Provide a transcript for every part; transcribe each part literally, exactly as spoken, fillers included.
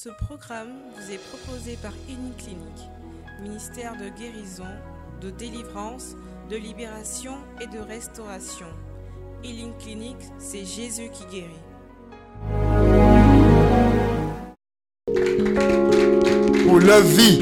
Ce programme vous est proposé par Healing Clinic, ministère de guérison, de délivrance, de libération et de restauration. Healing Clinic, c'est Jésus qui guérit. Pour leur vie.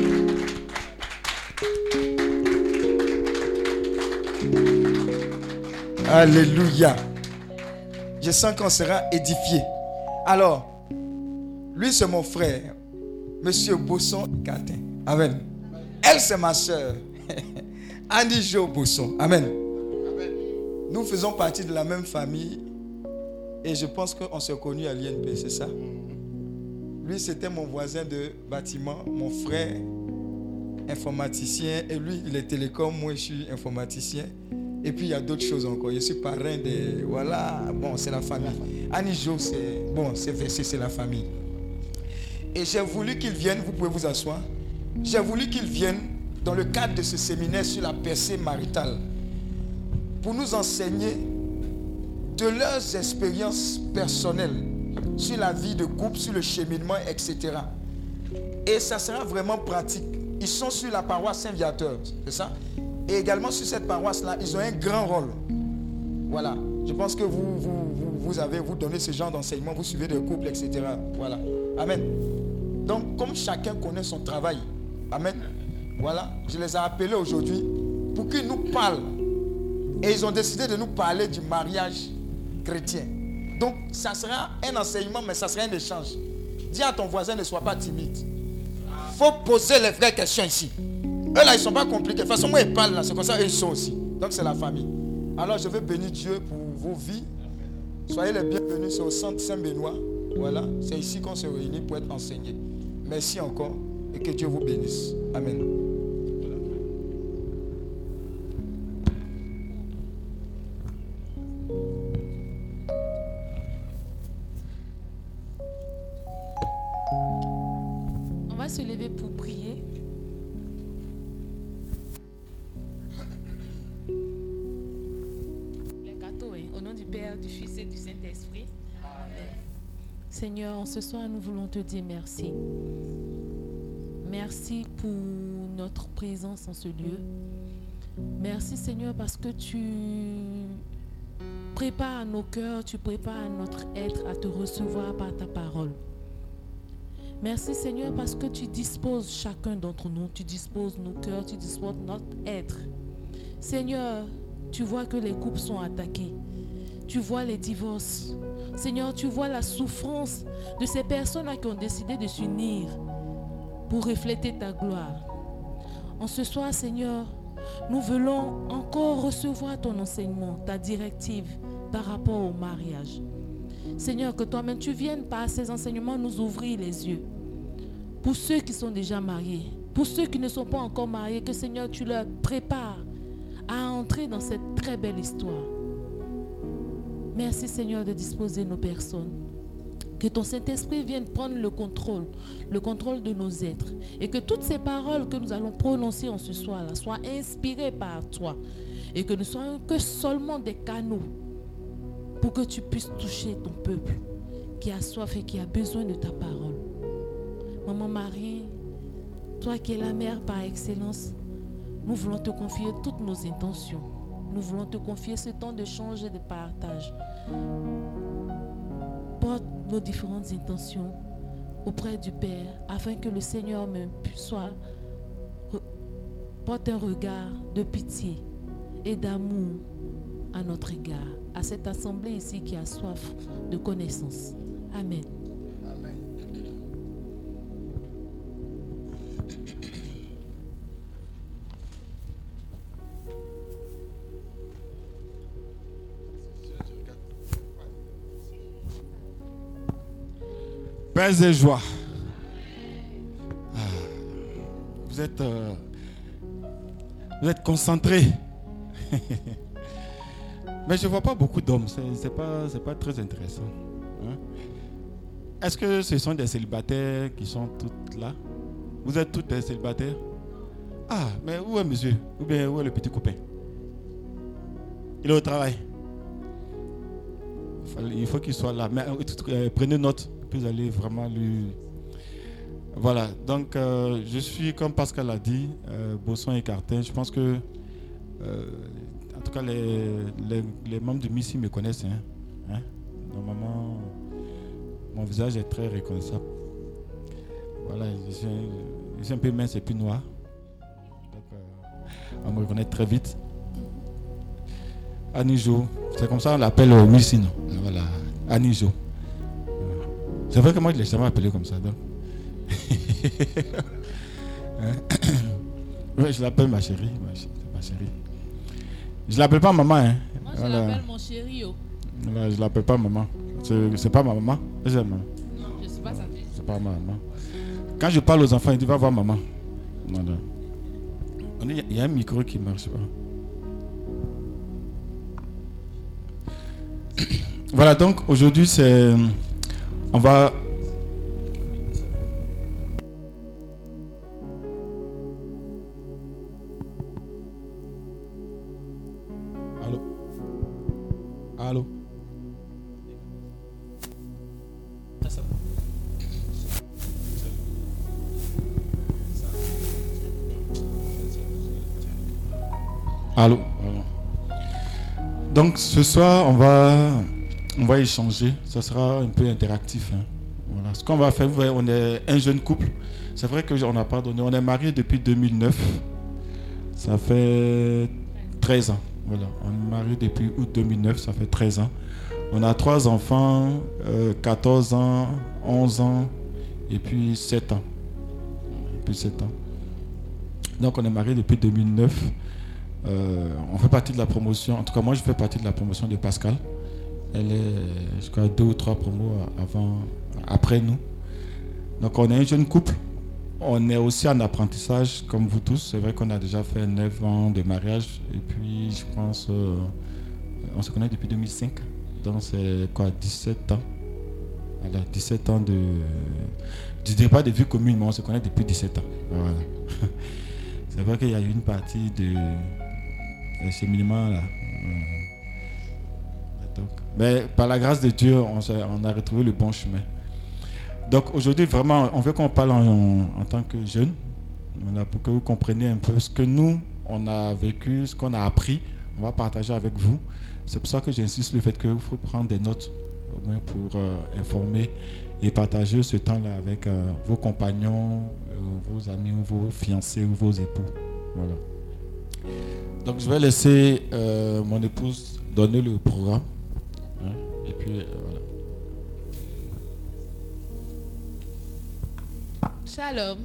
Alléluia. Je sens qu'on sera édifié. Alors, lui c'est mon frère, Monsieur Bosson Catin. Amen. Elle c'est ma soeur, Annie Jo Bosson. Amen. Amen. Nous faisons partie de la même famille et je pense qu'on s'est connus à l'I N P, c'est ça? Lui c'était mon voisin de bâtiment, mon frère informaticien et lui il est télécom, moi je suis informaticien. Et puis il y a d'autres choses encore. Je suis parrain de... Voilà, bon, c'est la famille. Annie Jo, c'est... Bon, c'est versé, c'est la famille. Et j'ai voulu qu'il vienne, vous pouvez vous asseoir. J'ai voulu qu'il vienne dans le cadre de ce séminaire sur la percée maritale pour nous enseigner de leurs expériences personnelles sur la vie de couple, sur le cheminement, et cetera. Et ça sera vraiment pratique. Ils sont sur la paroisse Saint-Viateur, c'est ça? Et également sur cette paroisse-là, ils ont un grand rôle. Voilà. Je pense que vous, vous, vous, vous avez, vous donnez ce genre d'enseignement, vous suivez des couples, et cetera. Voilà. Amen. Donc, comme chacun connaît son travail, amen. Voilà. Je les ai appelés aujourd'hui pour qu'ils nous parlent. Et ils ont décidé de nous parler du mariage chrétien. Donc, ça sera un enseignement, mais ça sera un échange. Dis à ton voisin, ne sois pas timide. Il faut poser les vraies questions ici. Eux là, ils ne sont pas compliqués. De toute façon, moi, ils parlent là, c'est comme ça, eux, ils sont aussi. Donc, c'est la famille. Alors, je veux bénir Dieu pour vos vies. Soyez les bienvenus, c'est au centre Saint-Benoît. Voilà, c'est ici qu'on se réunit pour être enseignés. Merci encore et que Dieu vous bénisse. Amen. On va se lever pour prier. Au nom du Père, du Fils et du Saint-Esprit. Amen. Seigneur, ce soir, nous voulons te dire merci. Merci pour notre présence en ce lieu. Merci, Seigneur, parce que tu prépares nos cœurs, tu prépares notre être à te recevoir par ta parole. Merci, Seigneur, parce que tu disposes chacun d'entre nous. Tu disposes nos cœurs, tu disposes notre être. Seigneur, tu vois que les couples sont attaqués. Tu vois les divorces. Seigneur, tu vois la souffrance de ces personnes-là qui ont décidé de s'unir pour refléter ta gloire. En ce soir, Seigneur, nous voulons encore recevoir ton enseignement, ta directive par rapport au mariage. Seigneur, que toi-même tu viennes par ces enseignements nous ouvrir les yeux. Pour ceux qui sont déjà mariés, pour ceux qui ne sont pas encore mariés, que Seigneur, tu leur prépares à entrer dans cette très belle histoire. Merci Seigneur de disposer nos personnes. Que ton Saint-Esprit vienne prendre le contrôle, le contrôle de nos êtres. Et que toutes ces paroles que nous allons prononcer en ce soir-là soient inspirées par toi. Et que nous soyons que seulement des canaux pour que tu puisses toucher ton peuple qui a soif et qui a besoin de ta parole. Maman Marie, toi qui es la mère par excellence, nous voulons te confier toutes nos intentions. Nous voulons te confier ce temps d'échange et de partage. Porte nos différentes intentions auprès du Père afin que le Seigneur même soit, porte un regard de pitié et d'amour à notre égard, à cette assemblée ici qui a soif de connaissance. Amen. Amen. Paix et joie. Ah, vous êtes, euh, vous êtes concentrés. Mais je ne vois pas beaucoup d'hommes. Ce n'est pas, c'est pas très intéressant. Hein? Est-ce que ce sont des célibataires qui sont toutes là? Vous êtes toutes des célibataires? Ah, mais où est monsieur? Ou bien où est le petit copain? Il est au travail. Il faut qu'il soit là. Mais, euh, prenez note. Vous allez vraiment lui... Voilà, donc euh, je suis, comme Pascal l'a dit, euh, Bosson et Cartin. Je pense que, euh, en tout cas, les, les, les membres du M I C I me connaissent. Hein, hein. Normalement, mon visage est très reconnaissable. Voilà, je suis, je suis un peu mince et puis noir. Donc, euh, on me reconnaît très vite. Anijo, c'est comme ça on l'appelle au M I C I. Non? Voilà, Anijo. C'est vrai que moi je ne l'ai jamais appelé comme ça. Donc. Ouais, je l'appelle ma chérie, ma chérie, ma chérie. Je l'appelle pas maman. Hein. Moi je Voilà. l'appelle mon chéri. Oh. Voilà, je l'appelle pas maman. C'est, c'est pas ma maman. C'est ma maman. Non, je suis pas sa fille. C'est pas ma maman. Quand je parle aux enfants, ils disent va voir maman. Voilà. Il y a un micro qui marche pas. Voilà, donc aujourd'hui c'est, on va. Allô? Allô? Allô? Donc ce soir on va on va échanger, ça sera un peu interactif. Hein. Voilà. Ce qu'on va faire, vous voyez, on est un jeune couple. C'est vrai que on n'a pas donné, on est mariés depuis deux mille neuf. Ça fait treize ans. Voilà, on est mariés depuis août deux mille neuf, ça fait treize ans. On a trois enfants, euh, quatorze ans, onze ans et puis sept ans. Et puis sept ans. Donc on est mariés depuis deux mille neuf. Euh, on fait partie de la promotion, en tout cas moi je fais partie de la promotion de Pascal. Elle est, je crois, deux ou trois promos avant, après nous. Donc on est un jeune couple. On est aussi en apprentissage comme vous tous. C'est vrai qu'on a déjà fait neuf ans de mariage. Et puis je pense, euh, on se connaît depuis deux mille cinq. Donc c'est quoi, dix-sept ans. Voilà, dix-sept ans de... Je ne dirais pas de vie commune, mais on se connaît depuis dix-sept ans. Voilà. C'est vrai qu'il y a eu une partie de... de cheminement là. Donc, mais par la grâce de Dieu, on, on a retrouvé le bon chemin. Donc aujourd'hui, vraiment, on veut qu'on parle en, en, en tant que jeunes. Voilà, pour que vous compreniez un peu ce que nous, on a vécu, ce qu'on a appris. On va partager avec vous. C'est pour ça que j'insiste sur le fait qu'il faut prendre des notes au moins pour euh, informer et partager ce temps-là avec euh, vos compagnons, euh, vos amis, ou vos fiancés ou vos époux. Voilà. Donc je vais laisser euh, mon épouse donner le programme. Hein, et puis euh, voilà. Shalom.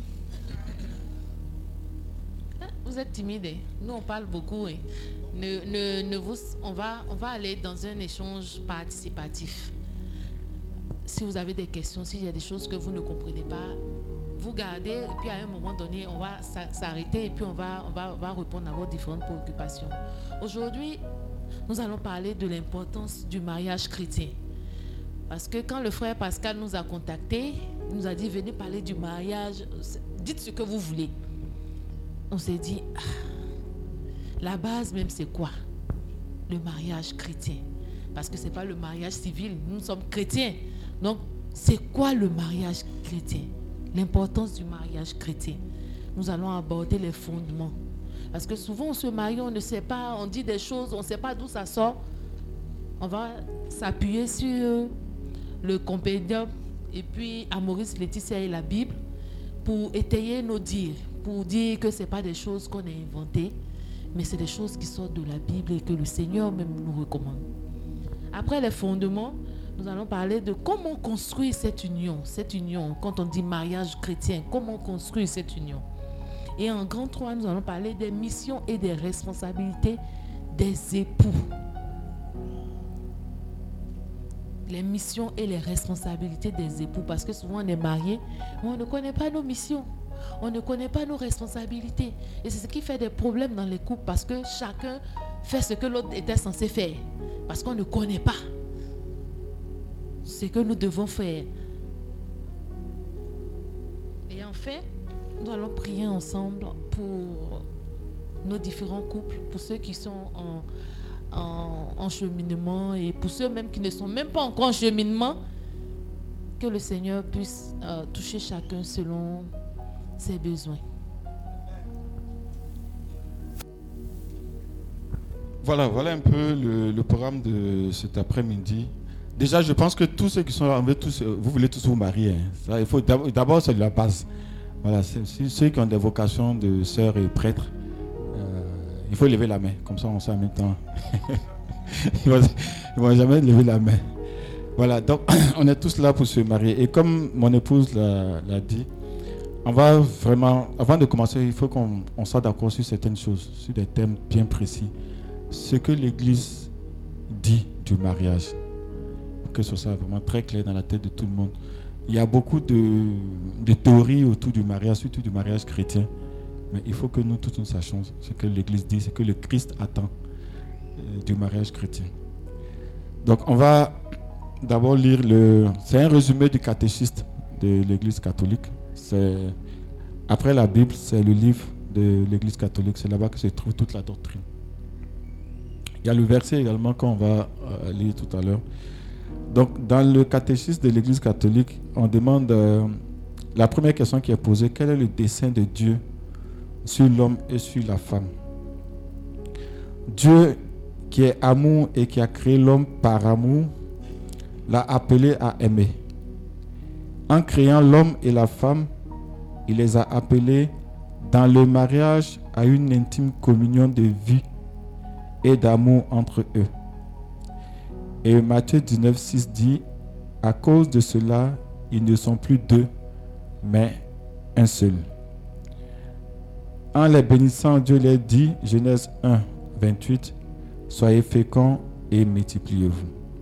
Vous êtes timide. Nous on parle beaucoup. Hein. Ne, ne, ne vous, on, va, on va aller dans un échange participatif. Si vous avez des questions, s'il y a des choses que vous ne comprenez pas, vous gardez et puis à un moment donné, on va s'arrêter et puis on va, on va, on va répondre à vos différentes préoccupations. Aujourd'hui, nous allons parler de l'importance du mariage chrétien. Parce que quand le frère Pascal nous a contactés, il nous a dit venez parler du mariage, dites ce que vous voulez. On s'est dit, ah, la base même c'est quoi? Le mariage chrétien. Parce que ce n'est pas le mariage civil, nous sommes chrétiens. Donc, c'est quoi le mariage chrétien? L'importance du mariage chrétien. Nous allons aborder les fondements. Parce que souvent on se marie, on ne sait pas, on dit des choses, on ne sait pas d'où ça sort. On va s'appuyer sur le compendium et puis Amoris Laetitia et la Bible pour étayer nos dires, pour dire que ce n'est pas des choses qu'on a inventées, mais c'est des choses qui sortent de la Bible et que le Seigneur même nous recommande. Après les fondements, nous allons parler de comment construire cette union, cette union, quand on dit mariage chrétien, comment construire cette union. Et en grand trois, nous allons parler des missions et des responsabilités des époux. Les missions et les responsabilités des époux, parce que souvent on est mariés, mais on ne connaît pas nos missions, on ne connaît pas nos responsabilités. Et c'est ce qui fait des problèmes dans les couples, parce que chacun fait ce que l'autre était censé faire, parce qu'on ne connaît pas ce que nous devons faire. Et en fait, nous allons prier ensemble pour nos différents couples, pour ceux qui sont en, en, en cheminement et pour ceux même qui ne sont même pas encore en cheminement, que le Seigneur puisse euh, toucher chacun selon ses besoins. Voilà, voilà un peu le, le programme de cet après-midi. Déjà, je pense que tous ceux qui sont là, tous, vous voulez tous vous marier. Hein. Ça, il faut d'abord, d'abord c'est de la base. Voilà, c'est, c'est ceux qui ont des vocations de sœurs et prêtres, euh, il faut lever la main. Comme ça, on sait en même temps. Ils ne vont jamais lever la main. Voilà, donc on est tous là pour se marier. Et comme mon épouse l'a, l'a dit, on va vraiment, avant de commencer, il faut qu'on on soit d'accord sur certaines choses, sur des thèmes bien précis. Ce que l'Église dit du mariage, que ce soit vraiment très clair dans la tête de tout le monde. Il y a beaucoup de, de théories autour du mariage, surtout du mariage chrétien. Mais il faut que nous tous nous sachions ce que l'Église dit, ce que le Christ attend euh, du mariage chrétien. Donc on va d'abord lire le... C'est un résumé du catéchisme de l'Église catholique. C'est, après la Bible, c'est le livre de l'Église catholique. C'est là-bas que se trouve toute la doctrine. Il y a le verset également qu'on va euh, lire tout à l'heure. Donc, dans le catéchisme de l'Église catholique, on demande euh, la première question qui est posée, quel est le dessein de Dieu sur l'homme et sur la femme? Dieu, qui est amour et qui a créé l'homme par amour, l'a appelé à aimer. En créant l'homme et la femme, il les a appelés dans le mariage à une intime communion de vie et d'amour entre eux. Et Matthieu dix-neuf, six dit, à cause de cela, ils ne sont plus deux, mais un seul. En les bénissant, Dieu leur dit, Genèse un, vingt-huit, soyez féconds et multipliez-vous.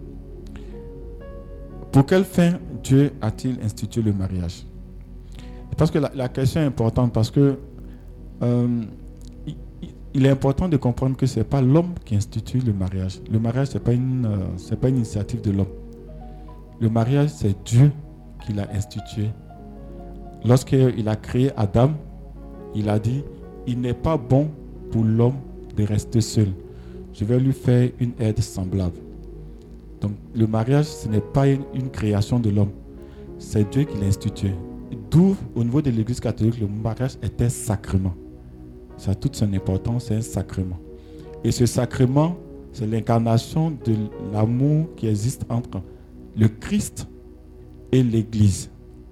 Pour quelle fin Dieu a-t-il institué le mariage? Parce que la, la question est importante, parce que euh, il est important de comprendre que ce n'est pas l'homme qui institue le mariage. Le mariage, ce n'est pas, euh, c'est pas une initiative de l'homme. Le mariage, c'est Dieu qui l'a institué. Lorsqu'il a créé Adam, il a dit, il n'est pas bon pour l'homme de rester seul. Je vais lui faire une aide semblable. Donc, le mariage, ce n'est pas une, une création de l'homme. C'est Dieu qui l'a institué. D'où, au niveau de l'Église catholique, le mariage est un sacrement. Ça a toute son importance, c'est un sacrement. Et ce sacrement, c'est l'incarnation de l'amour qui existe entre le Christ et l'Église.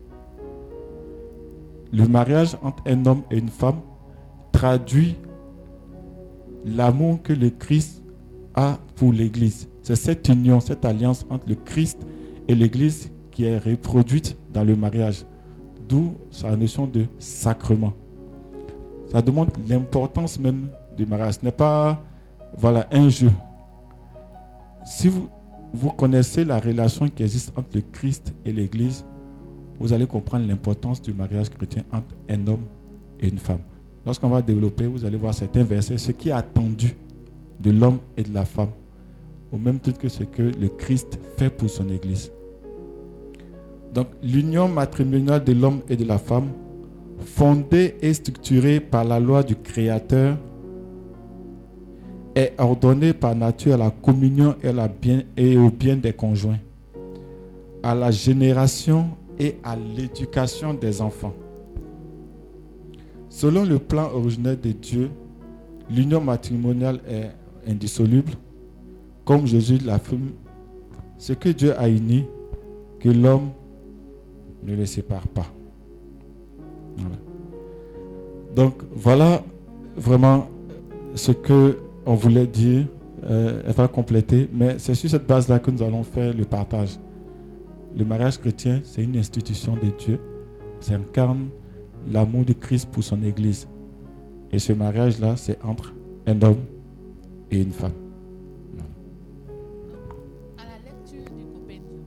Le mariage entre un homme et une femme traduit l'amour que le Christ a pour l'Église. C'est cette union, cette alliance entre le Christ et l'Église qui est reproduite dans le mariage. D'où sa notion de sacrement. Ça demande l'importance même du mariage. Ce n'est pas voilà, un jeu. Si vous, vous connaissez la relation qui existe entre le Christ et l'Église, vous allez comprendre l'importance du mariage chrétien entre un homme et une femme. Lorsqu'on va développer, vous allez voir certains versets, ce qui est attendu de l'homme et de la femme, au même titre que ce que le Christ fait pour son Église. Donc, l'union matrimoniale de l'homme et de la femme, fondée et structurée par la loi du Créateur, est ordonnée par nature à la communion et, la bien, et au bien des conjoints, à la génération et à l'éducation des enfants. Selon le plan originel de Dieu, l'union matrimoniale est indissoluble, comme Jésus l'affirme, ce que Dieu a uni, que l'homme ne le sépare pas. Voilà. Donc voilà vraiment ce que on voulait dire. Euh, elle va compléter, mais c'est sur cette base-là que nous allons faire le partage. Le mariage chrétien, c'est une institution de Dieu. Ça incarne l'amour de Christ pour son Église. Et ce mariage-là, c'est entre un homme et une femme. À la lecture du compendium,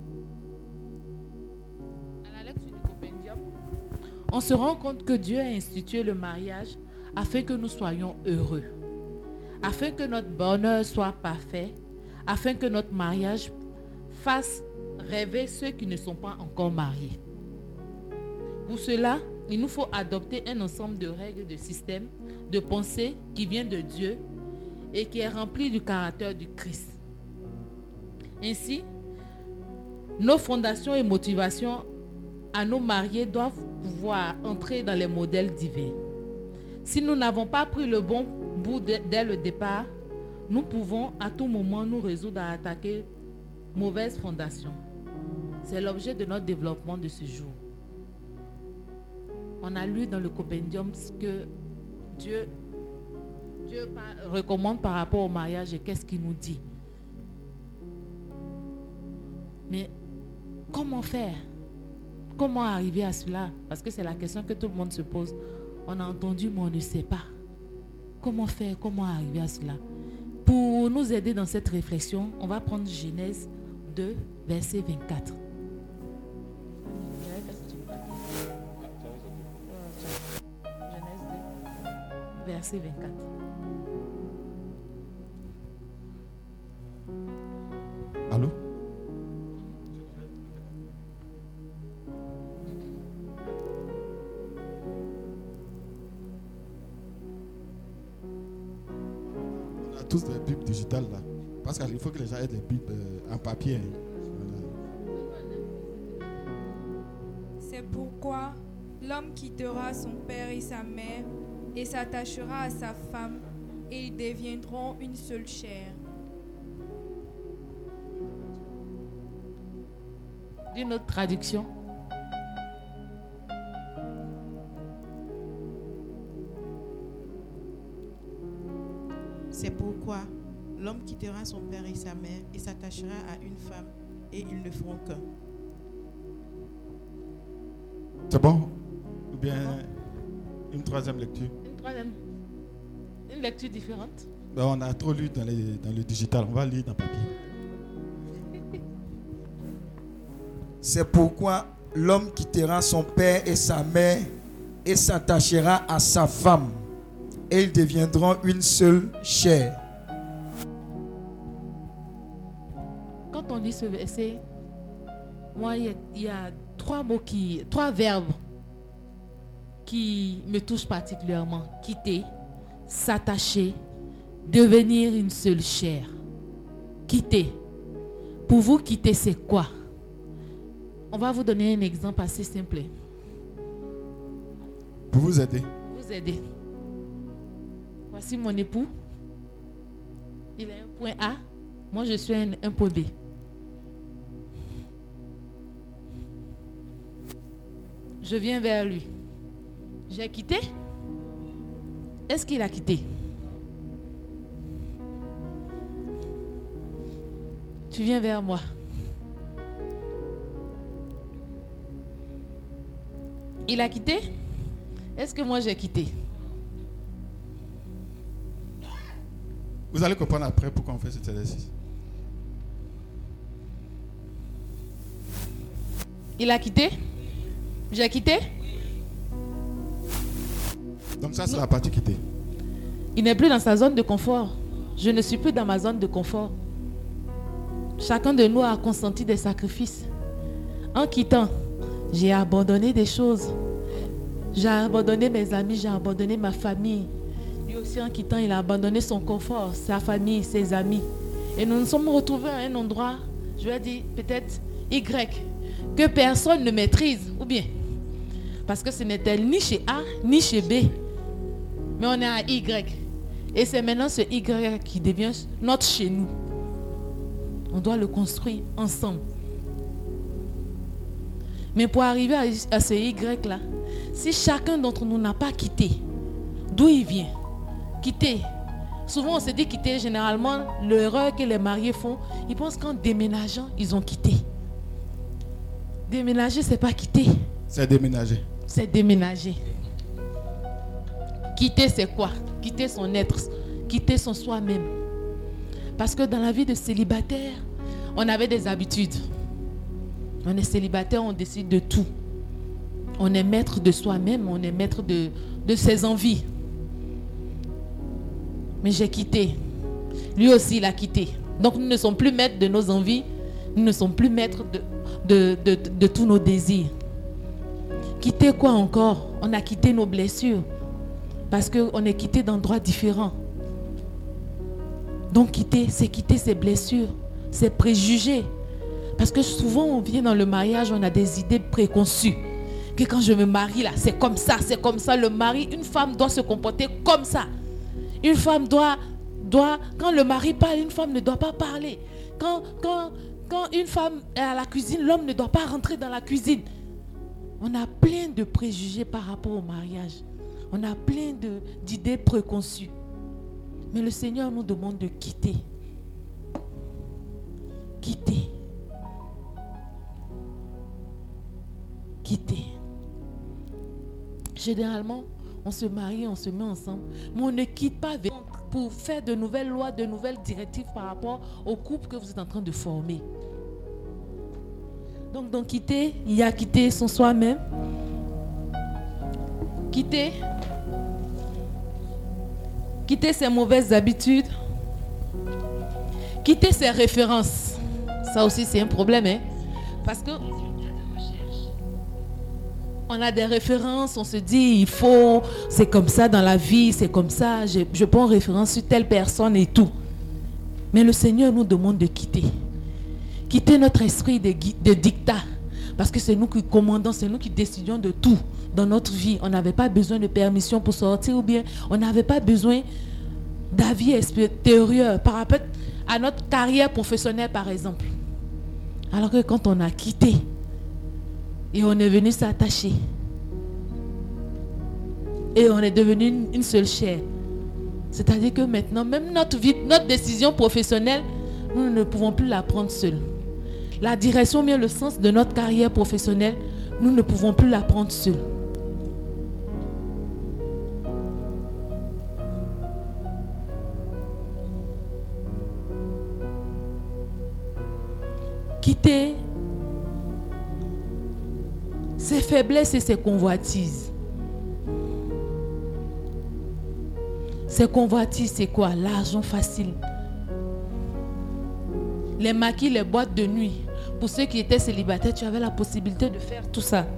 à la lecture du compendium, on se rend compte que Dieu a institué le mariage afin que nous soyons heureux, afin que notre bonheur soit parfait, afin que notre mariage fasse rêver ceux qui ne sont pas encore mariés. Pour cela, il nous faut adopter un ensemble de règles, de systèmes, de pensées qui viennent de Dieu et qui est rempli du caractère du Christ. Ainsi, Nos fondations et motivations à nos mariés doivent pouvoir entrer dans les modèles divins. Si nous n'avons pas pris le bon bout de, dès le départ, nous pouvons à tout moment nous résoudre à attaquer mauvaise fondation. C'est l'objet de notre développement de ce jour. On a lu dans le compendium ce que Dieu, Dieu par, recommande par rapport au mariage et qu'est-ce qu'il nous dit. Mais comment faire? Comment arriver à cela? Parce que c'est la question que tout le monde se pose. On a entendu, mais on ne sait pas. Comment faire? Comment arriver à cela? Pour nous aider dans cette réflexion, on va prendre Genèse deux, verset vingt-quatre. Genèse deux, verset vingt-quatre. Allô? On a tous des Bibles digitales là. Parce qu'il faut que les gens aient des Bibles euh, en papier. Hein. Voilà. C'est pourquoi l'homme quittera son père et sa mère et s'attachera à sa femme et ils deviendront une seule chair. D'une autre traduction. C'est pourquoi l'homme quittera son père et sa mère et s'attachera à une femme et ils ne feront qu'un. C'est bon? Ou bien une troisième lecture? Une troisième. Une lecture différente. Ben, on a trop lu dans, les, dans le digital. On va lire dans le papier. C'est pourquoi l'homme quittera son père et sa mère et s'attachera à sa femme et ils deviendront une seule chair. Quand on lit ce verset, moi, il y a, il y a trois mots qui, trois verbes qui me touchent particulièrement. Quitter, s'attacher, devenir une seule chair. Quitter. Pour vous, quitter, c'est quoi? On va vous donner un exemple assez simple. Pour vous aider. Vous aider. Voici mon époux. Il est un point A. Moi, je suis un, un point B. Je viens vers lui. J'ai quitté? Est-ce qu'il a quitté? Tu viens vers moi. Il a quitté? Est-ce que moi j'ai quitté? Vous allez comprendre après pourquoi on fait cet exercice. Il a quitté? J'ai quitté? Donc ça, c'est non. La partie quittée. Il n'est plus dans sa zone de confort. Je ne suis plus dans ma zone de confort. Chacun de nous a consenti des sacrifices. En quittant, j'ai abandonné des choses. J'ai abandonné mes amis, j'ai abandonné ma famille. Lui aussi, en quittant, il a abandonné son confort, sa famille, ses amis. Et nous nous sommes retrouvés à un endroit, je vais dire peut-être Y, que personne ne maîtrise, ou bien. Parce que ce n'était ni chez A, ni chez B. Mais on est à Y. Et c'est maintenant ce Y qui devient notre chez nous. On doit le construire ensemble. Mais pour arriver à, à ce Y-là, si chacun d'entre nous n'a pas quitté, d'où il vient? Quitter. Souvent on se dit quitter, généralement, l'erreur que les mariés font, ils pensent qu'en déménageant, ils ont quitté. Déménager, c'est pas quitter. C'est déménager. C'est déménager. Quitter, c'est quoi? Quitter son être, quitter son soi-même. Parce que dans la vie de célibataire, on avait des habitudes. On est célibataire, on décide de tout. On est maître de soi-même, on est maître de, de ses envies. Mais j'ai quitté. Lui aussi, il a quitté. Donc nous ne sommes plus maîtres de nos envies, nous ne sommes plus maîtres de, de, de, de, de tous nos désirs. Quitter quoi encore? On a quitté nos blessures. Parce qu'on est quitté d'endroits différents. Donc quitter, c'est quitter ses blessures, ses préjugés. Parce que souvent, on vient dans le mariage, on a des idées préconçues. Que quand je me marie, là, c'est comme ça, c'est comme ça. Le mari, une femme doit se comporter comme ça. Une femme doit, doit quand le mari parle, une femme ne doit pas parler. Quand, quand, quand une femme est à la cuisine, l'homme ne doit pas rentrer dans la cuisine. On a plein de préjugés par rapport au mariage. On a plein de, d'idées préconçues. Mais le Seigneur nous demande de quitter. Quitter. Quitter. Généralement, on se marie, on se met ensemble, mais on ne quitte pas pour faire de nouvelles lois, de nouvelles directives par rapport au couple que vous êtes en train de former. Donc, dans quitter, il y a quitter son soi-même. Quitter. Quitter ses mauvaises habitudes. Quitter ses références. Ça aussi, c'est un problème, hein? Parce que on a des références, on se dit, il faut, c'est comme ça dans la vie, c'est comme ça, je, je prends référence sur telle personne et tout. Mais le Seigneur nous demande de quitter. Quitter notre esprit de, de dictat. Parce que c'est nous qui commandons, c'est nous qui décidons de tout dans notre vie. On n'avait pas besoin de permission pour sortir ou bien on n'avait pas besoin d'avis extérieur par rapport à notre carrière professionnelle, par exemple. Alors que quand on a quitté, et on est venu s'attacher. Et on est devenu une, une seule chair. C'est-à-dire que maintenant, même notre vie, notre décision professionnelle, nous ne pouvons plus la prendre seule. La direction, bien le sens de notre carrière professionnelle, nous ne pouvons plus la prendre seule. Quitter ses faiblesses et ses convoitises. Ses convoitises, c'est quoi? L'argent facile. Les maquis, les boîtes de nuit. Pour ceux qui étaient célibataires, tu avais la possibilité de faire tout ça.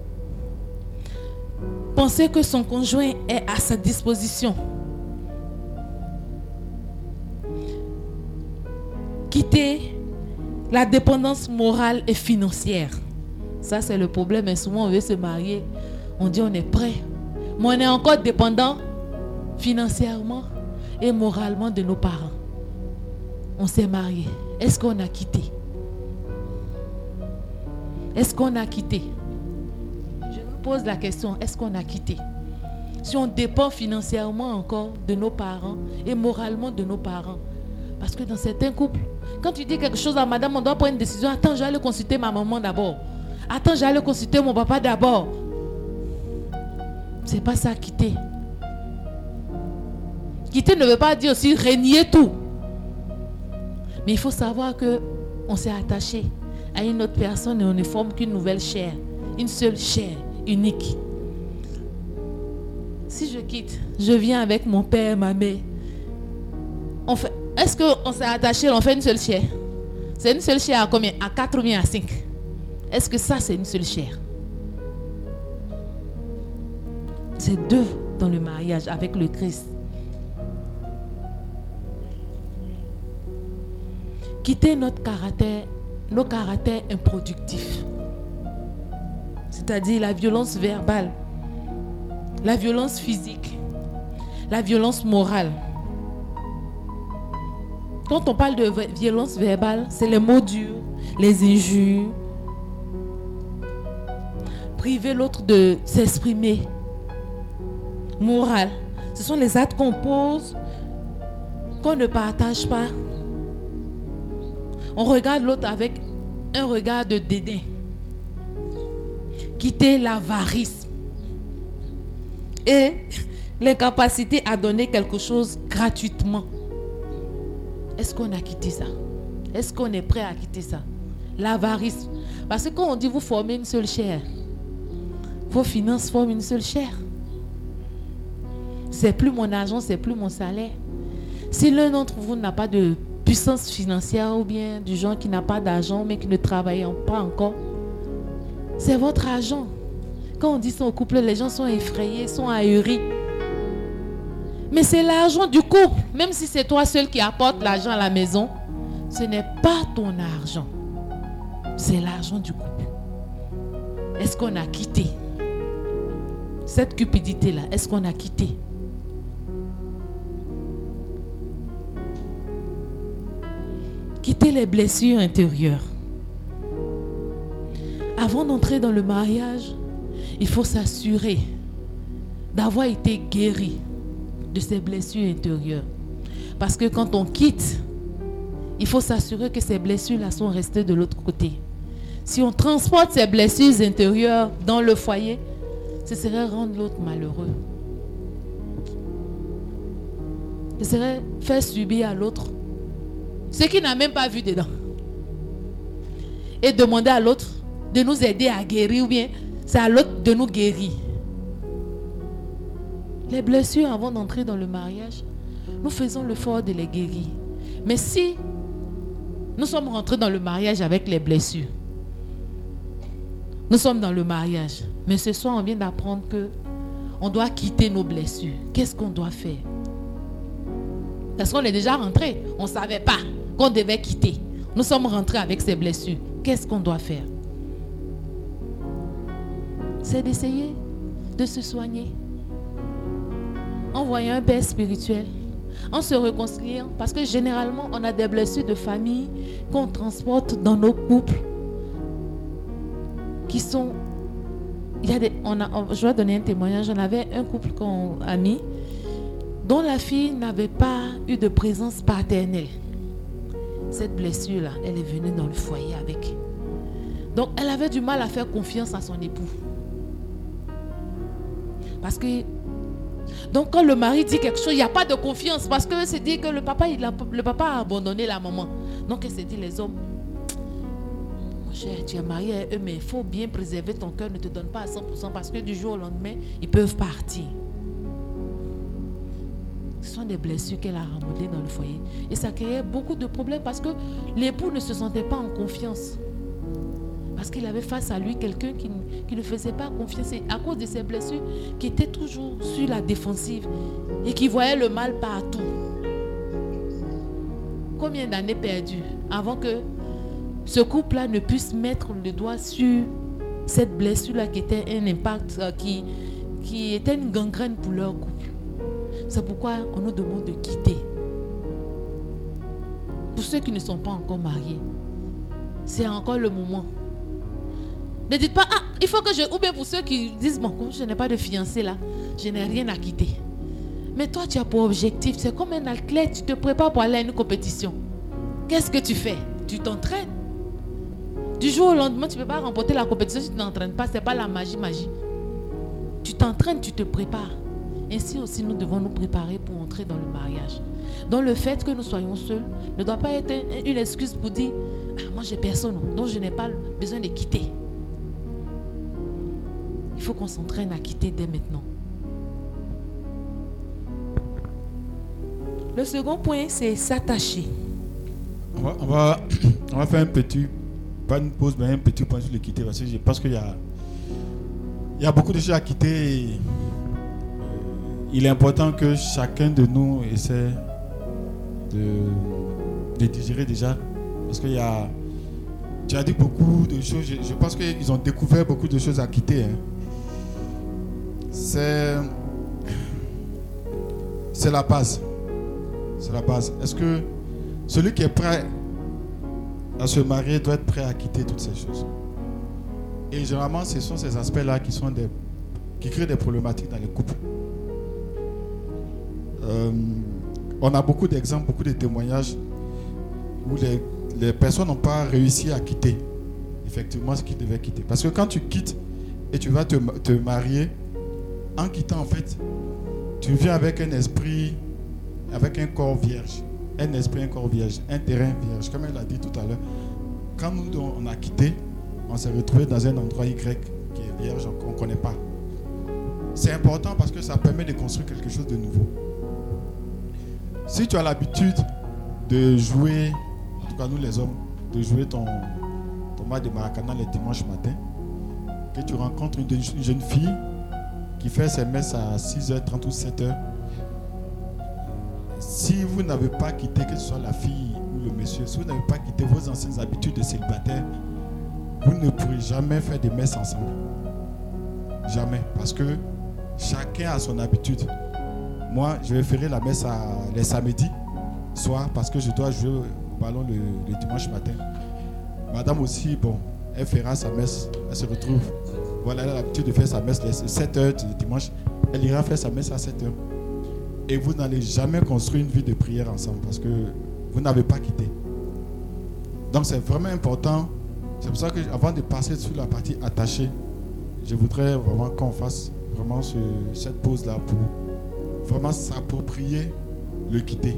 Penser que son conjoint est à sa disposition. Quitter la dépendance morale et financière. Ça, c'est le problème. Et souvent, on veut se marier. On dit on est prêt. Mais on est encore dépendant financièrement et moralement de nos parents. On s'est marié. Est-ce qu'on a quitté? Est-ce qu'on a quitté? Je me pose la question. Est-ce qu'on a quitté? Si on dépend financièrement encore de nos parents et moralement de nos parents. Parce que dans certains couples, quand tu dis quelque chose à madame, on doit prendre une décision. Attends, je vais aller consulter ma maman d'abord. Attends, je vais aller consulter mon papa d'abord. C'est pas ça, quitter. Quitter ne veut pas dire aussi renier tout. Mais il faut savoir que on s'est attaché à une autre personne et on ne forme qu'une nouvelle chair. Une seule chair, unique. Si je quitte, je viens avec mon père, ma mère. On fait, est-ce qu'on s'est attaché, on fait une seule chair? C'est une seule chair à combien? À quatre ou bien à cinq? Est-ce que ça, c'est une seule chair? C'est deux dans le mariage avec le Christ. Quitter notre caractère, nos caractères improductifs. C'est-à-dire la violence verbale, la violence physique, la violence morale. Quand on parle de violence verbale, c'est les mots durs, les injures, priver l'autre de s'exprimer. Morale, ce sont les actes qu'on pose, qu'on ne partage pas. On regarde l'autre avec un regard de dédain. Quitter l'avarice et l'incapacité à donner quelque chose gratuitement. Est-ce qu'on a quitté ça? Est-ce qu'on est prêt à quitter ça? L'avarice. Parce que quand on dit vous formez une seule chair, vos finances forment une seule chair. C'est plus mon argent, c'est plus mon salaire. Si l'un d'entre vous n'a pas de puissance financière ou bien du genre qui n'a pas d'argent mais qui ne travaille pas encore, c'est votre argent. Quand on dit ça au couple, les gens sont effrayés, sont ahuris. Mais c'est l'argent du couple. Même si c'est toi seul qui apporte l'argent à la maison, ce n'est pas ton argent. c'est l'argent du couple. Est-ce qu'on a quitté cette cupidité-là? Est-ce qu'on a quitté? Quitter les blessures intérieures. Avant d'entrer dans le mariage, il faut s'assurer d'avoir été guéri de ces blessures intérieures. Parce que quand on quitte, il faut s'assurer que ces blessures-là sont restées de l'autre côté. Si on transporte ces blessures intérieures dans le foyer, ce serait rendre l'autre malheureux. Ce serait faire subir à l'autre ce qu'il n'a même pas vu dedans. Et demander à l'autre de nous aider à guérir, ou bien c'est à l'autre de nous guérir. Les blessures avant d'entrer dans le mariage, nous faisons l'effort de les guérir. Mais si nous sommes rentrés dans le mariage avec les blessures, nous sommes dans le mariage, mais ce soir on vient d'apprendre que on doit quitter nos blessures. Qu'est-ce qu'on doit faire? Parce qu'on est déjà rentré, on ne savait pas qu'on devait quitter. Nous sommes rentrés avec ces blessures. Qu'est-ce qu'on doit faire? C'est d'essayer de se soigner en voyant un père spirituel, en se réconciliant, parce que généralement on a des blessures de famille qu'on transporte dans nos couples qui sont, il y a des, on a, je vais donner un témoignage. On avait un couple qu'on a mis dont la fille n'avait pas eu de présence paternelle. Cette blessure-là, elle est venue dans le foyer avec. Donc, elle avait du mal à faire confiance à son époux. Parce que, donc quand le mari dit quelque chose, il n'y a pas de confiance. Parce que c'est dit que le papa, il a, le papa a abandonné la maman. Donc, elle s'est dit, les hommes, mon cher, tu es marié à eux, mais il faut bien préserver ton cœur. Ne te donne pas à cent pour cent parce que du jour au lendemain, ils peuvent partir. Ce sont des blessures qu'elle a remodelées dans le foyer. Et ça créait beaucoup de problèmes parce que l'époux ne se sentait pas en confiance. Parce qu'il avait face à lui quelqu'un qui, qui ne faisait pas confiance. Et à cause de ses blessures, qui était toujours sur la défensive et qui voyait le mal partout. Combien d'années perdues avant que ce couple-là ne puisse mettre le doigt sur cette blessure-là qui était un impact, euh, qui, qui était une gangrène pour leur couple. C'est pourquoi on nous demande de quitter. Pour ceux qui ne sont pas encore mariés, c'est encore le moment. Ne dites pas, ah, il faut que je... Ou bien pour ceux qui disent, bon, comme je n'ai pas de fiancé là, je n'ai rien à quitter. Mais toi, tu as pour objectif, c'est comme un athlète, tu te prépares pour aller à une compétition. Qu'est-ce que tu fais? Tu t'entraînes. Du jour au lendemain, tu ne peux pas remporter la compétition si tu ne t'entraînes pas. Ce n'est pas la magie, magie. Tu t'entraînes, tu te prépares. Ainsi aussi, nous devons nous préparer pour entrer dans le mariage. Donc, le fait que nous soyons seuls ne doit pas être une excuse pour dire ah, moi, j'ai personne, donc je n'ai pas besoin de quitter. Il faut qu'on s'entraîne à quitter dès maintenant. Le second point, c'est s'attacher. On va, on, va, on va faire un petit, pas une pause, mais un petit point sur le quitter. Parce que je pense qu'il y a, il y a beaucoup de choses à quitter. Et il est important que chacun de nous essaie de, de digérer déjà. Parce qu'il y a... Tu as dit beaucoup de choses. Je, je pense qu'ils ont découvert beaucoup de choses à quitter. Hein. C'est... C'est la base. C'est la base. Est-ce que celui qui est prêt à se marier doit être prêt à quitter toutes ces choses? Et généralement, ce sont ces aspects-là qui, sont des, qui créent des problématiques dans les couples. Euh, on a beaucoup d'exemples, beaucoup de témoignages où les, les personnes n'ont pas réussi à quitter effectivement ce qu'ils devaient quitter. Parce que quand tu quittes et tu vas te, te marier, en quittant en fait, tu viens avec un esprit, avec un corps vierge. Un esprit, un corps vierge, un terrain vierge. Comme elle l'a dit tout à l'heure, quand nous on a quitté, on s'est retrouvé dans un endroit Y qui est vierge, qu'on ne connaît pas. C'est important parce que ça permet de construire quelque chose de nouveau. Si tu as l'habitude de jouer, en tout cas nous les hommes, de jouer ton, ton match de Maracana les dimanches matins, que tu rencontres une, une jeune fille qui fait ses messes à six heures trente ou sept heures, si vous n'avez pas quitté, que ce soit la fille ou le monsieur, si vous n'avez pas quitté vos anciennes habitudes de célibataire, vous ne pourrez jamais faire des messes ensemble. Jamais. Parce que chacun a son habitude. Moi, je vais faire la messe à, les samedis soir parce que je dois jouer au ballon le, le dimanche matin. Madame aussi, bon, elle fera sa messe. Elle se retrouve. Voilà, elle a l'habitude de faire sa messe les sept heures du dimanche. Elle ira faire sa messe à sept heures. Et vous n'allez jamais construire une vie de prière ensemble parce que vous n'avez pas quitté. Donc c'est vraiment important. C'est pour ça que avant de passer sur la partie attachée, je voudrais vraiment qu'on fasse vraiment ce, cette pause-là pour vraiment s'approprier le quitter.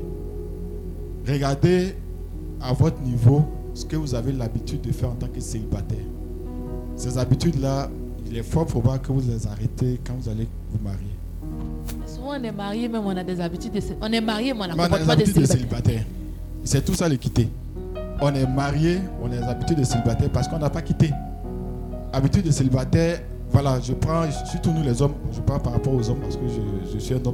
Regardez à votre niveau ce que vous avez l'habitude de faire en tant que célibataire. Ces habitudes-là, il est fort probable que vous les arrêtez quand vous allez vous marier. Souvent on est marié, même on a des habitudes de célibataire. On est marié, mais on a, mais on a des habitudes de célibataire. C'est tout ça le quitter. On est marié, on a des habitudes de célibataire parce qu'on n'a pas quitté. Habitude de célibataire, voilà, je prends, surtout nous les hommes, je parle par rapport aux hommes parce que je, je suis un homme.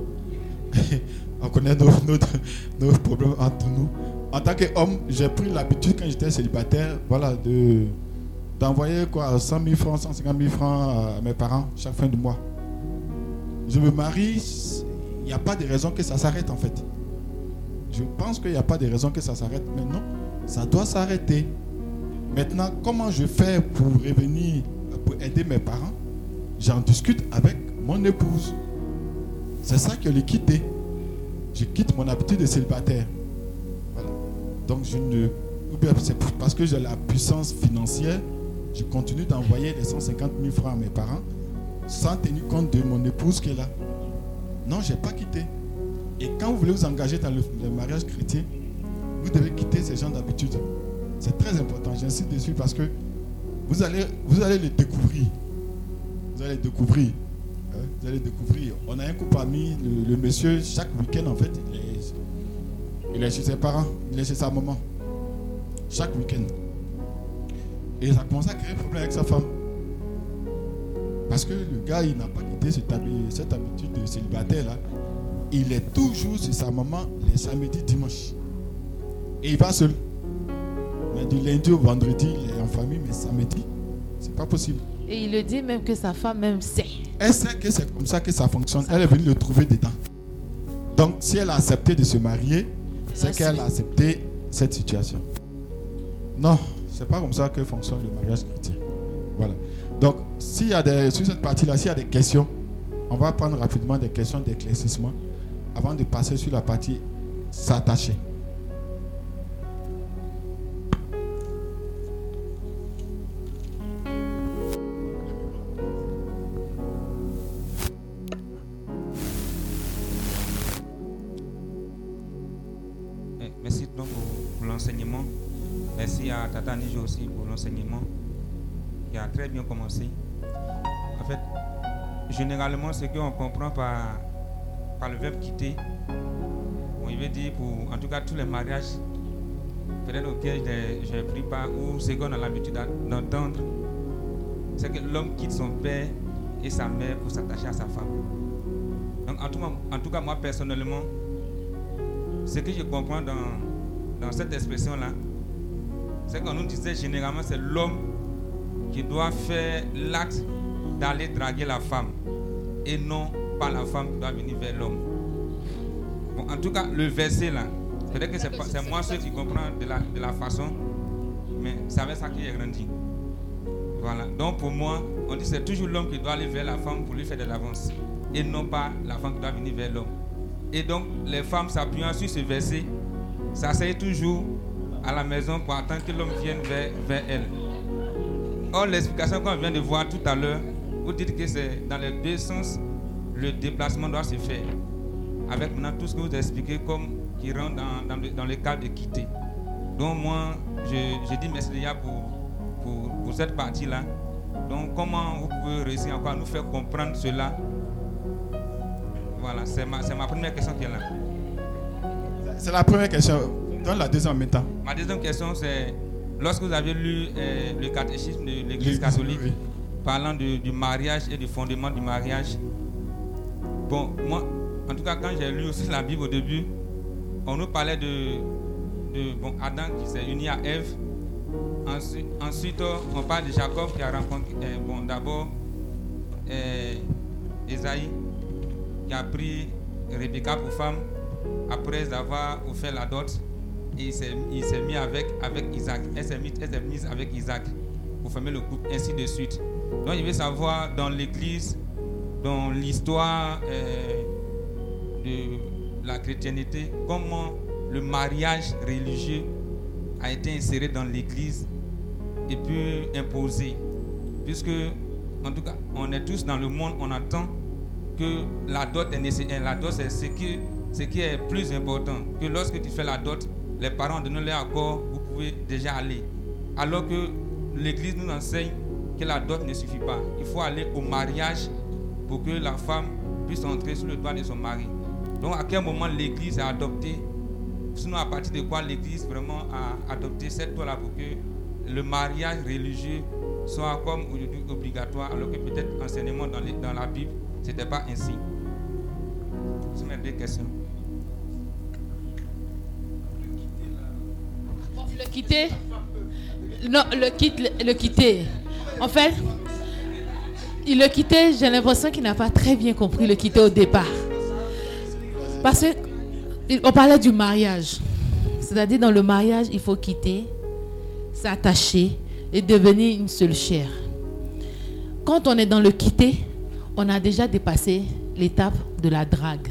On connaît nos, nos, nos problèmes entre nous. En tant qu'homme, j'ai pris l'habitude quand j'étais célibataire, voilà, de, d'envoyer quoi, cent mille francs, cent cinquante mille francs à mes parents chaque fin de mois. Je me marie, il n'y a pas de raison que ça s'arrête en fait. Je pense qu'il n'y a pas de raison que ça s'arrête, mais non, ça doit s'arrêter. Maintenant, comment je fais pour revenir, pour aider mes parents? J'en discute avec mon épouse. C'est ça que le quitter. Je quitte mon habitude de célibataire. Voilà. Donc je ne... C'est parce que j'ai la puissance financière, je continue d'envoyer les cent cinquante mille francs à mes parents sans tenir compte de mon épouse qui est là. Non, je n'ai pas quitté. Et quand vous voulez vous engager dans le, le mariage chrétien, vous devez quitter ces genres d'habitudes. C'est très important, j'insiste dessus parce que vous allez, vous allez les découvrir. Vous allez les découvrir. Hein? Vous allez les découvrir. On a un couple ami, le, le monsieur, chaque week-end en fait, il est, il est chez ses parents, il est chez sa maman. Chaque week-end. Et ça commence à créer un problème avec sa femme. Parce que le gars, il n'a pas quitté cette, cette habitude de célibataire là. Il est toujours chez sa maman les samedis, dimanches. Et il va seul. Mais du lundi au vendredi, il est en famille, mais samedi, c'est pas possible. Et il le dit même que sa femme même sait. Elle sait que c'est comme ça que ça fonctionne. Elle est venue le trouver dedans. Donc, si elle a accepté de se marier, c'est qu'elle a accepté cette situation. Non, c'est pas comme ça que fonctionne le mariage chrétien. Voilà. Donc, s'il y a des, sur cette partie-là, s'il y a des questions, on va prendre rapidement des questions d'éclaircissement avant de passer sur la partie s'attacher. Merci donc pour, pour l'enseignement. Merci à Tata Nijo aussi pour l'enseignement qui a très bien commencé. En fait, généralement, ce qu'on comprend par, par le verbe quitter, bon, il veut dire pour, en tout cas, tous les mariages peut-être auxquels je n'ai pris part ou ce qu'on a l'habitude d'entendre, c'est que l'homme quitte son père et sa mère pour s'attacher à sa femme. Donc, en tout, en tout cas, moi personnellement, ce que je comprends dans, dans cette expression-là, c'est qu'on nous disait généralement c'est l'homme qui doit faire l'acte d'aller draguer la femme et non pas la femme qui doit venir vers l'homme. Bon, en tout cas, le verset là, peut-être que c'est, pas, c'est moi ceux qui comprennent de la, de la façon, mais c'est avec ça que j'ai grandi. Voilà. Donc pour moi, on dit que c'est toujours l'homme qui doit aller vers la femme pour lui faire de l'avance et non pas la femme qui doit venir vers l'homme. Et donc, les femmes s'appuyant sur ce verset, s'asseyent toujours à la maison pour attendre que l'homme vienne vers, vers elle. Or, l'explication qu'on vient de voir tout à l'heure, vous dites que c'est dans les deux sens, le déplacement doit se faire. Avec maintenant tout ce que vous expliquez comme qui rentre dans, dans, le, dans le cadre de quitter. Donc moi, je, je dis merci déjà pour, pour, pour cette partie-là. Donc comment vous pouvez réussir encore à nous faire comprendre cela? Voilà, c'est ma, c'est ma première question qui est là. C'est la première question. Donne la deuxième en même temps. Ma deuxième question, c'est lorsque vous avez lu euh, le catéchisme de l'Église catholique, oui, parlant de, du mariage et du fondement du mariage. Bon, moi, en tout cas, quand j'ai lu aussi la Bible au début, on nous parlait de, de bon, Adam qui s'est uni à Ève Ensuite, ensuite, on parle de Jacob qui a rencontré, euh, bon, d'abord, euh, Esaïe qui a pris Rebecca pour femme après avoir offert la dot. Et il s'est, il s'est mis avec, avec Isaac. Elle s'est, mise, elle s'est mise avec Isaac pour former le couple, ainsi de suite. Donc, je veux savoir dans l'église, dans l'histoire euh, de la chrétienté, comment le mariage religieux a été inséré dans l'église et puis imposé. Puisque, en tout cas, on est tous dans le monde, on attend que la dot est nécessaire. La dot, c'est ce qui, ce qui est plus important. Que lorsque tu fais la dot, les parents donnent leur accord, vous pouvez déjà aller. Alors que l'église nous enseigne que la dot ne suffit pas. Il faut aller au mariage pour que la femme puisse entrer sous le toit de son mari. Donc, à quel moment l'église a adopté, sinon à partir de quoi l'église vraiment a adopté cette loi-là pour que le mariage religieux soit comme aujourd'hui obligatoire, alors que peut-être enseignement dans, les, dans la Bible, ce n'était pas ainsi. C'est mes deux questions. Le quitter, non, le, quitte, le, le quitter. En fait, il le quitter, j'ai l'impression qu'il n'a pas très bien compris le quitter au départ. Parce qu'on parlait du mariage. C'est-à-dire, dans le mariage, il faut quitter, s'attacher et devenir une seule chair. Quand on est dans le quitter, on a déjà dépassé l'étape de la drague.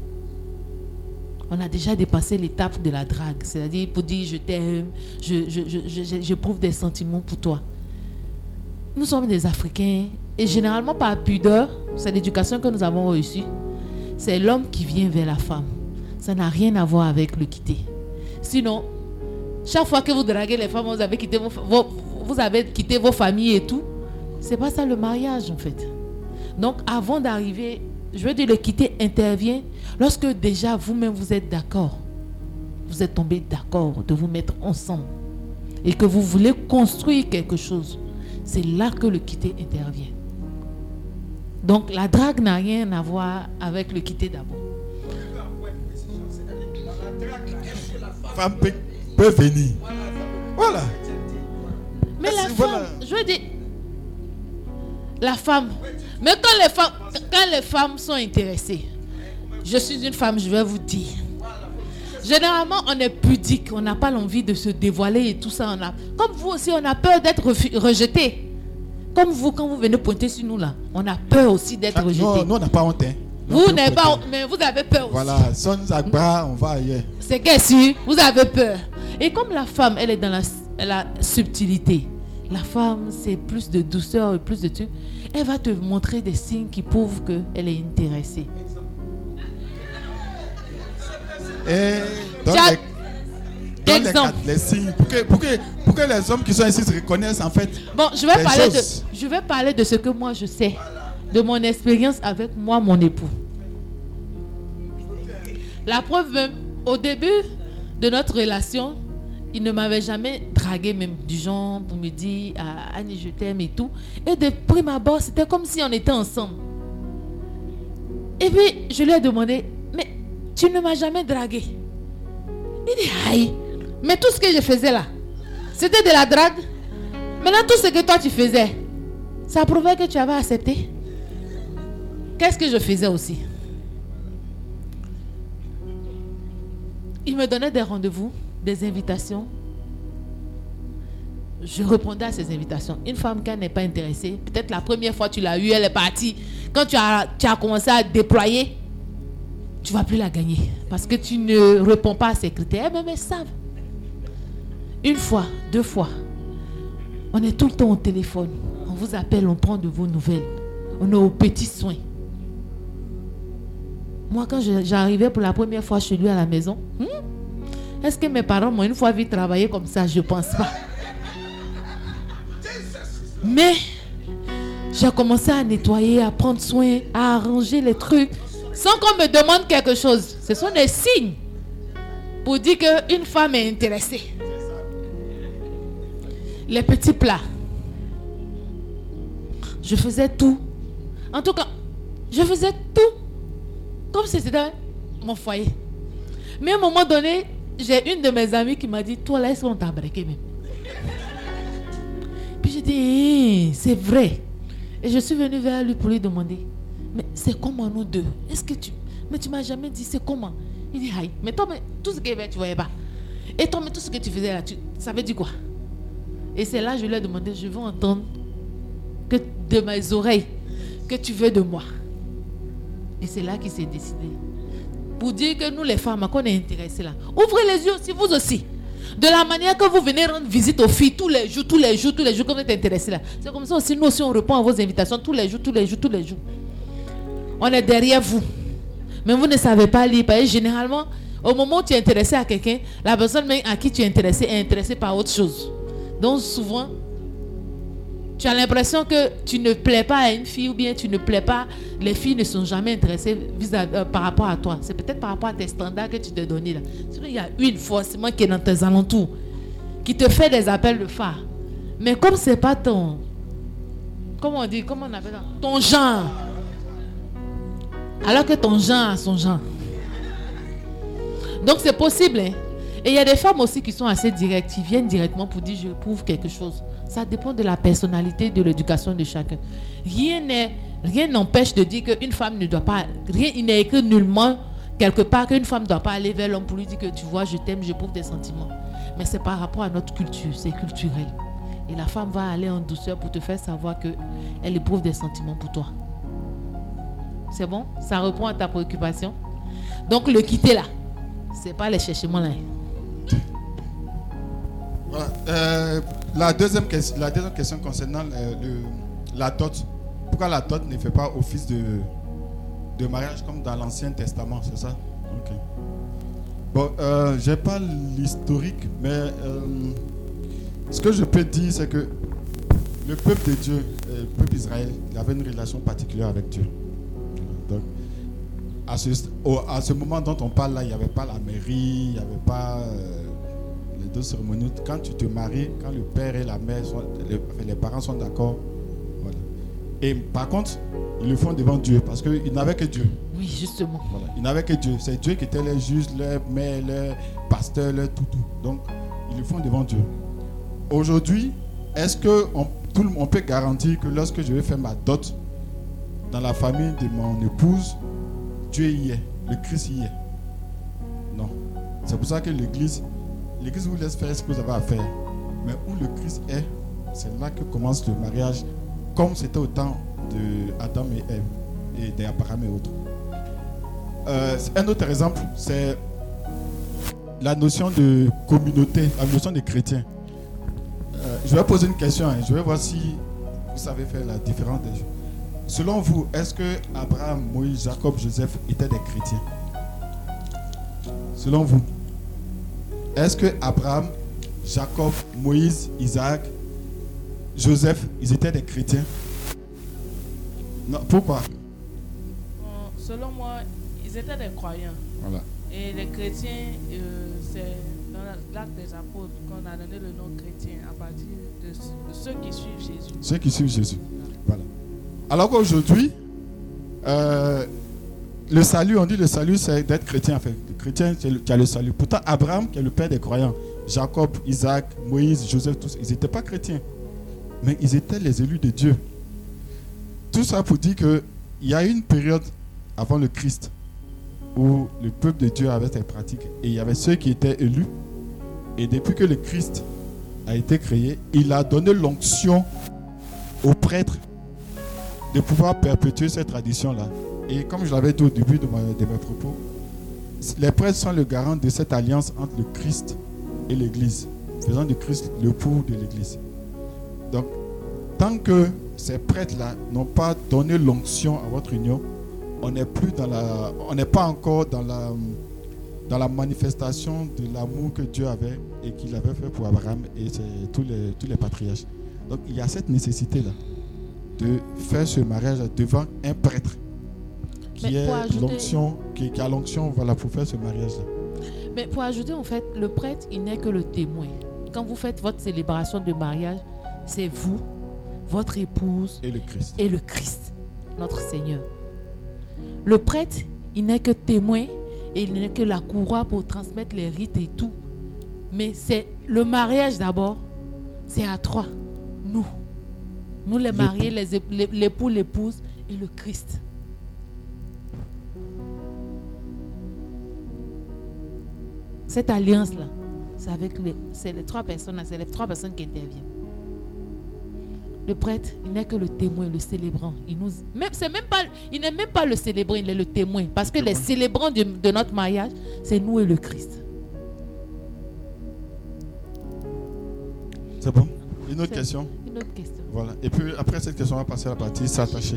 On a déjà dépassé l'étape de la drague. C'est-à-dire pour dire je t'aime, je, je, je, je, j'éprouve des sentiments pour toi. Nous sommes des Africains et généralement par pudeur, c'est l'éducation que nous avons reçue. C'est l'homme qui vient vers la femme. Ça n'a rien à voir avec le quitter. Sinon, chaque fois que vous draguez les femmes, vous avez quitté vos, vos, vous avez quitté vos familles et tout. C'est pas ça le mariage en fait. Donc avant d'arriver, je veux dire le quitter intervient lorsque déjà vous-même vous êtes d'accord. Vous êtes tombé d'accord de vous mettre ensemble et que vous voulez construire quelque chose. C'est là que le quitter intervient. Donc la drague n'a rien à voir avec le quitter d'abord. La femme peut, peut venir. Voilà. Mais la voilà. femme, je veux dire, la femme, mais quand les femmes, quand les femmes sont intéressées, je suis une femme, je vais vous dire. Généralement, on est pudique, on n'a pas l'envie de se dévoiler et tout ça. On a, comme vous aussi, on a peur d'être rejeté. Comme vous, quand vous venez pointer sur nous là, on a peur aussi d'être Ah, rejeté. non, nous, on n'a pas honte. Hein. Vous n'avez pas, mais vous avez peur aussi. Voilà, si on nous abat, on va ailleurs. C'est qu'est-ce que vous avez peur. Et comme la femme, elle est dans la, la subtilité. La femme, c'est plus de douceur et plus de trucs. Elle va te montrer des signes qui prouvent qu'elle est intéressée. Et donc, Tiens, les, donc exemple. les, les signes, pour que, pour, que, pour que les hommes qui sont ici se reconnaissent en fait. Bon, je vais, les parler de, choses. je vais parler de ce que moi je sais, de mon expérience avec moi, mon époux. La preuve même, au début de notre relation, il ne m'avait jamais dragué même du genre pour me dire ah, Annie je t'aime et tout. Et de prime abord, c'était comme si on était ensemble. Et puis je lui ai demandé, mais tu ne m'as jamais dragué. Il dit aïe, mais tout ce que je faisais là, c'était de la drague. Maintenant tout ce que toi tu faisais, ça prouvait que tu avais accepté. Qu'est-ce que je faisais aussi? Il me donnait des rendez-vous, des invitations. Je répondais à ces invitations. Une femme qui n'est pas intéressée, peut-être la première fois tu l'as eue, elle est partie. Quand tu as, tu as commencé à déployer, tu ne vas plus la gagner. Parce que tu ne réponds pas à ces critères. Mais elles savent. Une fois, deux fois, on est tout le temps au téléphone. On vous appelle, on prend de vos nouvelles. On est aux petits soins. Moi, quand j'arrivais pour la première fois chez lui à la maison, hmm, est-ce que mes parents m'ont une fois vu travailler comme ça? Je ne pense pas. Mais j'ai commencé à nettoyer, à prendre soin, à arranger les trucs, sans qu'on me demande quelque chose. Ce sont des signes pour dire qu'une femme est intéressée. Les petits plats. Je faisais tout. En tout cas, je faisais tout comme si c'était mon foyer. Mais à un moment donné, j'ai une de mes amies qui m'a dit, toi là, est-ce qu'on t'a briqué même? Puis j'ai dit, eh, c'est vrai. Et je suis venue vers lui pour lui demander, mais c'est comment nous deux? Est-ce que tu... Mais tu m'as jamais dit, c'est comment? Il dit, aïe, mais toi, mais tout ce qu'il y avait, tu voyais pas. Et toi, mais tout ce que tu faisais là, tu... ça veut dire quoi? Et c'est là que je lui ai demandé, je veux entendre que de mes oreilles que tu veux de moi. Et c'est là qu'il s'est décidé. Pour dire que nous les femmes, qu'on est intéressés là. Ouvrez les yeux aussi, vous aussi. De la manière que vous venez rendre visite aux filles tous les jours, tous les jours, tous les jours, comme vous êtes intéressés là. C'est comme ça aussi, nous aussi on répond à vos invitations tous les jours, tous les jours, tous les jours. On est derrière vous. Mais vous ne savez pas lire. Parce que généralement, au moment où tu es intéressé à quelqu'un, la personne même à qui tu es intéressé est intéressée par autre chose. Donc souvent, tu as l'impression que tu ne plais pas à une fille ou bien tu ne plais pas. Les filles ne sont jamais intéressées vis-à-vis, euh, par rapport à toi. C'est peut-être par rapport à tes standards que tu te donnes là. Sinon, il y a une forcément qui est dans tes alentours, qui te fait des appels de phare. Mais comme c'est pas ton... Comment on dit? Comment on appelle ça? Ton genre. Alors que ton genre a son genre. Donc c'est possible. Hein? Et il y a des femmes aussi qui sont assez directes, qui viennent directement pour dire je prouve quelque chose. Ça dépend de la personnalité, de l'éducation de chacun. Rien n'est, rien n'empêche de dire qu'une femme ne doit pas, rien, il n'est écrit nullement quelque part qu'une femme ne doit pas aller vers l'homme pour lui dire que tu vois, je t'aime, je prouve des sentiments. Mais c'est par rapport à notre culture, c'est culturel. Et la femme va aller en douceur pour te faire savoir qu'elle éprouve des sentiments pour toi. C'est bon? Ça répond à ta préoccupation? Donc le quitter là, c'est pas les cherchements là. Voilà. Euh, la, deuxième question, la deuxième question concernant le, le, la dot. Pourquoi la dot ne fait pas office de, de mariage comme dans l'Ancien Testament, c'est ça? Ok. Bon, euh, je n'ai pas l'historique, mais euh, ce que je peux dire, c'est que le peuple de Dieu, le peuple d'Israël, il avait une relation particulière avec Dieu. Donc, à ce, au, à ce moment dont on parle là, il n'y avait pas la mairie, il n'y avait pas... Euh, deux cérémonies. Quand tu te maries, quand le père et la mère sont, les, les parents sont d'accord, voilà. Et par contre, ils le font devant Dieu parce qu'ils n'avaient que Dieu. Oui, justement. Voilà. Ils n'avaient que Dieu. C'est Dieu qui était leur juge, leur mère, leur pasteur, leur tout, tout. Donc, ils le font devant Dieu. Aujourd'hui, est-ce qu'on on peut garantir que lorsque je vais faire ma dot dans la famille de mon épouse, Dieu y est, le Christ y est? Non. C'est pour ça que l'Église L'Église vous laisse faire ce que vous avez à faire. Mais où le Christ est, c'est là que commence le mariage, comme c'était au temps d'Adam et Ève, et d'Abraham et autres. Euh, un autre exemple, c'est la notion de communauté, la notion de chrétien. Euh, je vais poser une question, hein, je vais voir si vous savez faire la différence des choses. Selon vous, est-ce que Abraham, Moïse, Jacob, Joseph étaient des chrétiens? Selon vous? Est-ce que Abraham, Jacob, Moïse, Isaac, Joseph, ils étaient des chrétiens? Non, pourquoi? Selon moi, ils étaient des croyants. Voilà. Et les chrétiens, euh, c'est dans l'acte des apôtres qu'on a donné le nom chrétien à partir de, de ceux qui suivent Jésus. Ceux qui suivent Jésus. Voilà. Alors qu'aujourd'hui, euh, le salut, on dit le salut, c'est d'être chrétien. En fait. Le chrétien, tu as le salut. Pourtant, Abraham, qui est le père des croyants, Jacob, Isaac, Moïse, Joseph, tous, ils n'étaient pas chrétiens. Mais ils étaient les élus de Dieu. Tout ça pour dire qu'il y a une période avant le Christ où le peuple de Dieu avait ses pratiques. Et il y avait ceux qui étaient élus. Et depuis que le Christ a été créé, il a donné l'onction aux prêtres de pouvoir perpétuer cette tradition-là. Et comme je l'avais dit au début de, ma, de mes propos, les prêtres sont le garant de cette alliance entre le Christ et l'Église, faisant du Christ le pour de l'Église. Donc, tant que ces prêtres-là n'ont pas donné l'onction à votre union, on n'est plus dans la, on n'est pas encore dans la, dans la manifestation de l'amour que Dieu avait et qu'il avait fait pour Abraham et tous les, tous les patriarches. Donc, il y a cette nécessité-là de faire ce mariage devant un prêtre qui, est ajouter... l'onction, qui, qui a l'onction, voilà, pour faire ce mariage-là. Mais pour ajouter, en fait, le prêtre, il n'est que le témoin. Quand vous faites votre célébration de mariage, c'est vous, votre épouse et le Christ, et le Christ, notre Seigneur. Le prêtre, il n'est que témoin et il n'est que la courroie pour transmettre les rites et tout. Mais c'est le mariage d'abord, c'est à trois. nous. Nous les mariés, les ép- les- l'époux, l'épouse et le Christ. Cette alliance-là, c'est avec les, c'est les trois personnes, c'est les trois personnes qui interviennent. Le prêtre, il n'est que le témoin, le célébrant. Il nous, même, c'est même pas, il n'est même pas le célébrant, il est le témoin. Parce que les célébrants de, de notre mariage, c'est nous et le Christ. C'est bon? Une autre C'est question? Une autre question. Voilà. Et puis après cette question, on va passer à la partie s'attacher.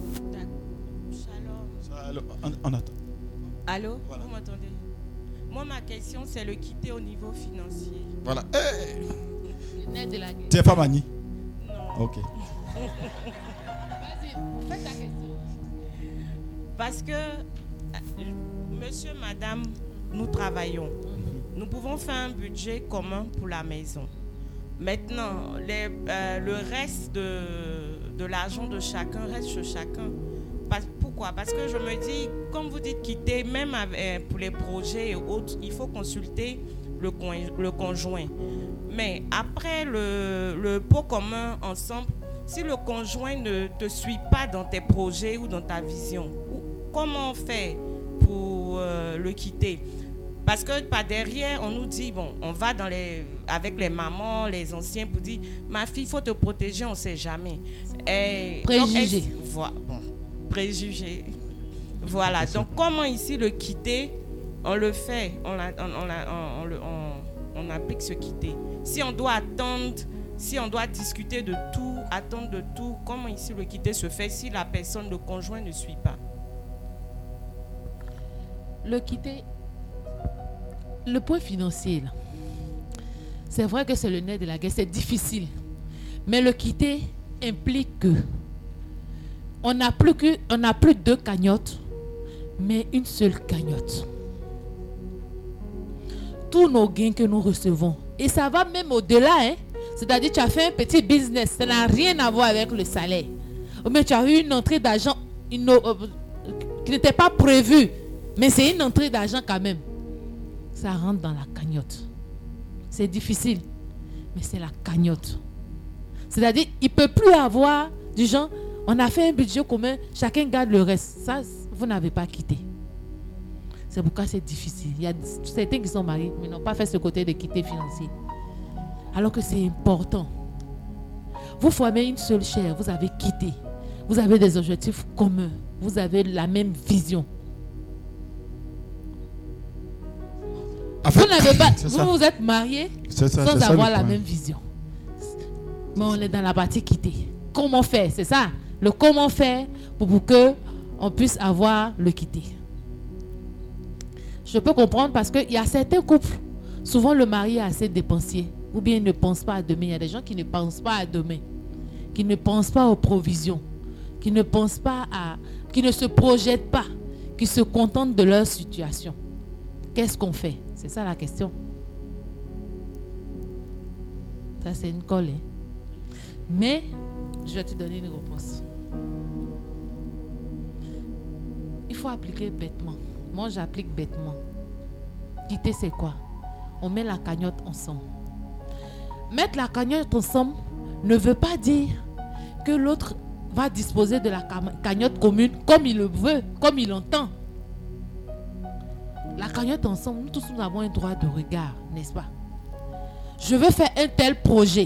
Shalom. Alors, on, on attend. Allô, Voilà. vous m'entendez? Moi, ma question, c'est le quitter au niveau financier. Voilà. Hey, Le nerf de la guerre. tu n'es pas Mani? Non. Ok. Vas-y, fais ta question. Parce que, euh, monsieur, madame, nous travaillons. Nous pouvons faire un budget commun pour la maison. Maintenant, les, euh, le reste de, de l'argent de chacun reste chez chacun. Parce- pourquoi? Parce que je me dis, comme vous dites quitter, même avec, euh, pour les projets et autres, il faut consulter le, coin- le conjoint. Mais après le, le pot commun ensemble, si le conjoint ne te suit pas dans tes projets ou dans ta vision, ou- comment on fait pour euh, le quitter? Parce que par derrière, on nous dit, bon, on va dans les, avec les mamans, les anciens, pour dire, ma fille, il faut te protéger, on ne sait jamais. Et, Préjugés. donc, est-ce- voi- bon, préjugés. Voilà. Donc, comment ici le quitter? On le fait, on, la- on, on la- on- on le- on- on applique ce quitter. Si on doit attendre, si on doit discuter de tout, attendre de tout, comment ici le quitter se fait si la personne, le conjoint ne suit pas? Le quitter, le point financier, là, c'est vrai que c'est le nerf de la guerre, c'est difficile. Mais le quitter implique que on n'a plus, que, on n'a plus deux cagnottes, mais une seule cagnotte. Tous nos gains que nous recevons, et ça va même au-delà, hein? C'est-à-dire tu as fait un petit business, ça n'a rien à voir avec le salaire. Ou bien tu as eu une entrée d'argent une, euh, qui n'était pas prévue, mais c'est une entrée d'argent quand même. Ça rentre dans la cagnotte. C'est difficile, mais c'est la cagnotte. C'est-à-dire, il ne peut plus avoir du genre, on a fait un budget commun, chacun garde le reste. Ça, vous n'avez pas quitté. C'est pourquoi c'est difficile. Il y a certains qui sont mariés, mais n'ont pas fait ce côté de quitter financier. Alors que c'est important. Vous formez une seule chair, vous avez quitté. Vous avez des objectifs communs. Vous avez la même vision. En fait, Vous n'avez pas, c'est vous, ça. vous êtes mariés C'est ça, sans c'est ça avoir le la point. même vision. Mais on est dans la partie quitter. Comment faire, c'est ça. Le comment faire pour, pour que on puisse avoir le quitter. Je peux comprendre parce qu'il y a certains couples, souvent le mari est assez dépensier, ou bien il ne pense pas à demain. Il y a des gens qui ne pensent pas à demain, qui ne pensent pas aux provisions, qui ne pensent pas à, qui ne se projettent pas, qui se contentent de leur situation. Qu'est-ce qu'on fait? C'est ça la question. Ça, c'est une colle. hein. Mais, je vais te donner une réponse. Il faut appliquer bêtement. Moi, j'applique bêtement. Quitter, c'est quoi? On met la cagnotte ensemble. Mettre la cagnotte ensemble ne veut pas dire que l'autre va disposer de la cam- cagnotte commune comme il le veut, comme il l'entend. La cagnotte ensemble, nous tous nous avons un droit de regard, n'est-ce pas? Je veux faire un tel projet.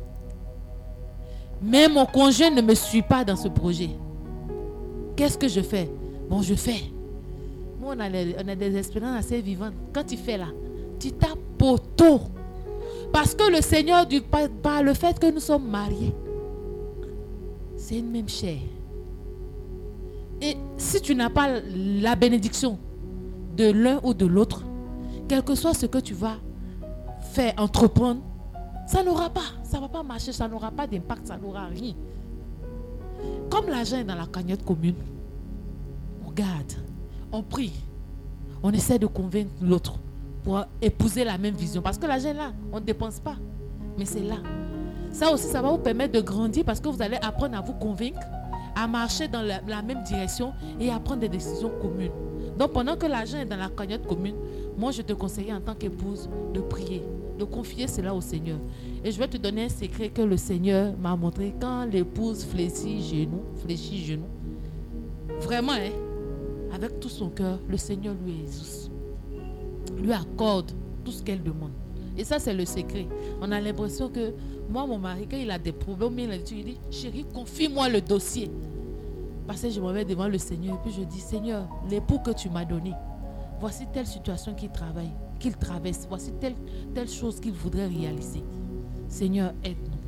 Mais mon conjoint ne me suit pas dans ce projet. Qu'est-ce que je fais? Bon, je fais. Nous, on a, les- on a des expériences assez vivantes. Quand tu fais là, tu tapes poteau. Parce que le Seigneur, du, par, par le fait que nous sommes mariés, c'est une même chair. Et si tu n'as pas la bénédiction de l'un ou de l'autre, quel que soit ce que tu vas faire, entreprendre, ça n'aura pas, ça ne va pas marcher, ça n'aura pas d'impact, ça n'aura rien. Comme l'argent est dans la cagnotte commune, on garde, on prie, on essaie de convaincre l'autre pour épouser la même vision. Parce que l'argent est là, on ne dépense pas, mais c'est là. Ça aussi, ça va vous permettre de grandir parce que vous allez apprendre à vous convaincre, à marcher dans la, la même direction et à prendre des décisions communes. Donc pendant que l'argent est dans la cagnotte commune, moi je te conseille en tant qu'épouse de prier, de confier cela au Seigneur. Et je vais te donner un secret que le Seigneur m'a montré. Quand l'épouse fléchit genou, fléchit genou, vraiment, hein, avec tout son cœur, le Seigneur lui exauce, lui accorde tout ce qu'elle demande. Et ça, c'est le secret. On a l'impression que moi, mon mari, quand il a des problèmes, il dit, chérie, confie-moi le dossier. Parce que je me mets devant le Seigneur et puis je dis, Seigneur, l'époux que tu m'as donné, voici telle situation qu'il travaille, qu'il traverse, voici telle, telle chose qu'il voudrait réaliser. Seigneur, aide-nous.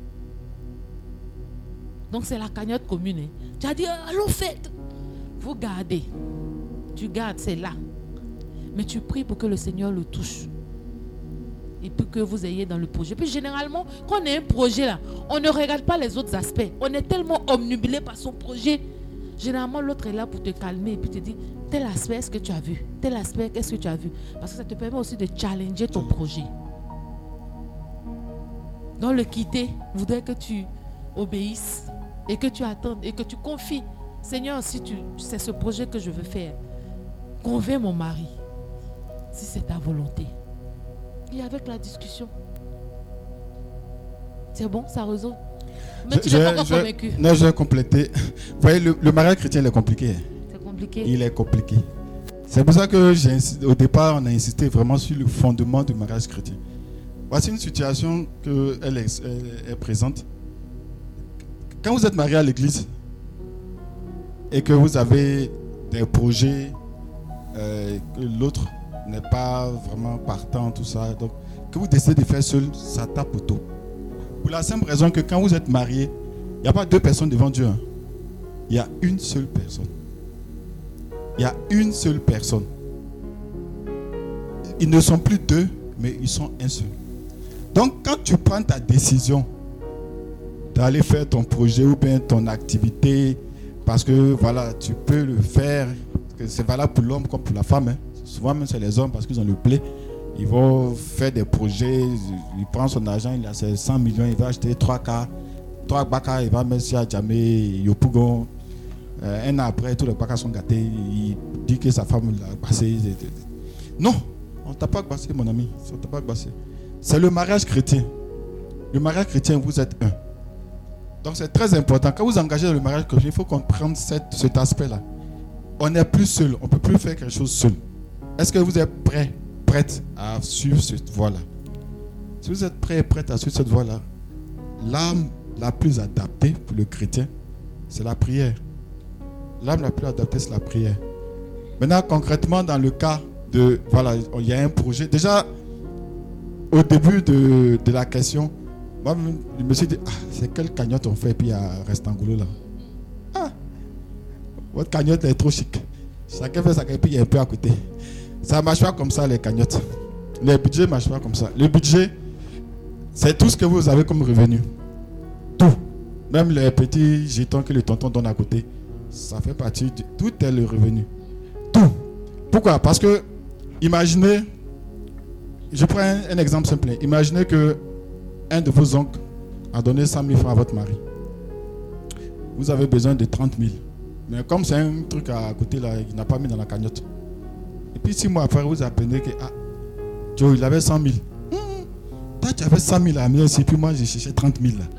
Donc c'est la cagnotte commune. Hein. Tu as dit, allons faites. Vous gardez. Tu gardes, c'est là. Mais tu pries pour que le Seigneur le touche. Et puis que vous ayez dans le projet. Puis généralement, quand on a un projet là, on ne regarde pas les autres aspects. On est tellement omnubilé par son projet. Généralement, l'autre est là pour te calmer et puis te dire, tel aspect, est-ce que tu as vu? Tel aspect, qu'est-ce que tu as vu? Parce que ça te permet aussi de challenger ton projet. Dans le quitter, voudrait que tu obéisses et que tu attendes et que tu confies. Seigneur, si tu, c'est ce projet que je veux faire, convainc mon mari, si c'est ta volonté. Et avec la discussion. C'est bon, ça résout. Mais tu n'es pas encore convaincu. Non, je vais compléter. Vous voyez, le, le mariage chrétien, il est compliqué. C'est compliqué. Il est compliqué. C'est pour ça que j'ai, au départ, on a insisté vraiment sur le fondement du mariage chrétien. Voici une situation qu'elle est, elle est présente. Quand vous êtes marié à l'église et que vous avez des projets, euh, que l'autre n'est pas vraiment partant, tout ça, donc que vous décidez de faire seul, ça tape au dos. Pour la simple raison que quand vous êtes marié, il n'y a pas deux personnes devant Dieu. Hein. Il y a une seule personne. Il y a une seule personne. Ils ne sont plus deux, mais ils sont un seul. Donc quand tu prends ta décision d'aller faire ton projet ou bien ton activité, parce que voilà, tu peux le faire, c'est valable pour l'homme comme pour la femme. Hein. Souvent même c'est les hommes parce qu'ils ont le blé. Ils vont faire des projets, il prend son argent, il a ses cent millions, il va acheter trois cas, trois baka, il va mettre ça à Djamé, Yopougon. Euh, un an après, tous les baka sont gâtés, il dit que sa femme l'a passé. Non, on ne t'a pas passé, mon ami, on t'a pas passé. C'est le mariage chrétien. Le mariage chrétien, vous êtes un. Donc c'est très important. Quand vous engagez dans le mariage chrétien, il faut comprendre cette, cet aspect-là. On n'est plus seul, on ne peut plus faire quelque chose seul. Est-ce que vous êtes prêts, prête à suivre cette voie-là? Si vous êtes prêts et prête à suivre cette voie-là, l'âme la plus adaptée pour le chrétien, c'est la prière. L'âme la plus adaptée, c'est la prière. Maintenant, concrètement, dans le cas de, voilà, il y a un projet. Déjà, au début de, de la question, moi, je me suis dit, ah, c'est quelle cagnotte on fait, puis il y a Restangolo là. Ah, votre cagnotte est trop chic. Chacun fait sa cagnotte, puis il y a un peu à côté. Ça ne marche pas comme ça, les cagnottes. Les budgets ne marchent pas comme ça. Le budget, c'est tout ce que vous avez comme revenu. Tout. Même les petits jetons que le tonton donne à côté, ça fait partie de... Tout est le revenu. Tout. Pourquoi? Parce que, imaginez, je prends un, un exemple simple. Imaginez que un de vos oncles a donné cent mille francs à votre mari. Vous avez besoin de trente mille. Mais comme c'est un truc à côté, là, il n'a pas mis dans la cagnotte. Et puis six mois après, vous apprenez que ah, Joe, il avait cent mille. Hum, toi, tu avais cent mille à la maison aussi, puis moi, j'ai cherché trente mille. Là.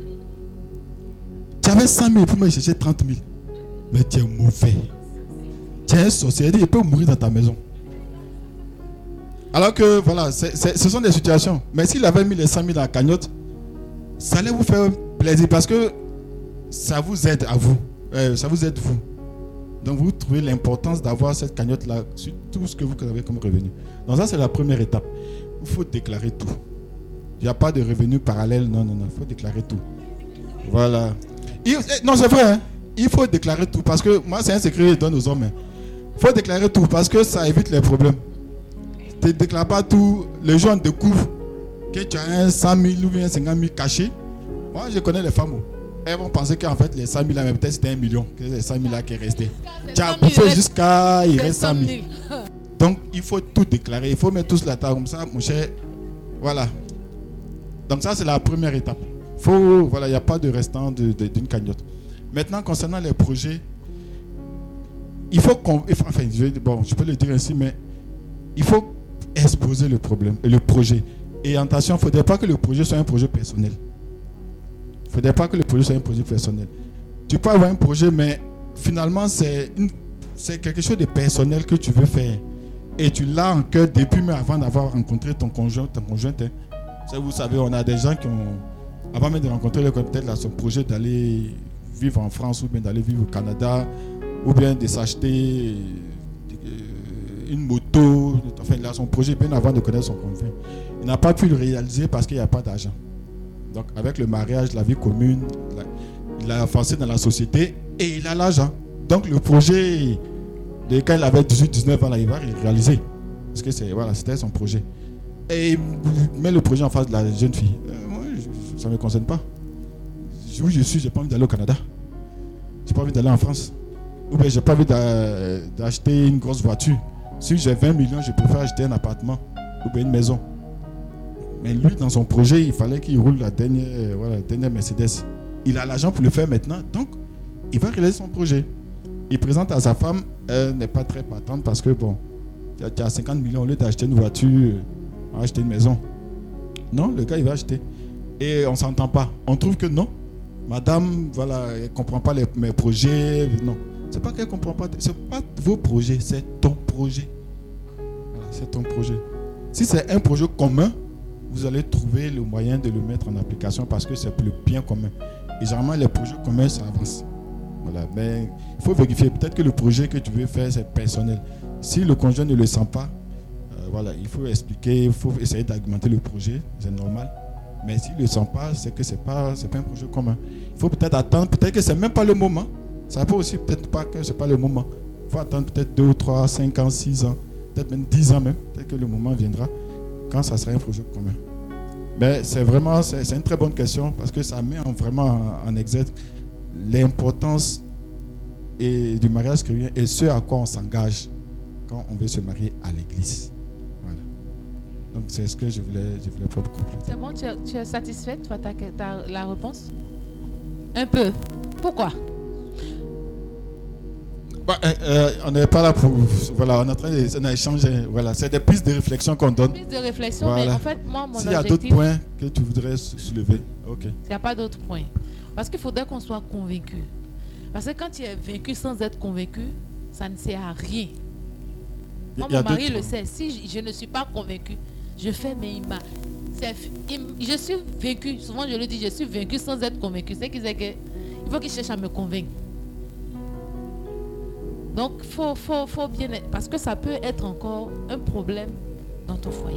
Tu avais cent mille, puis moi, j'ai cherché trente mille. Mais tu es mauvais. Tu es un sorcier, il peut mourir dans ta maison. Alors que, voilà, c'est, c'est, ce sont des situations. Mais s'il avait mis les cent mille dans la cagnotte, ça allait vous faire plaisir parce que ça vous aide à vous. Euh, ça vous aide vous. Donc vous trouvez l'importance d'avoir cette cagnotte-là sur tout ce que vous avez comme revenu. Donc ça, c'est la première étape. Il faut déclarer tout. Il n'y a pas de revenu parallèle. Non, non, non. Il faut déclarer tout. Voilà. Il, non, c'est vrai. Hein? Il faut déclarer tout. Parce que moi, c'est un secret que je donne aux hommes. Il faut déclarer tout parce que ça évite les problèmes. Tu ne déclares pas tout. Les gens découvrent que tu as un cent mille ou bien cinquante mille caché. Moi, je connais les femmes. Elles vont penser qu'en fait, les cent mille, là, peut-être c'était un million. Que c'est les cent mille là qui est resté. Tu as bouffé jusqu'à. Il reste cent mille. Donc, il faut tout déclarer. Il faut mettre tout sur la table comme ça, mon cher. Voilà. Donc, ça, c'est la première étape. Faut, voilà, il n'y a pas de restant de, de, d'une cagnotte. Maintenant, concernant les projets, il faut qu'on. Enfin, je, bon, je peux le dire ainsi, mais il faut exposer le problème, le projet. Et attention, il ne faudrait pas que le projet soit un projet personnel. Il ne faudrait pas que le projet soit un projet personnel. Tu peux avoir un projet, mais finalement, c'est, une, c'est quelque chose de personnel que tu veux faire. Et tu l'as en cœur depuis même avant d'avoir rencontré ton conjoint, ton conjointe. Hein. Vous savez, on a des gens qui ont, avant même de rencontrer le peut-être là, son projet d'aller vivre en France ou bien d'aller vivre au Canada, ou bien de s'acheter une moto. Enfin, il a son projet bien avant de connaître son conjoint. Il n'a pas pu le réaliser parce qu'il n'y a pas d'argent. Donc, avec le mariage, la vie commune, il a avancé dans la société et il a l'argent. Donc, le projet, de quand il avait dix-huit dix-neuf ans, là, il va le réaliser. Parce que c'est, voilà, c'était son projet. Et il met le projet en face de la jeune fille. Euh, moi, je, ça ne me concerne pas. Où je suis, je n'ai pas envie d'aller au Canada. Je n'ai pas envie d'aller en France. Ou bien, je n'ai pas envie d'a, d'acheter une grosse voiture. Si j'ai vingt millions, je préfère acheter un appartement ou bien une maison. Mais lui, dans son projet, il fallait qu'il roule la dernière, euh, voilà, la dernière Mercedes. Il a l'argent pour le faire maintenant, donc il va réaliser son projet. Il présente à sa femme, elle n'est pas très partante parce que bon, tu as cinquante millions, au lieu d'acheter une voiture, on va acheter une maison. Non, le gars, il va acheter. Et on ne s'entend pas. On trouve que non, madame, voilà, elle ne comprend pas les, mes projets. Non, c'est pas qu'elle ne comprend pas. Ce n'est pas vos projets, c'est ton projet. Voilà, c'est ton projet. Si c'est un projet commun, vous allez trouver le moyen de le mettre en application parce que c'est pour le bien commun. Et généralement, les projets communs, ça avance. Voilà. Mais il faut vérifier. Peut-être que le projet que tu veux faire, c'est personnel. Si le conjoint ne le sent pas, euh, voilà, il faut expliquer, il faut essayer d'argumenter le projet. C'est normal. Mais s'il ne le sent pas, c'est que ce n'est pas, c'est pas un projet commun. Il faut peut-être attendre. Peut-être que ce n'est même pas le moment. Ça peut aussi peut-être pas que ce n'est pas le moment. Il faut attendre peut-être deux, trois, cinq ans, six ans. Peut-être même dix ans même. Peut-être que le moment viendra quand ça sera un projet commun. Mais c'est vraiment c'est, c'est une très bonne question parce que ça met en, vraiment en, en exergue l'importance et, du mariage chrétien et ce à quoi on s'engage quand on veut se marier à l'église. Voilà. Donc c'est ce que je voulais, je voulais compléter. C'est bon, tu es, tu es satisfaite, toi, ta, ta, la réponse? Un peu. Pourquoi? Bah, euh, euh, on n'est pas là pour. Voilà, on est en train de, on a échangé. Voilà, c'est des pistes de réflexion qu'on donne. Pistes de réflexion, voilà. Mais en fait, moi, mon S'il y a objectif. d'autres points que tu voudrais soulever, ok. Il n'y a pas d'autres points. Parce qu'il faudrait qu'on soit convaincu. Parce que quand tu es vaincu sans être convaincu, ça ne sert à rien. Moi, mon mari le sait. Si je ne suis pas convaincu, je fais, mais il m'a. C'est, il, je suis vaincu. Souvent, je le dis, je suis vaincu sans être convaincu. C'est qu'il sait que il faut qu'il cherche à me convaincre. Donc, il faut, faut, faut bien être, parce que ça peut être encore un problème dans ton foyer.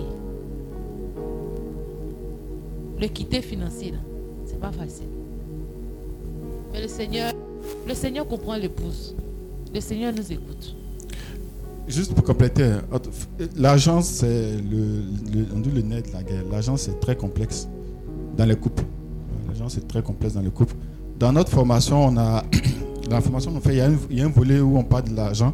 L'équité financière, c'est pas facile. Mais le Seigneur, le Seigneur comprend l'épouse. Le Seigneur nous écoute. Juste pour compléter, l'argent, c'est le, le, on dit le nez de la guerre. L'argent, c'est très complexe dans les couples. L'argent, c'est très complexe dans les couples. Dans notre formation, on a... La formation qu'on fait, il y, a un, il y a un volet où on parle de l'argent.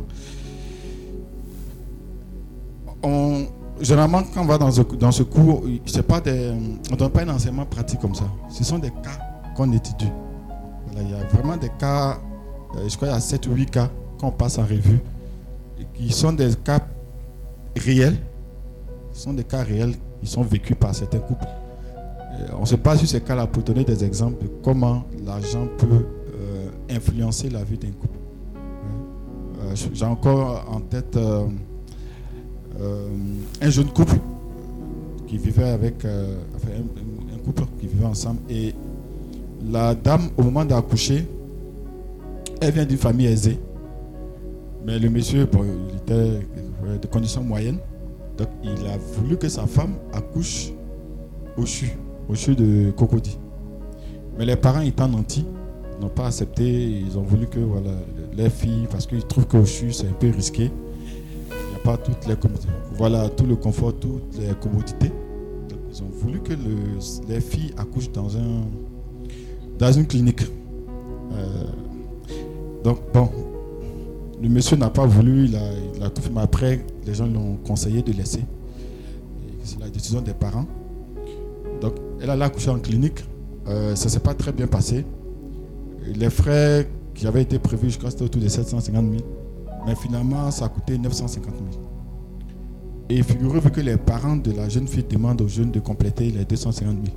On, généralement, quand on va dans ce, dans ce cours, c'est pas des, on ne donne pas un enseignement pratique comme ça. Ce sont des cas qu'on étudie. Voilà, il y a vraiment des cas, euh, je crois qu'il y a sept ou huit cas qu'on passe en revue, qui sont des cas réels. Ce sont des cas réels qui sont vécus par certains couples. Euh, on se base sur ces cas-là pour donner des exemples de comment l'argent peut influencer la vie d'un couple. Euh, j'ai encore en tête euh, euh, un jeune couple qui vivait avec euh, enfin, un, un couple qui vivait ensemble et la dame au moment d'accoucher, elle vient d'une famille aisée, mais le monsieur bon, il était de conditions moyennes, donc il a voulu que sa femme accouche au CHU, au CHU de Cocody, mais les parents étant nantis n'ont pas accepté, ils ont voulu que voilà, les filles, parce qu'ils trouvent qu'au CHU c'est un peu risqué, il n'y a pas toutes les voilà, tout le confort, toutes les commodités. Donc, ils ont voulu que le, les filles accouchent dans, un, dans une clinique. Euh, donc bon, le monsieur n'a pas voulu, il a, il a tout fait, mais après les gens lui ont conseillé de laisser. Et c'est la décision des parents. Donc elle a accouché en clinique, euh, ça ne s'est pas très bien passé. Les frais qui avaient été prévus, je crois que c'était autour de sept cent cinquante mille. Mais finalement, ça a coûté neuf cent cinquante mille. Et figurez-vous que les parents de la jeune fille demandent aux jeunes de compléter les deux cent cinquante mille.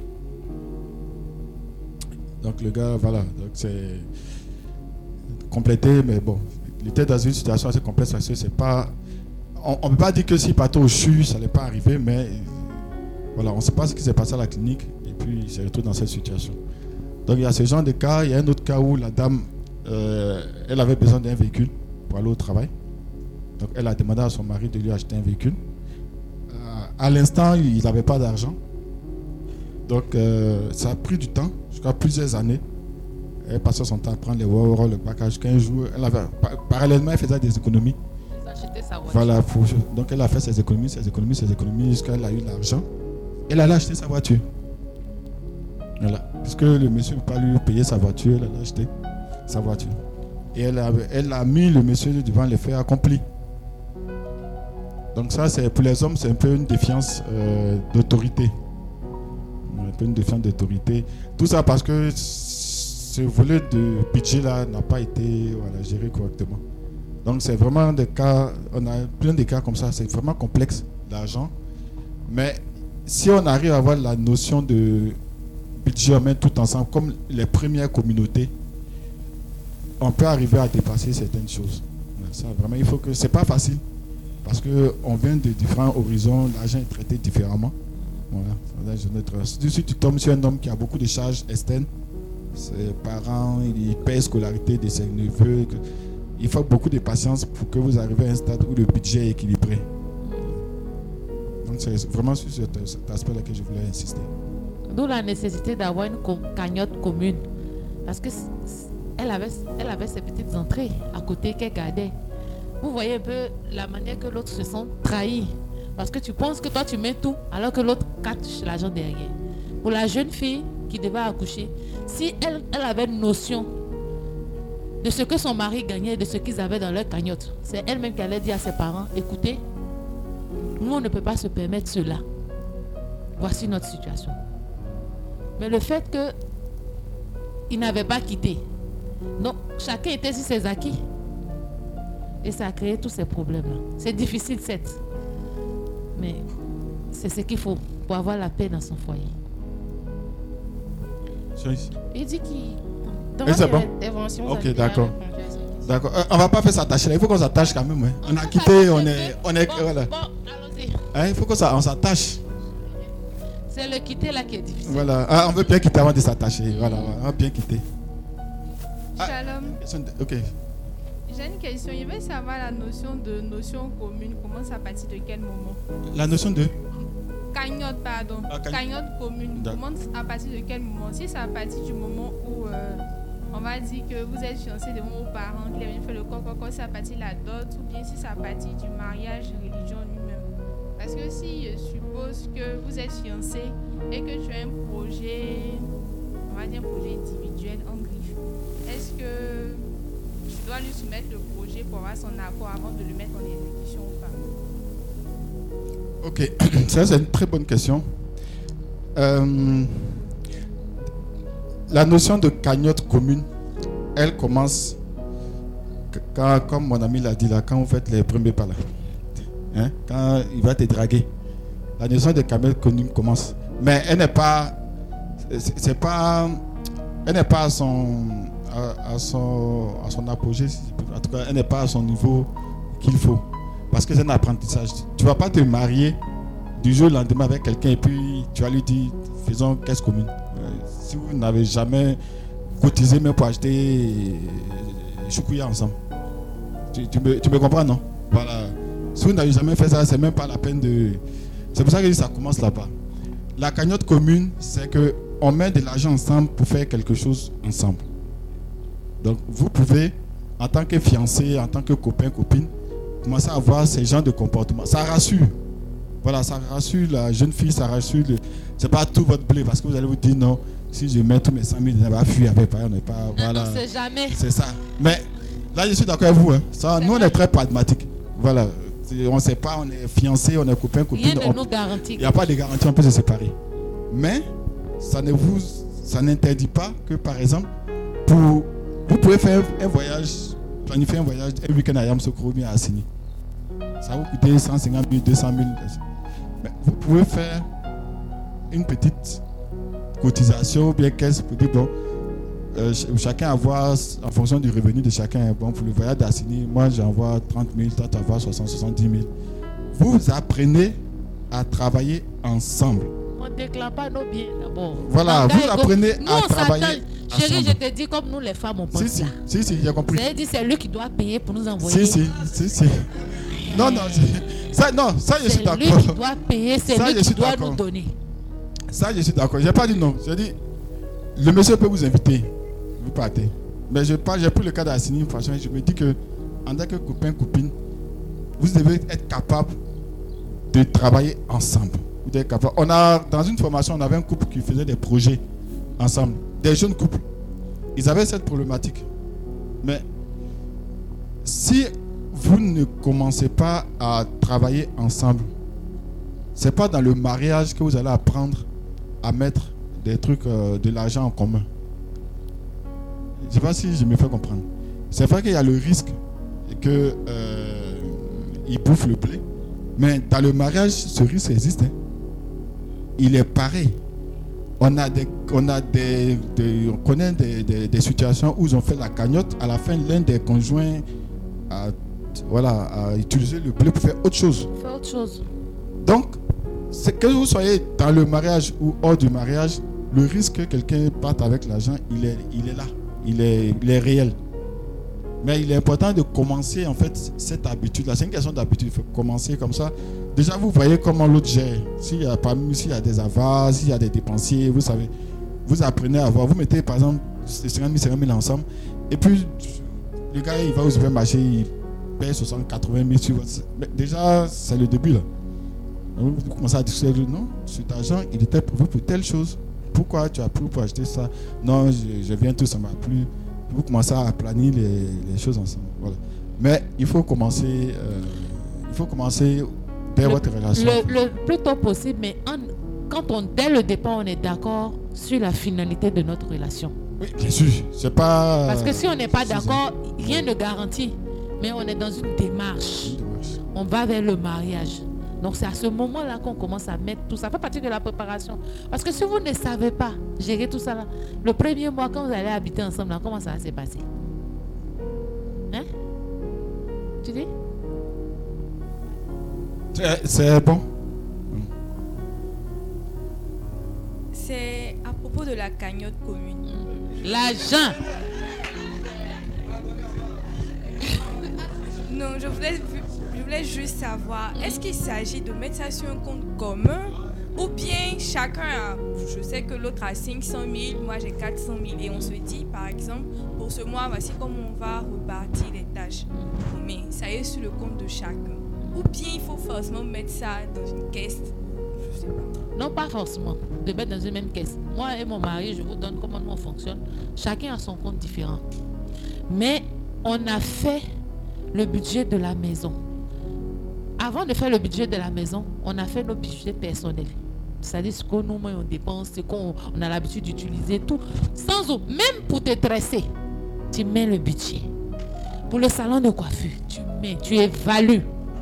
Donc le gars, voilà, donc c'est complété, mais bon, il était dans une situation assez complexe parce que c'est pas... On ne peut pas dire que s'il partait au C H U, ça n'allait pas arriver, mais voilà, on ne sait pas ce qui s'est passé à la clinique et puis il s'est retrouvé dans cette situation. Donc il y a ce genre de cas. Il y a un autre cas où la dame, euh, elle avait besoin d'un véhicule pour aller au travail. Donc elle a demandé à son mari de lui acheter un véhicule. Euh, à l'instant, il n'avait pas d'argent. Donc euh, ça a pris du temps, jusqu'à plusieurs années. Elle passait son temps à prendre les Wawara, le package. quinze jours, elle avait, parallèlement, elle faisait des économies. Sa voilà, pour, donc elle a fait ses économies, ses économies, ses économies jusqu'à elle a eu l'argent. Elle a acheté sa voiture. Voilà. Puisque le monsieur ne peut pas lui payer sa voiture, elle a acheté sa voiture. Et elle a, elle a mis le monsieur devant les faits accomplis. Donc ça, c'est, pour les hommes, c'est un peu une défiance euh, d'autorité. Un peu une défiance d'autorité. Tout ça parce que ce volet de budget-là n'a pas été voilà, géré correctement. Donc c'est vraiment des cas, on a plein de cas comme ça, c'est vraiment complexe, l'argent. Mais si on arrive à avoir la notion de budget en main tout ensemble, comme les premières communautés, on peut arriver à dépasser certaines choses. Ça, vraiment, il faut que, c'est pas facile, parce qu'on vient de différents horizons, l'argent est traité différemment. Voilà. Si tu tombes sur un homme qui a beaucoup de charges externes, ses parents, il paye scolarité de ses neveux, il faut beaucoup de patience pour que vous arriviez à un stade où le budget est équilibré. Donc c'est vraiment sur cet, cet aspect-là que je voulais insister. D'où la nécessité d'avoir une com- cagnotte commune. Parce que c- c- elle avait, elle avait ses petites entrées à côté qu'elle gardait. Vous voyez un peu la manière que l'autre se sent trahi. Parce que tu penses que toi tu mets tout alors que l'autre cache l'argent derrière. Pour la jeune fille qui devait accoucher, si elle, elle avait une notion de ce que son mari gagnait, de ce qu'ils avaient dans leur cagnotte, c'est elle-même qui allait dire à ses parents, écoutez, nous on ne peut pas se permettre cela. Voici notre situation. Mais le fait que il n'avait pas quitté, donc chacun était sur ses acquis. Et ça a créé tous ces problèmes-là. C'est difficile, certes. Mais c'est ce qu'il faut pour avoir la paix dans son foyer. Il dit qu'il... Et c'est bon. Ok, d'accord. D'accord. Euh, on va pas faire s'attacher là. Il faut qu'on s'attache quand même. Ouais. On a quitté, on est, on est, bon, voilà. Bon, allons-y. Hein, il faut qu'on s'attache. C'est le quitter là qui est difficile. Voilà. Ah, on veut bien quitter avant de s'attacher. Voilà. On va bien quitter. Shalom. Ah, ok. J'ai une question. Je veux savoir la notion de notion commune. Commence à partir de quel moment? La notion de Cagnotte, pardon. Ah, cagn... Cagnotte commune. Commence à partir de quel moment? Si c'est à partir du moment où euh, on va dire que vous êtes fiancé devant vos parents, que les gens font le coq, c'est à partir de la dot, ou bien si c'est à partir du mariage religion lui-même. Parce que si je suppose que vous êtes fiancé et que tu as un projet, on va dire un projet individuel en griffe, est-ce que tu dois lui soumettre le projet pour avoir son accord avant de le mettre en exécution ou pas? Ok, ça c'est une très bonne question. Euh, la notion de cagnotte commune, elle commence, quand, comme mon ami l'a dit là, quand vous faites les premiers pas là, hein, quand il va te draguer, la notion de cagnotte commune commence. Mais elle n'est pas, c'est, c'est pas, elle n'est pas à son, à, à son, à son apogée, en tout cas, elle n'est pas à son niveau qu'il faut. Parce que c'est un apprentissage. Tu ne vas pas te marier du jour au lendemain avec quelqu'un et puis tu vas lui dire faisons caisse commune. Euh, si vous n'avez jamais cotisé même pour acheter choukouya ensemble. Tu, tu, me, tu me comprends, non? Voilà. Si vous n'avez jamais fait ça, c'est même pas la peine de. C'est pour ça que ça commence là-bas. La cagnotte commune, c'est qu'on met de l'argent ensemble pour faire quelque chose ensemble. Donc vous pouvez, en tant que fiancé, en tant que copain, copine, commencer à avoir ces genres de comportements. Ça rassure. Voilà, ça rassure la jeune fille, ça rassure. Le... C'est pas tout votre blé parce que vous allez vous dire non, si je mets tous mes cent mille, elle va fuir avec, on n'est pas. Voilà. On ne sait jamais. C'est ça. Mais là, je suis d'accord avec vous. Hein. Ça, nous, on est très pragmatiques. Voilà. On ne sait pas, on est fiancés, on est copains, copines. Rien ne nous garantit. Il n'y a pas de garantie, on peut se séparer. Mais ça ne vous, ça n'interdit pas que, par exemple, pour, vous pouvez faire un voyage, planifier un voyage, un week-end à Yamoussoukro ou bien à Assini. ça va vous coûter cent cinquante mille, deux cent mille. Mais vous pouvez faire une petite cotisation, bien caisse, pour dire bon, euh, chacun avoir, en fonction du revenu de chacun, bon, pour le voyage d'Assini, moi j'envoie trente mille, toi tu envoies soixante, soixante-dix mille. Vous apprenez à travailler ensemble. On ne déclare pas nos biens d'abord. Voilà, vous apprenez nous, à travailler Chérie, ensemble. je te dis comme nous les femmes, on pense Si, si, là. si, si, j'ai compris. C'est-à-dire c'est lui qui doit payer pour nous envoyer. Si, si, si, si. Non, non, ça, non, ça je suis d'accord. C'est lui qui doit payer, c'est Ça, lui je qui suis doit d'accord. nous donner. Ça, je suis d'accord. Je n'ai pas dit non. J'ai dit, le monsieur peut vous inviter. Vous partez. Mais je parle, j'ai pris le cas d'Assini. Franchement, je me dis que, en tant que copain, copine, vous devez être capable de travailler ensemble. Vous devez être capable. On a, dans une formation, on avait un couple qui faisait des projets ensemble. Des jeunes couples. Ils avaient cette problématique. Mais si vous ne commencez pas à travailler ensemble, ce n'est pas dans le mariage que vous allez apprendre à mettre des trucs, euh, de l'argent en commun. Je ne sais pas si je me fais comprendre. C'est vrai qu'il y a le risque qu'il euh, bouffe le blé, mais dans le mariage, ce risque existe. Hein. Il est pareil. On a des, on a des, des on connaît des, des, des situations où ils ont fait la cagnotte. À la fin, l'un des conjoints a, voilà, a utilisé le blé pour faire autre chose. Faire autre chose. Donc, c'est que vous soyez dans le mariage ou hors du mariage, le risque que quelqu'un parte avec l'argent, il est, il est là, il est, il est réel. Mais il est important de commencer en fait cette habitude-là. C'est une question d'habitude. Il faut commencer comme ça. Déjà, vous voyez comment l'autre gère. S'il y a, s'il y a des avares, s'il y a des dépensiers, vous savez, vous apprenez à voir. Vous mettez par exemple cinquante mille, cinquante mille ensemble. Et puis, le gars, il va au supermarché, il paye soixante, quatre-vingt mille sur votre... Mais déjà, c'est le début là. Vous commencez à discuter, non, cet argent, il était prévu pour telle chose. Pourquoi tu as pris pour acheter ça? Non, je, je viens tout, ça m'a plu. Vous commencez à planifier les, les choses ensemble. Voilà. Mais il faut commencer, euh, il faut commencer dès le, votre relation. Le, le plus tôt possible, mais en, quand on, dès le départ, on est d'accord sur la finalité de notre relation. Oui, bien sûr. C'est pas. Parce que si on n'est pas d'accord, rien ne garantit. Mais on est dans une démarche. Une démarche. On va vers le mariage. Donc c'est à ce moment-là qu'on commence à mettre tout ça. Ça fait partie de la préparation. Parce que si vous ne savez pas gérer tout ça là, le premier mois quand vous allez habiter ensemble, là, comment ça va se passer? Hein? Tu dis? C'est, c'est bon. C'est à propos de la cagnotte commune. L'argent. Non, je voulais, je voulais juste savoir, est-ce qu'il s'agit de mettre ça sur un compte commun ou bien chacun a, je sais que l'autre a cinq cent mille, moi j'ai quatre cent mille et on se dit par exemple, pour ce mois, voici comment on va repartir les tâches. Mais ça est sur le compte de chacun. Ou bien il faut forcément mettre ça dans une caisse. Je sais pas. Non, pas forcément de mettre dans une même caisse. Moi et mon mari, je vous donne comment on fonctionne. Chacun a son compte différent. Mais on a fait le budget de la maison. Avant de faire le budget de la maison, on a fait nos budgets personnels. C'est-à-dire ce qu'on nous on dépense, ce qu'on on a l'habitude d'utiliser, tout. Sans eau, même pour te dresser, tu mets le budget. Pour le salon de coiffure, tu mets, tu évalues.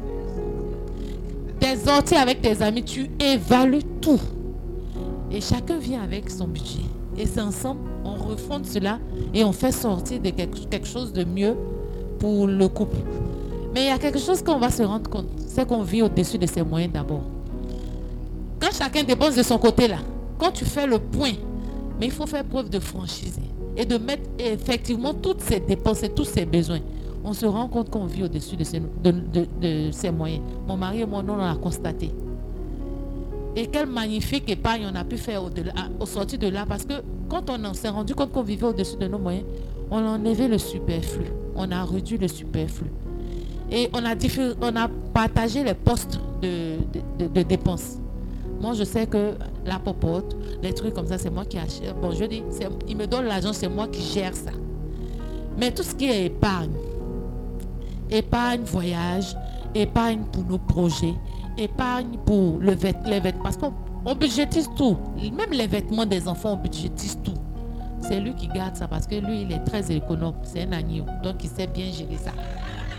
Tes sorties avec tes amis, tu évalues tout. Et chacun vient avec son budget. Et c'est ensemble, on refonde cela et on fait sortir de quelque, quelque chose de mieux pour le couple. Mais il y a quelque chose qu'on va se rendre compte, c'est qu'on vit au-dessus de ses moyens d'abord. Quand chacun dépense de son côté là, quand tu fais le point, mais il faut faire preuve de franchise et de mettre effectivement toutes ses dépenses et tous ses besoins. On se rend compte qu'on vit au-dessus de ses, de, de, de ses moyens. Mon mari et moi, on l'a constaté. Et quelle magnifique épargne on a pu faire au-delà, au sorti de là, parce que quand on s'est rendu compte qu'on vivait au-dessus de nos moyens, on a enlevé le superflu, on a réduit le superflu. Et on a, diffé- on a partagé les postes de, de, de, de dépenses. Moi, je sais que la popote, les trucs comme ça, c'est moi qui achète. Bon, je dis, c'est, il me donne l'argent, c'est moi qui gère ça. Mais tout ce qui est épargne, épargne voyage, épargne pour nos projets, épargne pour le vêt- les vêtements, parce qu'on on budgétise tout. Même les vêtements des enfants, on budgétise tout. C'est lui qui garde ça parce que lui, il est très économe. C'est un agneau, donc il sait bien gérer ça.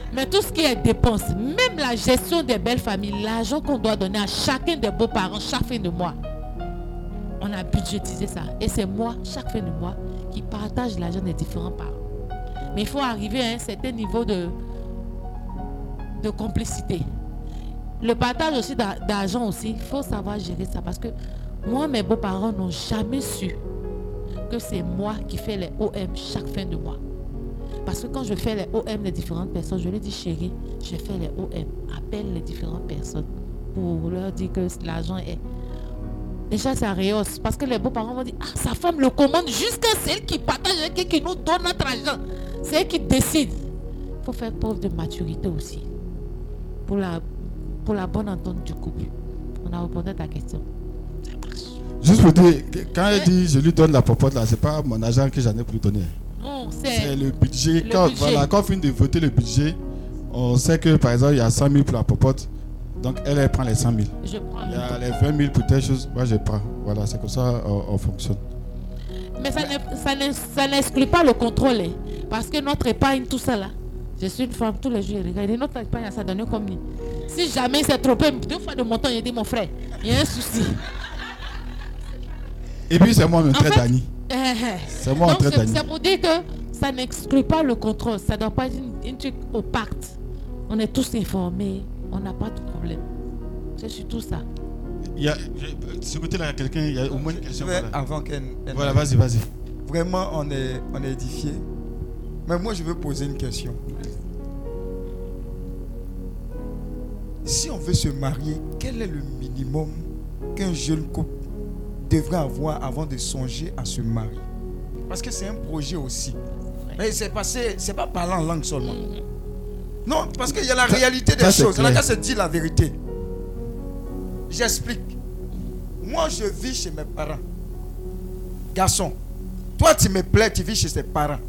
Mais tout ce qui est dépenses, même la gestion des belles familles, l'argent qu'on doit donner à chacun des beaux-parents chaque fin de mois, on a budgétisé ça. Et c'est moi, chaque fin de mois, qui partage l'argent des différents parents. Mais il faut arriver à un certain niveau de, de complicité. Le partage aussi d'a- d'argent aussi, il faut savoir gérer ça. Parce que moi, mes beaux-parents n'ont jamais su que c'est moi qui fais les O M chaque fin de mois. Parce que quand je fais les O M des différentes personnes, je leur dis, chérie, je fais les O M. Appelle les différentes personnes pour leur dire que l'argent est... Déjà, c'est à Réos. Parce que les beaux-parents vont dire, ah, sa femme le commande jusqu'à celle qui partage avec elle, qui nous donne notre argent. C'est elle qui décide. Il faut faire preuve de maturité aussi. Pour la, pour la bonne entente du couple. On a répondu à ta question. Juste pour dire, que quand elle dit je lui donne la popote là, c'est pas mon argent que j'en ai pour lui donner. Non, C'est c'est le budget. le Quand, budget. Voilà, quand on finit de voter le budget, on sait que par exemple il y a cent mille pour la popote. Donc elle, elle prend les cent mille. Je prends Il y le a les vingt mille pour telle chose, moi je prends. Voilà, c'est comme ça on, on fonctionne. Mais ça ne- ça ne- ça n'exclut pas le contrôle. hein. Parce que notre épargne, tout ça là, je suis une femme, tous les jours, je regarde, et notre épargne, ça donne combien? Si jamais c'est trompé, deux fois de mon temps, j'ai dit, mon frère, il y a un souci. Et puis c'est moi mon En trait fait, d'Annie. Eh, eh. C'est moi en Donc, trait c'est d'Annie. c'est pour dire que ça n'exclut pas le contrôle. Ça ne doit pas être une, une truc opaque. On est tous informés, on n'a pas de problème. C'est surtout ça. Il y a, je- de ce côté-là, il y a quelqu'un, il y a au moins une Je question. vais, Voilà, avant qu'elle... elle voilà n'arrive. vas-y, vas-y. Vraiment, on est, on est édifié. Mais moi, je veux poser une question. Si on veut se marier, quel est le minimum qu'un jeune couple devrait avoir avant de songer à se marier? Parce que c'est un projet aussi. Mais c'est pas, c'est, c'est pas parler en langue seulement. Non, parce qu'il y a la Ça- réalité des ça, c'est choses. On a clair. qu'à se dire la vérité. J'explique. Moi, je vis chez mes parents. Garçon, toi, tu me plais, tu vis chez tes parents.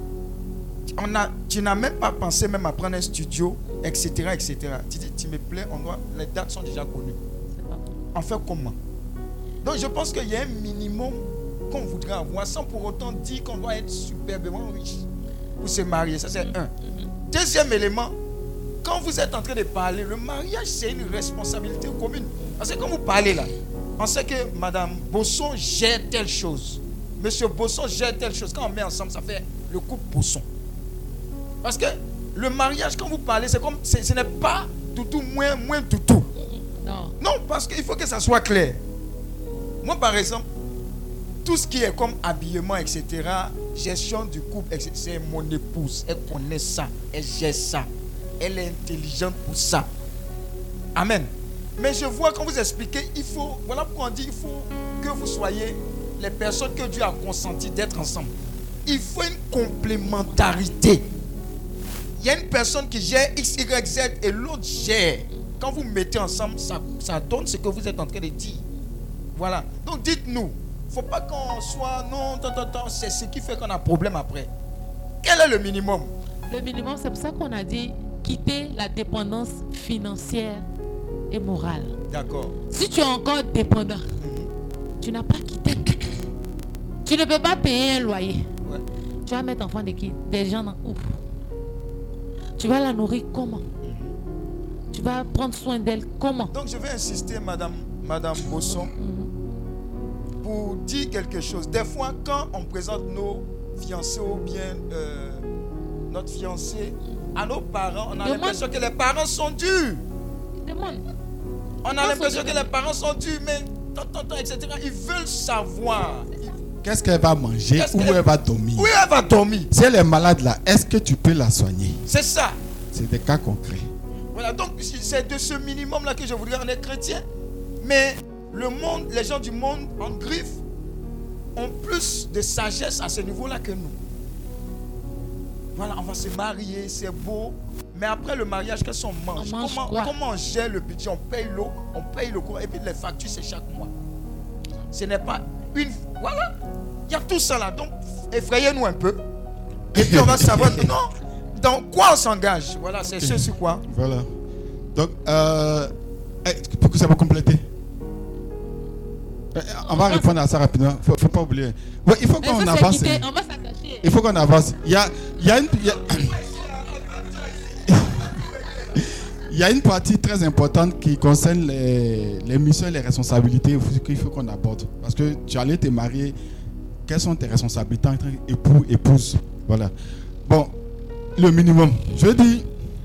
On a, tu n'as même pas pensé même à prendre un studio, et cetera, et cetera. Tu dis, tu me plais, on doit, les dates sont déjà connues. On fait comment? Donc, je pense qu'il y a un minimum qu'on voudrait avoir sans pour autant dire qu'on doit être superbement riche pour se marier. Ça, c'est un. Deuxième élément, quand vous êtes en train de parler, le mariage, c'est une responsabilité commune. Parce que quand vous parlez là, on sait que Madame Bosson gère telle chose. Monsieur Bosson gère telle chose. Quand on met ensemble, ça fait le couple Bosson. Parce que le mariage, quand vous parlez, c'est comme, c'est- ce n'est pas toutou moins, moins toutou. Non. Non, parce qu'il faut que ça soit clair. Moi, par exemple, tout ce qui est comme habillement, et cetera, gestion du couple, et cetera, c'est mon épouse. Elle connaît ça. Elle gère ça. Elle est intelligente pour ça. Amen. Mais je vois quand vous expliquez, il faut, voilà pourquoi on dit, il faut que vous soyez les personnes que Dieu a consenti d'être ensemble. Il faut une complémentarité. Il y a une personne qui gère X, Y, Z et l'autre gère. Quand vous mettez ensemble, ça, ça donne ce que vous êtes en train de dire. Voilà. Donc dites-nous, il ne faut pas qu'on soit, non, tant, tant, tant, c'est ce qui fait qu'on a problème après. Quel est le minimum? Le minimum, c'est pour ça qu'on a dit quitter la dépendance financière et morale. D'accord. Si tu es encore dépendant, tu n'as pas quitté. Tu ne peux pas payer un loyer. Ouais. Tu vas mettre enfant de qui? Des gens dans où? Tu vas la nourrir comment? Tu vas prendre soin d'elle comment? Donc je vais insister, Madame, Madame Bosson, pour dire quelque chose. Des fois, quand on présente nos fiancés ou bien euh, notre fiancé à nos parents, on a Demande. l'impression que les parents sont durs. Demande. On a l'impression que les parents sont durs, mais tant, tant, tant, et cetera. Ils veulent savoir. Ils- Qu'est-ce qu'elle va manger, Qu'est-ce où qu'elle- elle va dormir? Où elle va dormir? Si elle est malade là, est-ce que tu peux la soigner? C'est ça. C'est des cas concrets. Voilà, donc c'est de ce minimum-là que je voudrais. On est chrétien, mais le monde, les gens du monde en griffe ont plus de sagesse à ce niveau-là que nous. Voilà, on va se marier, c'est beau, mais après le mariage, qu'est-ce qu'on mange? On mange comment, quoi? comment on gère le budget? On paye l'eau, on paye le courant, et puis les factures, c'est chaque mois. Ce n'est pas une... Voilà, il y a tout ça là, donc effrayez-nous un peu. Et puis on va savoir, non, dans quoi on s'engage? Voilà, c'est ce sur quoi. Voilà. Donc, euh, eh, pour que ça va compléter. Eh, On va répondre à ça rapidement. Il ne faut, faut pas oublier. Ouais, il faut Mais qu'on ça, c'est avance. quitter. On va s'attacher. Il faut qu'on avance. Il y a, il y a une. il y a- Il y a une partie très importante qui concerne les, les missions et les responsabilités qu'il faut qu'on aborde. Parce que tu allais te marier, quelles sont tes responsabilités en tant qu'époux, épouse? Voilà. Bon, le minimum. Je dis,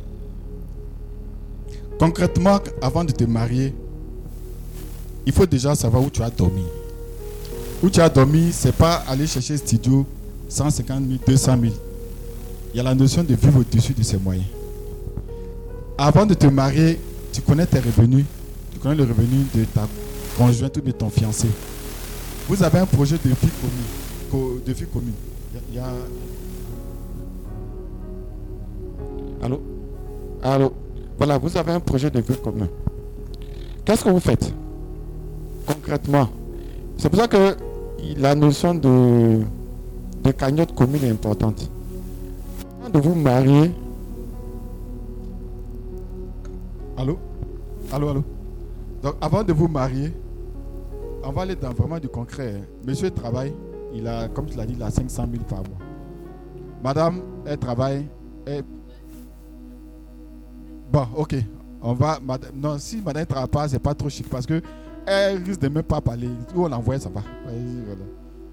concrètement, avant de te marier, il faut déjà savoir où tu as dormi. Où tu as dormi, ce n'est pas aller chercher un studio cent cinquante mille, deux cent mille. Il y a la notion de vivre au-dessus de ses moyens. Avant de te marier, tu connais tes revenus, tu connais le revenu de ta conjointe ou de ton fiancé. Vous avez un projet de vie commune. De vie commune. Il y a... Allô? Allô? Voilà, vous avez un projet de vie commun. Qu'est-ce que vous faites concrètement? C'est pour ça que la notion de, de cagnotte commune est importante. Avant de vous marier... Allô? Allô, allô? Donc, avant de vous marier, on va aller dans vraiment du concret. Monsieur travaille, il a, comme tu l'as dit, il a cinq cent mille par mois. Madame, elle travaille, elle... Bon, ok. On va... Madame, non, si madame ne travaille pas, c'est pas trop chic parce que elle risque de même pas parler. Où on l'envoie, ça va. Voilà.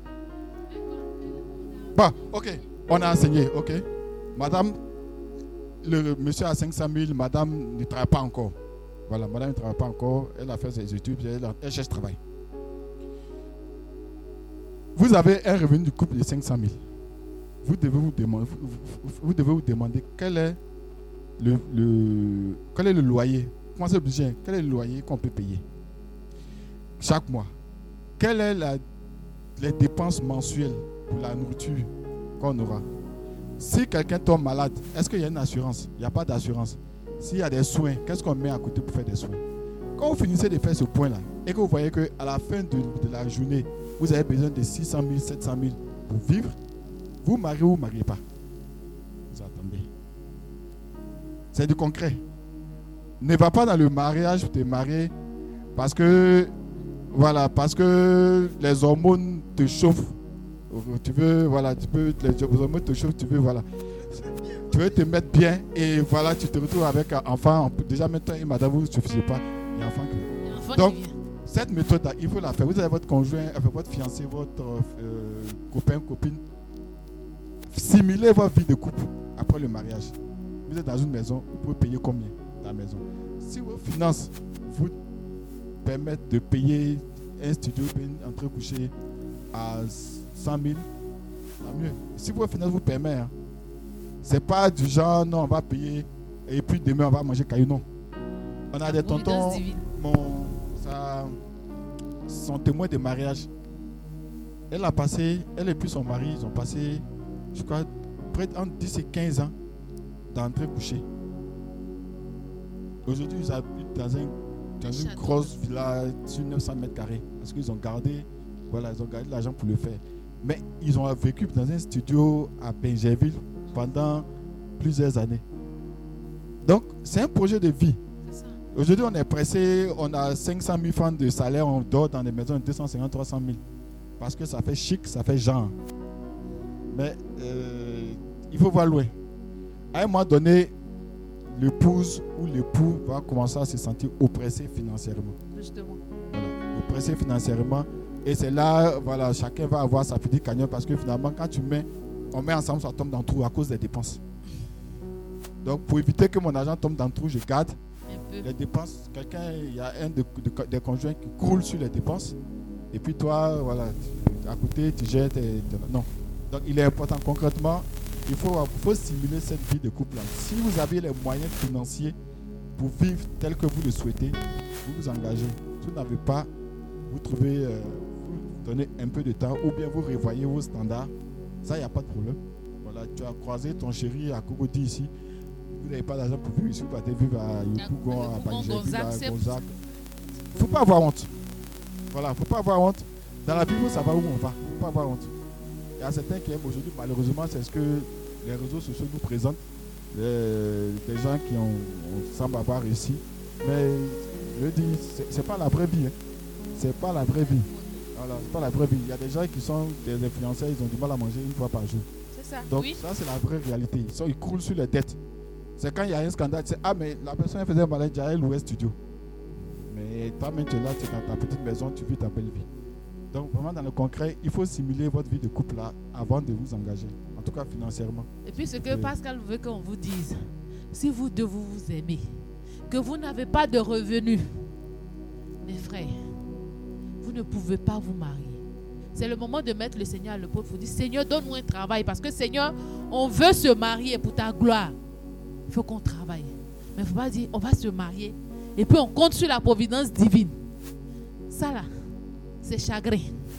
Bon, ok. On a enseigné, ok. Madame, le monsieur a cinq cent mille, madame ne travaille pas encore. Voilà, madame ne travaille pas encore. Elle a fait ses études, elle, elle cherche travail. Vous avez un revenu du couple de cinq cent mille. Vous devez vous demander, vous, vous, vous devez vous demander quel est le, le, quel est le loyer. Comment c'est le budget? Quel est le loyer qu'on peut payer chaque mois? Quelles sont les dépenses mensuelles pour la nourriture qu'on aura? Si quelqu'un tombe malade, est-ce qu'il y a une assurance? Il n'y a pas d'assurance. S'il y a des soins, qu'est-ce qu'on met à côté pour faire des soins? Quand vous finissez de faire ce point-là et que vous voyez qu'à la fin de, de la journée, vous avez besoin de six cent mille, sept cent mille pour vivre, vous mariez ou vous ne mariez pas? Vous attendez. C'est du concret. Ne va pas dans le mariage pour te marier parce que voilà, parce que les hormones te chauffent. Tu veux, voilà, tu peux, les hormones te chauffent, tu veux, voilà. Tu veux te mettre bien et voilà, tu te retrouves avec un enfant. Déjà maintenant, et madame, vous ne suffisez pas. Il y a un enfant qui... Donc, cette méthode-là, il faut la faire. Vous avez votre conjoint, votre fiancé, votre euh, copain, copine. Simulez votre vie de couple après le mariage. Vous êtes dans une maison, vous pouvez payer combien la maison? Si vos finances vous permettent de payer un studio, un entrée couchée à cent mille, tant mieux. Si vos finances vous permettent, hein, c'est pas du genre, non, on va payer et puis demain on va manger caillou, non. On a des tontons, mon, ça, son témoin de mariage. Elle a passé, elle et puis son mari, ils ont passé, je crois, près entre dix et quinze ans d'entrée couchée. Aujourd'hui, ils habitent dans, un, dans une grosse villa sur neuf cents mètres carrés. Parce qu'ils ont gardé, voilà, ils ont gardé l'argent pour le faire. Mais ils ont vécu dans un studio à Benjerville pendant plusieurs années. Donc, c'est un projet de vie. Aujourd'hui, on est pressé, on a cinq cent mille francs de salaire, on dort dans des maisons de deux cent cinquante à trois cent mille. Parce que ça fait chic, ça fait genre. Mais euh, il faut voir loin. À un moment donné, l'épouse ou l'époux va commencer à se sentir oppressé financièrement. Justement. Voilà, oppressé financièrement. Et c'est là, voilà, chacun va avoir sa petite cagnotte parce que finalement, quand tu mets, on met ensemble, ça tombe dans le trou à cause des dépenses. Donc, pour éviter que mon argent tombe dans le trou, je garde les dépenses. Quelqu'un, il y a un de, de, des conjoints qui croule sur les dépenses. Et puis toi, voilà, tu, à côté, tu jettes. Et, non. Donc, il est important concrètement. Il faut, faut stimuler cette vie de couple. Si vous avez les moyens financiers pour vivre tel que vous le souhaitez, vous vous engagez. Si vous n'avez pas, vous trouvez, euh, vous donnez un peu de temps ou bien vous revoyez vos standards. Ça, il n'y a pas de problème. Voilà, tu as croisé ton chéri à Cocody ici. Vous n'avez pas d'argent pour vivre ici. Vous allez vivre à Yopougon, à Banjéville, à Gonzague. Il ne faut pas avoir honte. Voilà, il ne faut pas avoir honte. Dans la vie, vous savez où on va. Il ne faut pas avoir honte. Il y a certains qui aiment aujourd'hui, malheureusement, c'est ce que les réseaux sociaux nous présentent. Les, des gens qui ont, on semble avoir réussi. Mais je dis, ce n'est pas la vraie vie. Hein. Ce n'est pas la vraie vie. Voilà, c'est pas la vraie vie. Il y a des gens qui sont des influenceurs, ils ont du mal à manger une fois par jour. C'est ça. Donc oui. ça, c'est la vraie réalité. Ils, sont, ils croulent sur les dettes. C'est quand il y a un scandale, tu sais, ah mais la personne faisait un mariage, elle louait studio. Mais toi-même tu es là, tu es dans ta petite maison, tu vis ta belle vie. Donc vraiment dans le concret, il faut simuler votre vie de couple là avant de vous engager, en tout cas financièrement. Et puis ce que Pascal veut qu'on vous dise, si vous deux vous vous aimez, que vous n'avez pas de revenus, mes frères, vous ne pouvez pas vous marier. C'est le moment de mettre le Seigneur à l'épaule. Il faut dire, Seigneur, donne-nous un travail. Parce que Seigneur, on veut se marier pour ta gloire. Il faut qu'on travaille. Mais il ne faut pas dire, on va se marier. Et puis on compte sur la providence divine. Ça là, c'est chagrin.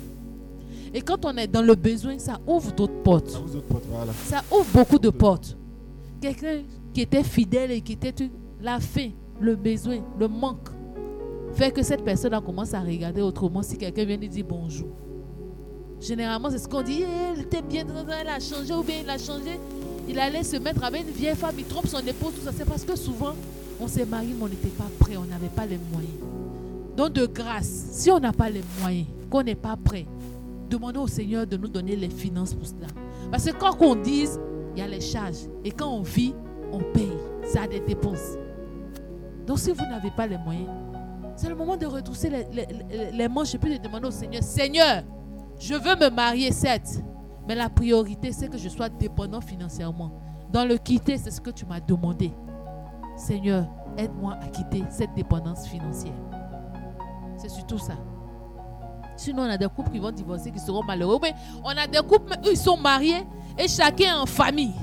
Et quand on est dans le besoin, ça ouvre d'autres portes. Ça ouvre d'autres portes, voilà. Ça ouvre beaucoup de portes. Quelqu'un qui était fidèle et qui était la faim, le besoin, le manque, fait que cette personne commence à regarder autrement si quelqu'un vient lui dire bonjour. Généralement, c'est ce qu'on dit. Elle était bien, elle a changé ou bien il a changé. Il allait se mettre avec une vieille femme, il trompe son épouse, tout ça. C'est parce que souvent, on s'est marié, mais on n'était pas prêt, on n'avait pas les moyens. Donc, de grâce, si on n'a pas les moyens, qu'on n'est pas prêt, demandons au Seigneur de nous donner les finances pour cela. Parce que quand on dit, il y a les charges. Et quand on vit, on paye. Ça a des dépenses. Donc, si vous n'avez pas les moyens, c'est le moment de retrousser les, les, les, les manches et puis de demander au Seigneur, Seigneur, je veux me marier, certes, mais la priorité, c'est que je sois dépendant financièrement. Dans le quitter, c'est ce que tu m'as demandé. Seigneur, aide-moi à quitter cette dépendance financière. C'est surtout ça. Sinon, on a des couples qui vont divorcer, qui seront malheureux. Mais on a des couples où ils sont mariés et chacun en famille.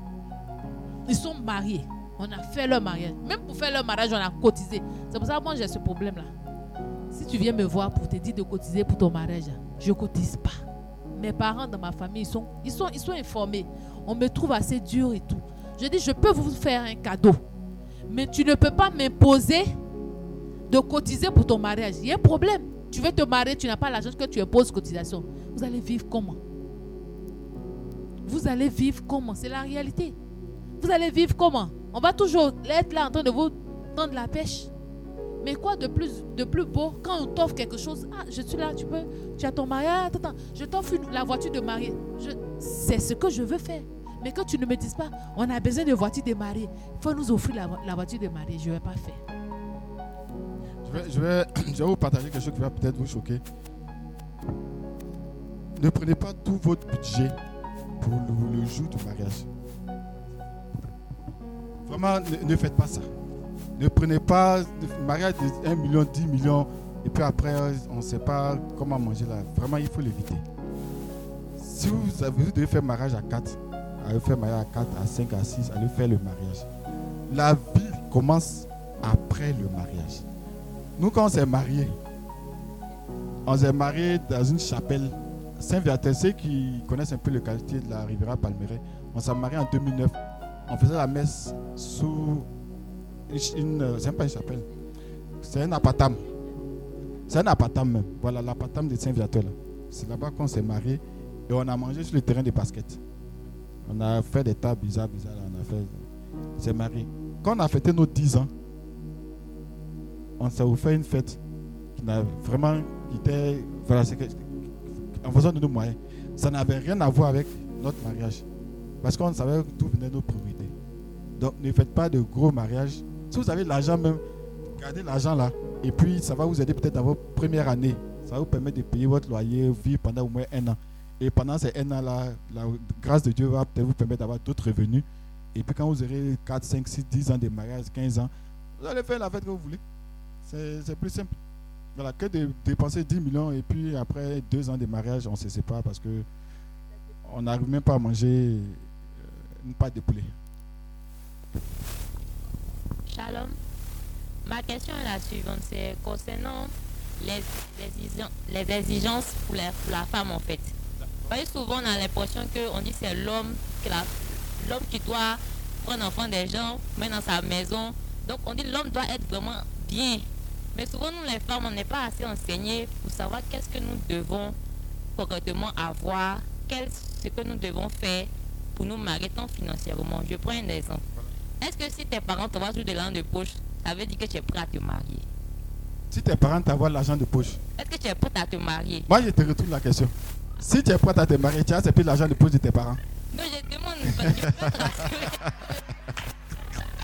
Ils sont mariés. On a fait leur mariage. Même pour faire leur mariage, on a cotisé. C'est pour ça que moi, j'ai ce problème-là. Si tu viens me voir pour te dire de cotiser pour ton mariage, je ne cotise pas. Mes parents dans ma famille, ils sont, ils, sont, ils sont informés. On me trouve assez dur et tout. Je dis, je peux vous faire un cadeau. Mais tu ne peux pas m'imposer de cotiser pour ton mariage. Il y a un problème. Tu veux te marier, tu n'as pas l'argent que tu imposes cotisation. Vous allez vivre comment? Vous allez vivre comment? C'est la réalité. Vous allez vivre comment? On va toujours être là en train de vous tendre la pêche. Mais quoi de plus, de plus beau quand on t'offre quelque chose? Ah, je suis là, tu peux, tu as ton mariage, attends, attends, je t'offre la voiture de mariée. Je, c'est ce que je veux faire. Mais que tu ne me dises pas, on a besoin de voiture de mariée. Il faut nous offrir la, la voiture de mariée. Je ne vais pas faire. Je vais, je, vais, je vais vous partager quelque chose qui va peut-être vous choquer. Ne prenez pas tout votre budget pour le, le jour du mariage. Vraiment, ne, ne faites pas ça. Ne prenez pas le mariage de un million, dix millions, et puis après, on ne sait pas comment manger là. Vraiment, il faut l'éviter. Si vous, avez, vous devez faire mariage à quatre, allez faire mariage à quatre, à cinq, à six, allez faire le mariage. La vie commence après le mariage. Nous, quand on s'est mariés, on s'est mariés dans une chapelle. Saint-Viateur, ceux qui connaissent un peu le quartier de la Riviera Palmeraie, on s'est mariés en deux mille neuf. On faisait la messe sous une, une c'est même pas une chapelle, c'est un apatam. C'est un apatam même. Voilà, l'apatam de Saint-Viateur. C'est là-bas qu'on s'est mariés et on a mangé sur le terrain de basket. On a fait des tables bizarres, bizarres. On a fait, on s'est mariés. Quand on a fêté nos dix ans, on s'est offert une fête qui n'a vraiment, qui était, voilà, c'est que, en faisant de nos moyens. Ça n'avait rien à voir avec notre mariage. Parce qu'on savait d'où venaient nos priorités. Donc ne faites pas de gros mariages. Si vous avez de l'argent même, gardez l'argent là. Et puis ça va vous aider peut-être dans votre première année. Ça va vous permettre de payer votre loyer, vivre pendant au moins un an. Et pendant ces un an là, la grâce de Dieu va peut-être vous permettre d'avoir d'autres revenus. Et puis quand vous aurez quatre, cinq, six, dix ans de mariage, quinze ans, vous allez faire la fête que vous voulez. C'est, c'est plus simple. Voilà, que de dépenser dix millions et puis après deux ans de mariage, on se sépare parce que on n'arrive même pas à manger euh, une pâte de poulet. Shalom. Ma question est la suivante, c'est concernant les, les, les exigences pour la, pour la femme en fait. Parce que souvent on a l'impression qu'on dit que c'est l'homme, que la, l'homme qui doit prendre enfant des gens, mettre dans sa maison. Donc on dit que l'homme doit être vraiment bien. Mais souvent nous les femmes, on n'est pas assez enseignés pour savoir qu'est-ce que nous devons correctement avoir, qu'est-ce que nous devons faire pour nous marier tant financièrement. Je prends un exemple. Est-ce que si tes parents t'envoient sur de l'argent de poche, ça veut dire que tu es prêt à te marier? Si tes parents t'envoient l'argent de poche, est-ce que tu es prêt à te marier? Moi je te retourne la question. Si tu es prêt à te marier, tu as accepté l'argent de poche de tes parents? Non, je demande.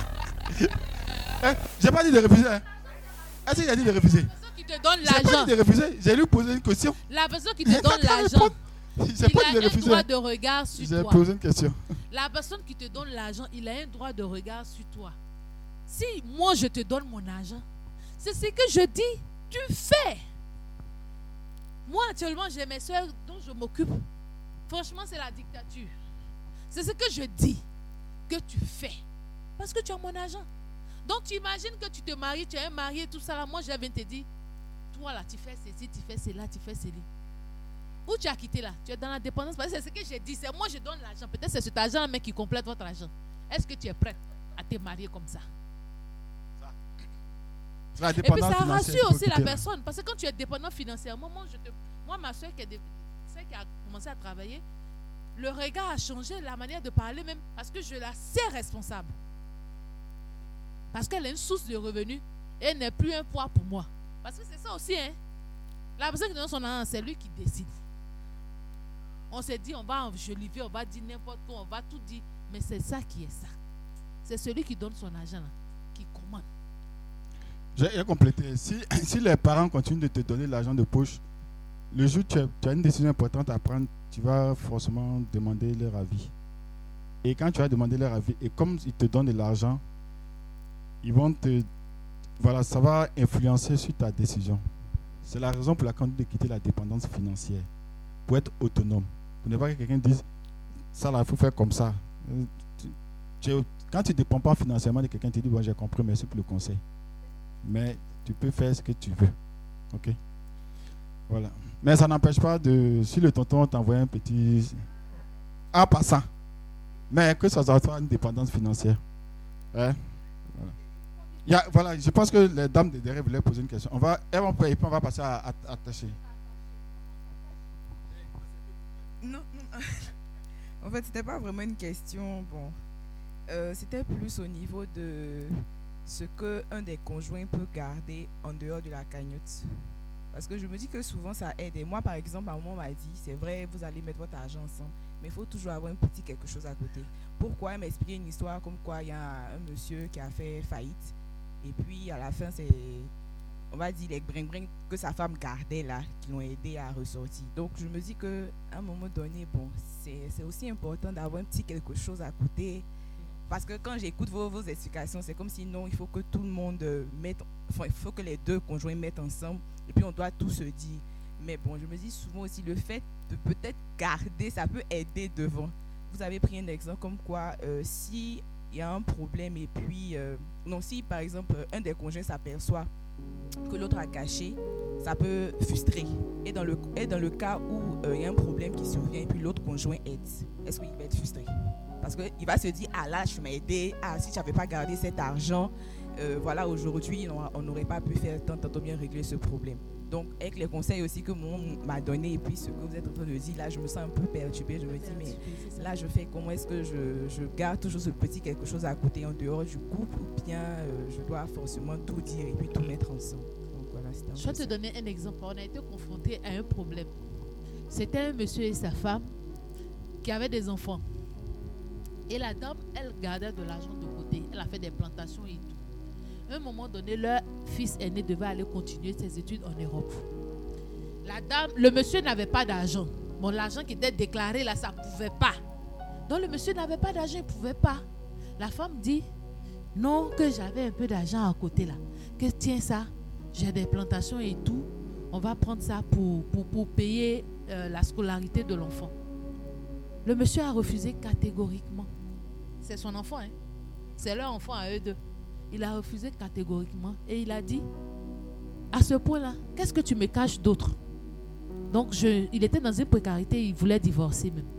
Hein? J'ai pas dit de refuser. Hein? Est-ce qu'il a dit de refuser? La personne qui te donne J'ai pas l'argent. dit de refuser. J'ai lui posé une question. La personne qui te donne l'argent. J'ai pas dit Il de a un refuser. droit de regard sur J'ai toi. posé une question. La personne qui te donne l'argent, il a un droit de regard sur toi. Si moi je te donne mon argent, c'est ce que je dis, tu fais. Moi actuellement j'ai mes soeurs dont je m'occupe. Franchement c'est la dictature. C'est ce que je dis que tu fais. Parce que tu as mon argent. Donc tu imagines que tu te maries, tu es un marié, tout ça là. Moi je viens te dire, toi là tu fais ceci, tu fais cela, tu fais cela. Où tu as quitté là? Tu es dans la dépendance. Parce que c'est ce que j'ai dit. C'est moi je donne l'argent. Peut-être c'est cet argent mais qui complète votre argent. Est-ce que tu es prête à te marier comme ça? La Et puis ça financière, rassure aussi la quitter, personne. Parce que quand tu es dépendant financièrement, moi, je te, moi ma soeur qui, est, celle qui a commencé à travailler, le regard a changé, la manière de parler même, parce que je la sais responsable. Parce qu'elle est une source de revenus et elle n'est plus un poids pour moi. Parce que c'est ça aussi, hein. La personne qui donne son argent, c'est lui qui décide. On s'est dit, on va enjoliver, on va dire n'importe quoi, on va tout dire. Mais c'est ça qui est ça. C'est celui qui donne son argent là, qui commande. J'ai complété. Si, si les parents continuent de te donner l'argent de poche, le jour où tu as, tu as une décision importante à prendre, tu vas forcément demander leur avis. Et quand tu vas demander leur avis, et comme ils te donnent de l'argent, ils vont te... Voilà, ça va influencer sur ta décision. C'est la raison pour laquelle on dit de quitter la dépendance financière. Pour être autonome. Pour ne pas que quelqu'un dise, ça là, il faut faire comme ça. Tu, tu, quand tu ne dépends pas financièrement de quelqu'un, tu dis, bon, j'ai compris, merci pour le conseil. Mais tu peux faire ce que tu veux. Ok? Voilà. Mais ça n'empêche pas de... Si le tonton t'envoie un petit... En passant. Mais que ça soit une dépendance financière. Hein? Voilà. Il y a, voilà. Je pense que les dames de derrière voulaient poser une question. On va, elles vont payer, puis on va passer à, à, à attacher. Non, non. En fait, c'était pas vraiment une question. Bon, euh, c'était plus au niveau de ce que un des conjoints peut garder en dehors de la cagnotte. Parce que je me dis que souvent ça aide. Et moi, par exemple, à un moment, on m'a dit, c'est vrai, vous allez mettre votre argent ensemble, mais il faut toujours avoir un petit quelque chose à côté. Pourquoi? Elle m'a expliqué une histoire comme quoi il y a un monsieur qui a fait faillite. Et puis, à la fin, c'est, on va dire, les bring-bring que sa femme gardait là, qui l'ont aidé à ressortir. Donc, je me dis qu'à un moment donné, bon, c'est, c'est aussi important d'avoir un petit quelque chose à côté. Parce que quand j'écoute vos, vos explications, c'est comme si non, il faut que tout le monde mette, enfin, il faut que les deux conjoints mettent ensemble et puis on doit tout se dire. Mais bon, je me dis souvent aussi le fait de peut-être garder, ça peut aider devant. Vous avez pris un exemple comme quoi euh, si il y a un problème et puis, euh, non, si par exemple un des conjoints s'aperçoit que l'autre a caché, ça peut frustrer. Et dans le, et dans le cas où euh, il y a un problème qui survient et puis l'autre conjoint aide, est-ce qu'il va être frustré? Parce qu'il va se dire, ah là, je m'ai aidé, ah si tu n'avais pas gardé cet argent, euh, voilà, aujourd'hui, on n'aurait pas pu faire tant, tant bien régler ce problème. Donc, avec les conseils aussi que mon m'a donné et puis ce que vous êtes en train de dire, là, je me sens un peu perturbée. Je me dis, mais là, je fais comment est-ce que je, je garde toujours ce petit quelque chose à côté en dehors du couple ou bien euh, je dois forcément tout dire et puis tout mettre ensemble. Donc, voilà, je vais te donner un exemple. On a été confronté à un problème. C'était un monsieur et sa femme qui avaient des enfants. Et la dame, elle gardait de l'argent de côté. Elle a fait des plantations et tout. À un moment donné, leur fils aîné devait aller continuer ses études en Europe. La dame, le monsieur n'avait pas d'argent. Bon, l'argent qui était déclaré là, ça ne pouvait pas. Donc le monsieur n'avait pas d'argent, il ne pouvait pas. La femme dit, non, que j'avais un peu d'argent à côté là. Que tiens ça, j'ai des plantations et tout. On va prendre ça pour, pour, pour payer euh, la scolarité de l'enfant. Le monsieur a refusé catégoriquement. C'est son enfant, hein? C'est leur enfant à eux deux. Il a refusé catégoriquement et il a dit, à ce point-là, qu'est-ce que tu me caches d'autre? Donc, je, il était dans une précarité, il voulait divorcer même.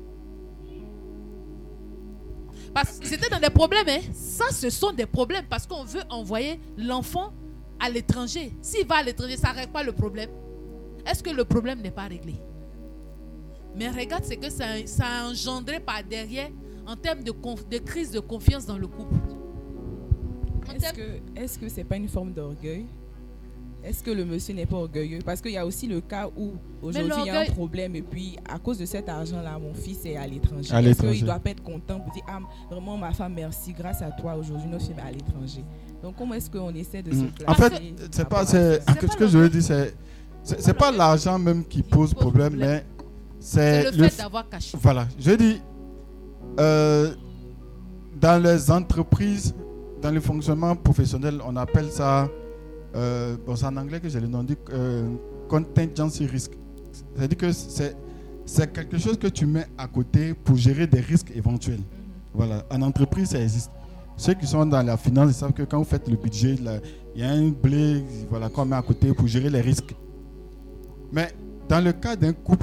Parce qu'ils étaient dans des problèmes, hein? Ça, ce sont des problèmes parce qu'on veut envoyer l'enfant à l'étranger. S'il va à l'étranger, ça ne règle pas le problème. Est-ce que le problème n'est pas réglé? Mais regarde ce que ça, ça a engendré par derrière en termes de, conf, de crise de confiance dans le couple. Est-ce que est-ce que c'est pas une forme d'orgueil? est-ce que le monsieur n'est pas orgueilleux? Parce qu'il y a aussi le cas où aujourd'hui il y a un problème et puis à cause de cet argent-là, mon fils est à l'étranger. À Est-ce l'étranger. qu'il ne doit pas être content pour dire ah, vraiment ma femme, merci, grâce à toi, aujourd'hui notre fille est à l'étranger. Donc comment est-ce qu'on essaie de se Mm. placer? En fait, c'est pas, c'est, C'est ce que je veux dire, c'est, c'est, c'est pas l'argent même qui pose problème, mais c'est, C'est le fait f- d'avoir caché. Voilà, je dis, euh, dans les entreprises, dans le fonctionnement professionnel, on appelle ça, euh, bon, c'est en anglais que j'ai le nom, dit euh, contingency risk. C'est-à-dire que c'est, c'est quelque chose que tu mets à côté pour gérer des risques éventuels. Voilà, en entreprise, ça existe. Ceux qui sont dans la finance, ils savent que quand vous faites le budget, là, il y a un blé voilà, qu'on met à côté pour gérer les risques. Mais dans le cas d'un couple,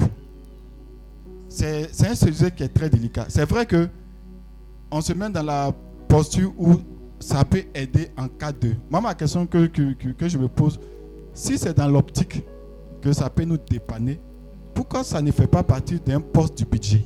c'est, c'est un sujet qui est très délicat. C'est vrai que on se met dans la posture où ça peut aider en cas de... Moi, ma question que, que, que, que je me pose, si c'est dans l'optique que ça peut nous dépanner, pourquoi ça ne fait pas partie d'un poste du budget?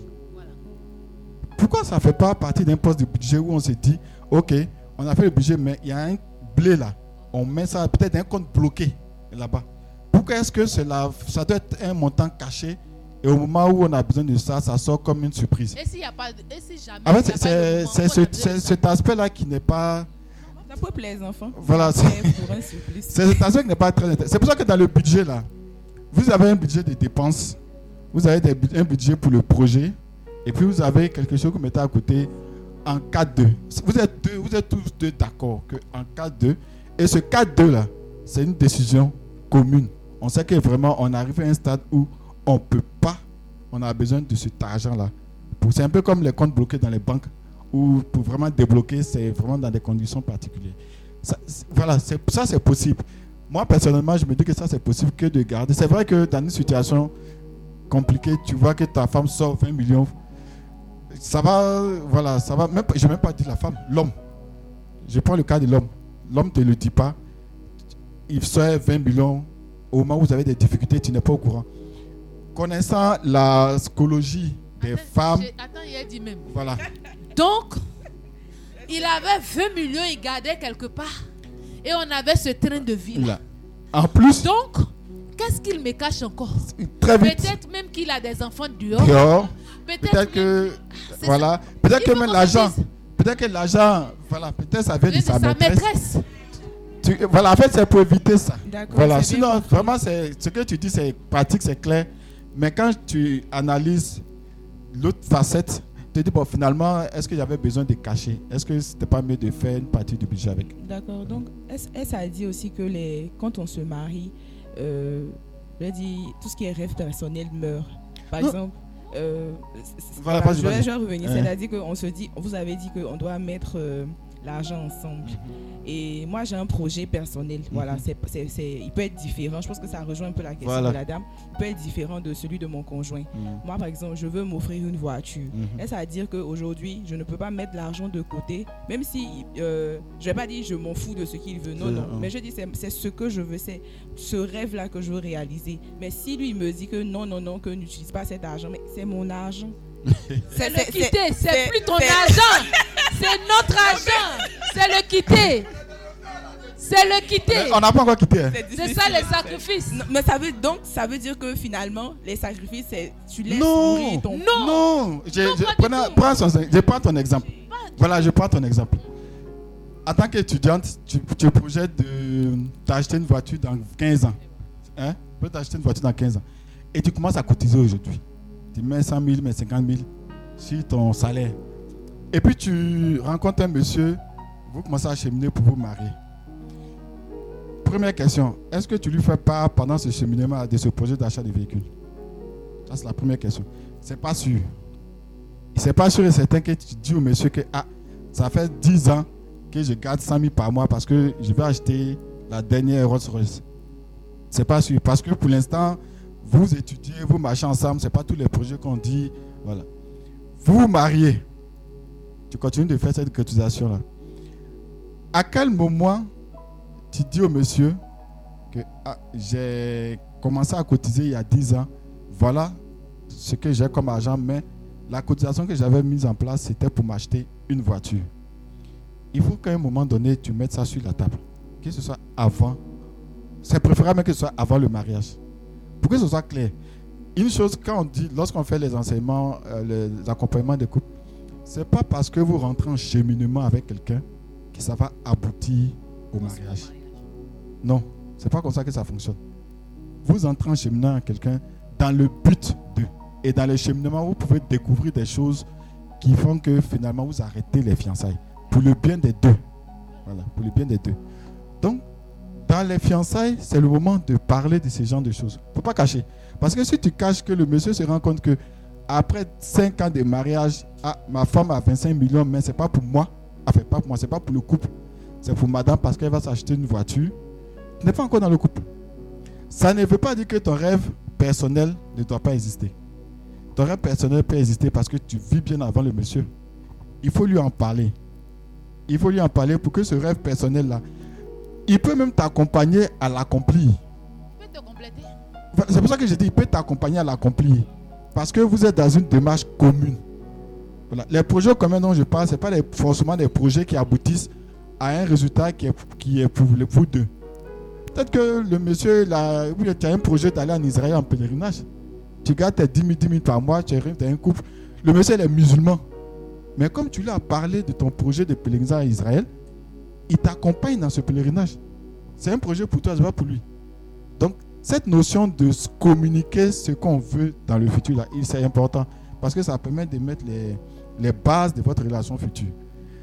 Pourquoi ça ne fait pas partie d'un poste du budget où on se dit, ok, on a fait le budget, mais il y a un blé là, on met ça peut-être un compte bloqué là-bas. Pourquoi est-ce que cela, ça doit être un montant caché et au moment où on a besoin de ça, ça sort comme une surprise? Et s'il n'y a pas de, et si jamais En fait, il y a c'est, pas de c'est, moment c'est où on ce- a besoin c'est de cet aspect-là qui n'est pas... Ça peut plaire les enfants. Voilà, c'est, C'est pour un supplice. c'est cet aspect qui n'est pas très intéressant. C'est pour ça que dans le budget là, vous avez un budget de dépenses, vous avez des bu- un budget pour le projet, et puis vous avez quelque chose que vous mettez à côté en cas de. Vous êtes deux, vous êtes tous deux d'accord qu'en cas de, et ce cas de là, c'est une décision commune. On sait que vraiment on arrive à un stade où on ne peut pas, on a besoin de cet argent là. C'est un peu comme les comptes bloqués dans les banques, où pour vraiment débloquer, c'est vraiment dans des conditions particulières. Ça, c'est- voilà, c'est, ça c'est possible. Moi personnellement, je me dis que ça c'est possible que de garder. C'est vrai que dans une situation compliquée, tu vois que ta femme sort vingt millions. Ça va, voilà, ça va. Même, pas- je ne vais même pas dire la femme, l'homme. Je prends le cas de l'homme. L'homme ne te le dit pas. Il sort vingt millions. Au moment où vous avez des difficultés, tu n'es pas au courant. Connaissant la psychologie des femmes, J'ai- Attends, il a dit même. voilà. Donc, il avait vingt millions, il gardait quelque part. Et on avait ce train de vie. Là. En plus, Donc, qu'est-ce qu'il me cache encore? très vite. Peut-être même qu'il a des enfants dehors. dehors, Peut-être peut-être que, c'est voilà, ça. peut-être Il que faut même qu'on l'argent, se dise. peut-être que l'argent, voilà, peut-être ça vient de de sa sa maîtresse. maîtresse. Tu- voilà, en fait, c'est pour éviter ça. D'accord, Voilà, c'est bien sinon, compris. vraiment, c'est, ce que tu dis, c'est pratique, c'est clair. Mais quand tu analyses l'autre facette, tu te dis, bon, finalement, est-ce que j'avais besoin de cacher? Est-ce que c'était pas mieux de faire une partie du budget avec? D'accord. Donc, est-ce est-ce a dit aussi que les, quand on se marie, euh, je veux dire, tout ce qui est rêve personnel meurt. Par Non. exemple, euh, c- c- Voilà, voilà, vas-y, je, vais, vas-y. je vais revenir. Ouais. C'est-à-dire qu'on se dit, vous avez dit qu'on doit mettre euh, l'argent ensemble. Et moi, j'ai un projet personnel. Voilà, c'est, c'est, c'est, il peut être différent. Je pense que ça rejoint un peu la question Voilà. de la dame. Il peut être différent de celui de mon conjoint. Mhm. Moi, par exemple, je veux m'offrir une voiture. Mhm. Est-ce à dire qu'aujourd'hui, je ne peux pas mettre l'argent de côté, même si euh, je ne vais pas dire je m'en fous de ce qu'il veut. Non, C'est- non. hein. Mais je dis c'est, c'est ce que je veux, c'est ce rêve-là que je veux réaliser. Mais si lui il me dit que non, non, non, que n'utilise pas cet argent, mais c'est mon argent. C'est le quitter, c'est c'est- plus ton c'est- argent. C'est notre argent. C'est le quitter. C'est le quitter. On n'a pas encore quitté. hein. C'est ça les sacrifices. Non, mais ça veut donc ça veut dire que finalement les sacrifices c'est tu laisses Non, mourir ton Non. non. Je, Non, je, pas du prenais- tout. prends son- je prends ton exemple. Voilà, je prends ton exemple. En tant qu'étudiante, tu, tu projettes de t'acheter une voiture dans quinze ans. Hein? Tu peux t'acheter une voiture dans quinze ans. Et tu commences à cotiser aujourd'hui. Tu mets cent mille, mets cinquante mille sur ton salaire. Et puis tu rencontres un monsieur, vous commencez à cheminer pour vous marier. Première question, est-ce que tu lui fais part pendant ce cheminement de ce projet d'achat de véhicule? Ça, c'est la première question. C'est pas sûr. C'est pas sûr et certain que tu dis au monsieur que ah, ça fait dix ans que je garde cent mille par mois parce que je vais acheter la dernière Rolls-Royce. C'est pas sûr. Parce que pour l'instant, vous étudiez, vous marchez ensemble, c'est pas tous les projets qu'on dit. Voilà. Vous vous mariez. Tu continues de faire cette cotisation-là. À quel moment tu dis au monsieur que ah, j'ai commencé à cotiser il y a dix ans, voilà ce que j'ai comme argent, mais la cotisation que j'avais mise en place, c'était pour m'acheter une voiture. Il faut qu'à un moment donné, tu mettes ça sur la table. Que ce soit avant c'est préférable que ce soit avant le mariage. Pour que ce soit clair. Une chose, quand on dit, lorsqu'on fait les enseignements, euh, les accompagnements des couples, c'est pas parce que vous rentrez en cheminement avec quelqu'un que ça va aboutir au mariage. Non, c'est pas comme ça que ça fonctionne. Vous entrez en cheminement avec quelqu'un dans le but de. Et dans le cheminement, vous pouvez découvrir des choses qui font que finalement vous arrêtez les fiançailles. Pour le bien des deux. Voilà, pour le bien des deux. Donc, dans les fiançailles, c'est le moment de parler de ce genre de choses. Il ne faut pas cacher. Parce que si tu caches que le monsieur se rend compte que après cinq ans de mariage, ah, ma femme a vingt-cinq millions, mais ce n'est pas pour moi. Enfin, pas pour moi, ce n'est pas pour le couple. C'est pour madame parce qu'elle va s'acheter une voiture. Tu n'es pas encore dans le couple. Ça ne veut pas dire que ton rêve personnel ne doit pas exister. Ton rêve personnel peut exister parce que tu vis bien avant le monsieur. Il faut lui en parler. Il faut lui en parler pour que ce rêve personnel-là, il peut même t'accompagner à l'accomplir. Il peut te compléter. C'est pour ça que je dis, il peut t'accompagner à l'accomplir. Parce que vous êtes dans une démarche commune. Voilà. Les projets communs dont je parle, ce n'est pas les, forcément des projets qui aboutissent à un résultat qui est, qui est pour vous deux. Peut-être que le monsieur, là, tu as un projet d'aller en Israël en pèlerinage. Tu gardes tes dix mille par mois, tu arrives dans un couple. Le monsieur, il est musulman. Mais comme tu lui as parlé de ton projet de pèlerinage à Israël, il t'accompagne dans ce pèlerinage. C'est un projet pour toi, ce n'est pas pour lui. Donc, cette notion de se communiquer ce qu'on veut dans le futur, là, c'est important. Parce que ça permet de mettre les, les bases de votre relation future.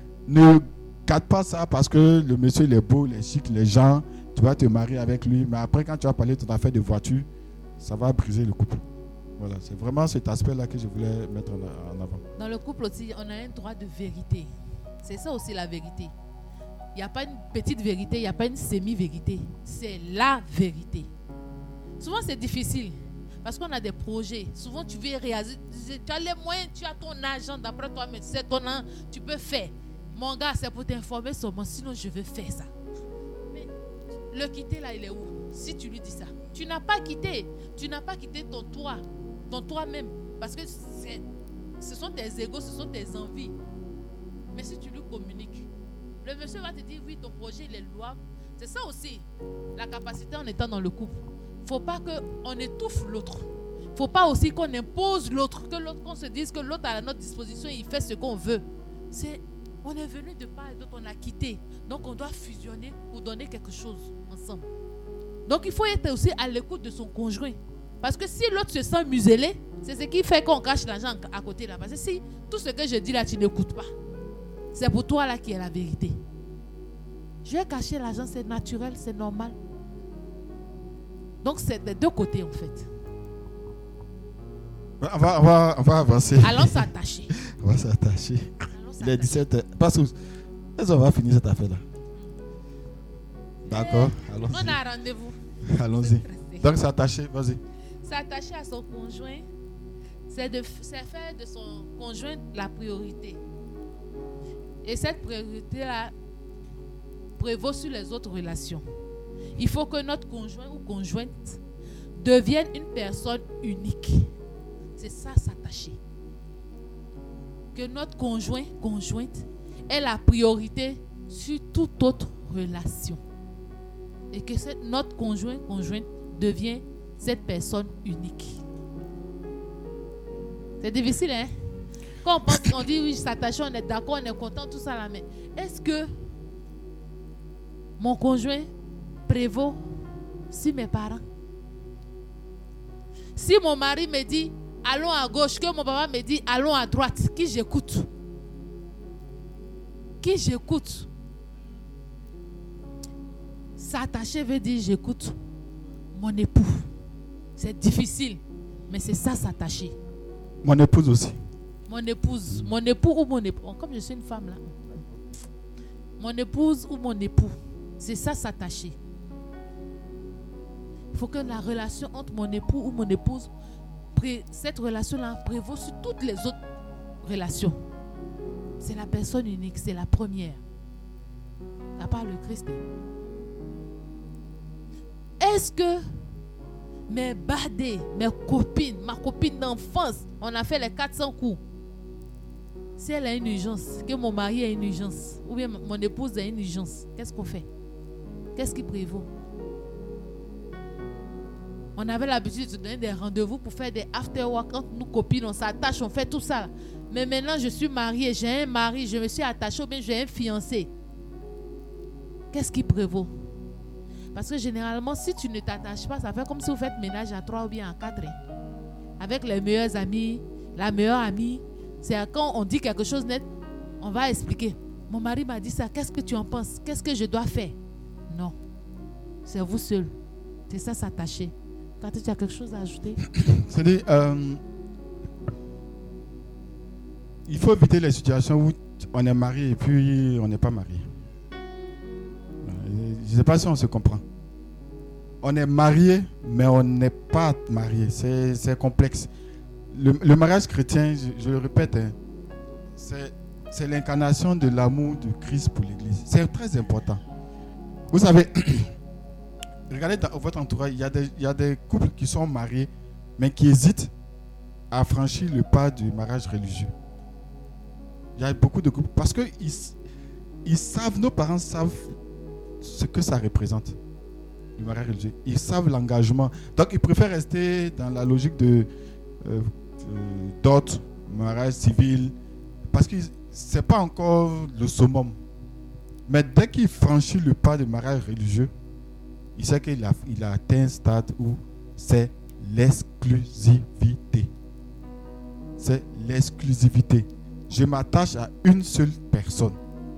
Ne garde pas ça parce que le monsieur il est beau, il est chic, les gens, tu vas te marier avec lui. Mais après, quand tu vas parler de ton affaire de voiture, ça va briser le couple. Voilà, c'est vraiment cet aspect-là que je voulais mettre en, en avant. Dans le couple aussi, on a un droit de vérité. C'est ça aussi la vérité. Il n'y a pas une petite vérité, il n'y a pas une semi-vérité. C'est la vérité. Souvent, c'est difficile. Parce qu'on a des projets. Souvent, tu veux réaliser. Tu as les moyens, tu as ton argent. D'après toi, mais c'est ton argent, tu peux faire. Mon gars, c'est pour t'informer seulement. Sinon, je veux faire ça. Mais le quitter, là, il est où? Si tu lui dis ça. Tu n'as pas quitté. Tu n'as pas quitté ton toi. Ton toi-même. Parce que c'est, ce sont tes égos, ce sont tes envies. Mais si tu lui communiques, le monsieur va te dire, oui, ton projet, il est louable. C'est ça aussi, la capacité en étant dans le couple. Il ne faut pas qu'on étouffe l'autre. Il ne faut pas aussi qu'on impose l'autre, que l'autre, qu'on se dise que l'autre est à notre disposition et il fait ce qu'on veut. C'est, on est venu de part et d'autre, on a quitté. Donc on doit fusionner pour donner quelque chose ensemble. Donc il faut être aussi à l'écoute de son conjoint. Parce que si l'autre se sent muselé, c'est ce qui fait qu'on cache l'argent à côté là. Parce que si tout ce que je dis là, tu n'écoutes pas, c'est pour toi là qui est la vérité. Je vais cacher l'argent, c'est naturel, c'est normal. Donc c'est des deux côtés en fait. On va, on va, on va avancer. Allons s'attacher. On va s'attacher. Il est dix-sept heures. Passe où? Est-ce qu'on va finir cette affaire là? D'accord. Allons-y. On a rendez-vous. Allons-y. Donc s'attacher, vas-y. S'attacher à son conjoint, c'est, de, c'est faire de son conjoint la priorité. Et cette priorité-là prévaut sur les autres relations. Il faut que notre conjoint ou conjointe devienne une personne unique. C'est ça, s'attacher. Que notre conjoint, conjointe ait la priorité sur toute autre relation. Et que cette, notre conjoint, conjointe devienne cette personne unique. C'est difficile, hein? Quand on pense, on dit oui, s'attacher, on est d'accord, on est content, tout ça là, mais est-ce que mon conjoint prévaut sur mes parents? Si mon mari me dit allons à gauche, que mon papa me dit allons à droite, qui j'écoute? Qui j'écoute? S'attacher veut dire j'écoute mon époux. C'est difficile, mais c'est ça, s'attacher. Mon épouse aussi. Mon épouse, mon époux ou mon époux. Comme je suis une femme là. Mon épouse ou mon époux. C'est ça, s'attacher. Il faut que la relation entre mon époux ou mon épouse, cette relation-là prévaut sur toutes les autres relations. C'est la personne unique, c'est la première. À part le Christ. Est-ce que mes badés, mes copines, ma copine d'enfance, on a fait les quatre cents coups. Si elle a une urgence, que mon mari a une urgence, ou bien mon épouse a une urgence, qu'est-ce qu'on fait? Qu'est-ce qui prévaut? On avait l'habitude de se donner des rendez-vous pour faire des after-work entre nous copines, on s'attache, on fait tout ça. Mais maintenant, je suis mariée, j'ai un mari, je me suis attachée ou bien j'ai un fiancé. Qu'est-ce qui prévaut? Parce que généralement, si tu ne t'attaches pas, ça fait comme si vous faites ménage à trois ou bien à quatre. Avec les meilleurs amis, la meilleure amie. C'est quand on dit quelque chose net, on va expliquer. Mon mari m'a dit ça, qu'est-ce que tu en penses? Qu'est-ce que je dois faire? Non. C'est vous seul. C'est ça, s'attacher. Quand tu as quelque chose à ajouter? C'est-à-dire, euh, il faut éviter les situations où on est marié et puis on n'est pas marié. Je ne sais pas si on se comprend. On est marié, mais on n'est pas marié. C'est, c'est complexe. Le, le mariage chrétien, je, je le répète, hein, c'est, c'est l'incarnation de l'amour de Christ pour l'Église. C'est très important. Vous savez, regardez dans votre entourage, il y a des, il y a des couples qui sont mariés, mais qui hésitent à franchir le pas du mariage religieux. Il y a beaucoup de couples, parce qu'ils ils savent, nos parents savent ce que ça représente, le mariage religieux. Ils savent l'engagement. Donc, ils préfèrent rester dans la logique de euh, euh, dot, mariage civil, parce que ce n'est pas encore le summum. Mais dès qu'il franchit le pas du mariage religieux, il sait qu'il a, il a atteint un stade où c'est l'exclusivité. C'est l'exclusivité. Je m'attache à une seule personne.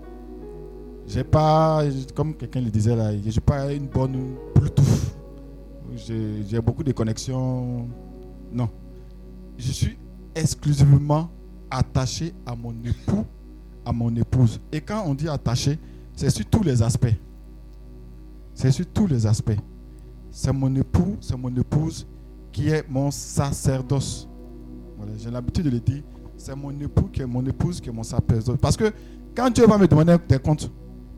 J'ai pas, comme quelqu'un le disait là, j'ai pas une bonne Bluetooth. J'ai, j'ai beaucoup de connexions. Non. Je suis exclusivement attaché à mon époux, à mon épouse. Et quand on dit attaché, c'est sur tous les aspects. C'est sur tous les aspects. C'est mon époux, c'est mon épouse qui est mon sacerdoce. Voilà, j'ai l'habitude de le dire. C'est mon époux qui est mon épouse qui est mon sacerdoce. Parce que quand Dieu va me demander des comptes,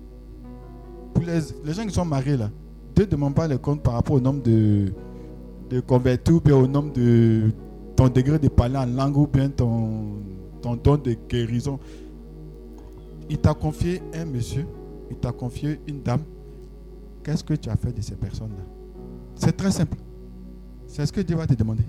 pour les, les gens qui sont mariés là, Dieu ne demande pas les comptes par rapport au nombre de, de convertis ou bien au nombre de ton degré de parler en langue ou bien ton, ton don de guérison. Il t'a confié un monsieur, il t'a confié une dame. Qu'est-ce que tu as fait de ces personnes-là? C'est très simple. C'est ce que Dieu va te demander.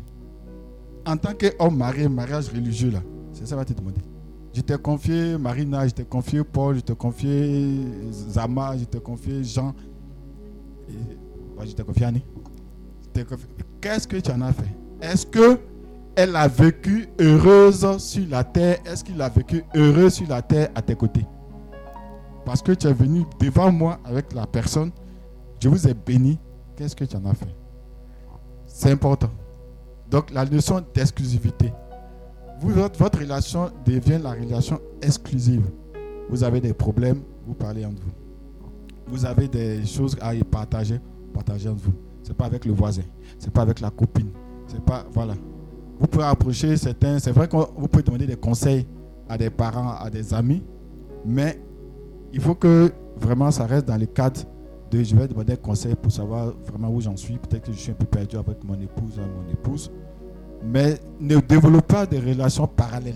En tant qu'homme marié, mariage religieux là, c'est ça qu'il va te demander. Je t'ai confié Marina, je t'ai confié Paul, je t'ai confié Zama, je t'ai confié Jean. Et, ouais, je t'ai confié Annie. Confié... Qu'est-ce que tu en as fait? Est-ce qu'elle a vécu heureuse sur la terre? Est-ce qu'il a vécu heureux sur la terre à tes côtés? Parce que tu es venu devant moi avec la personne, je vous ai béni. Qu'est-ce que tu en as fait? C'est important. Donc la notion d'exclusivité. Vous, votre, votre relation devient la relation exclusive. Vous avez des problèmes, vous parlez entre vous. Vous avez des choses à y partager, partagez entre vous. Ce n'est pas avec le voisin, ce n'est pas avec la copine. C'est pas, voilà. Vous pouvez approcher certains, c'est vrai que vous pouvez demander des conseils à des parents, à des amis, mais il faut que vraiment ça reste dans le cadre de je vais demander des conseils pour savoir vraiment où j'en suis. Peut-être que je suis un peu perdu avec mon épouse ou mon épouse. Mais ne développez pas des relations parallèles.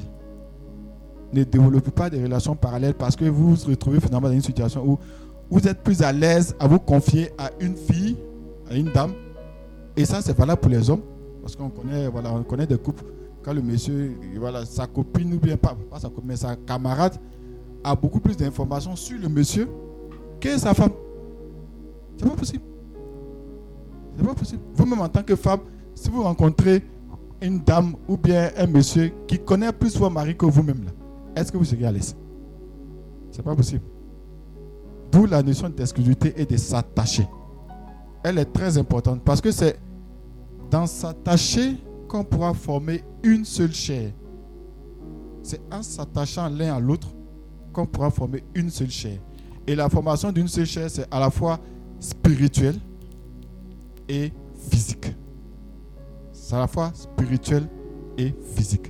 Ne développez pas des relations parallèles parce que vous vous retrouvez finalement dans une situation où vous êtes plus à l'aise à vous confier à une fille, à une dame. Et ça, c'est valable pour les hommes. Parce qu'on connaît, voilà, on connaît des couples. Quand le monsieur, voilà, sa copine, ou bien pas, pas sa copine, mais sa camarade, a beaucoup plus d'informations sur le monsieur que sa femme. C'est pas possible. C'est pas possible. Vous-même en tant que femme, si vous rencontrez une dame ou bien un monsieur qui connaît plus votre mari que vous-même là, est-ce que vous serez à l'aise? C'est pas possible. D'où la notion d'exclusivité et de s'attacher. Elle est très importante parce que c'est dans s'attacher qu'on pourra former une seule chair. C'est en s'attachant l'un à l'autre qu'on pourra former une seule chair. Et la formation d'une seule chair, c'est à la fois spirituelle et physique. C'est à la fois spirituel et physique.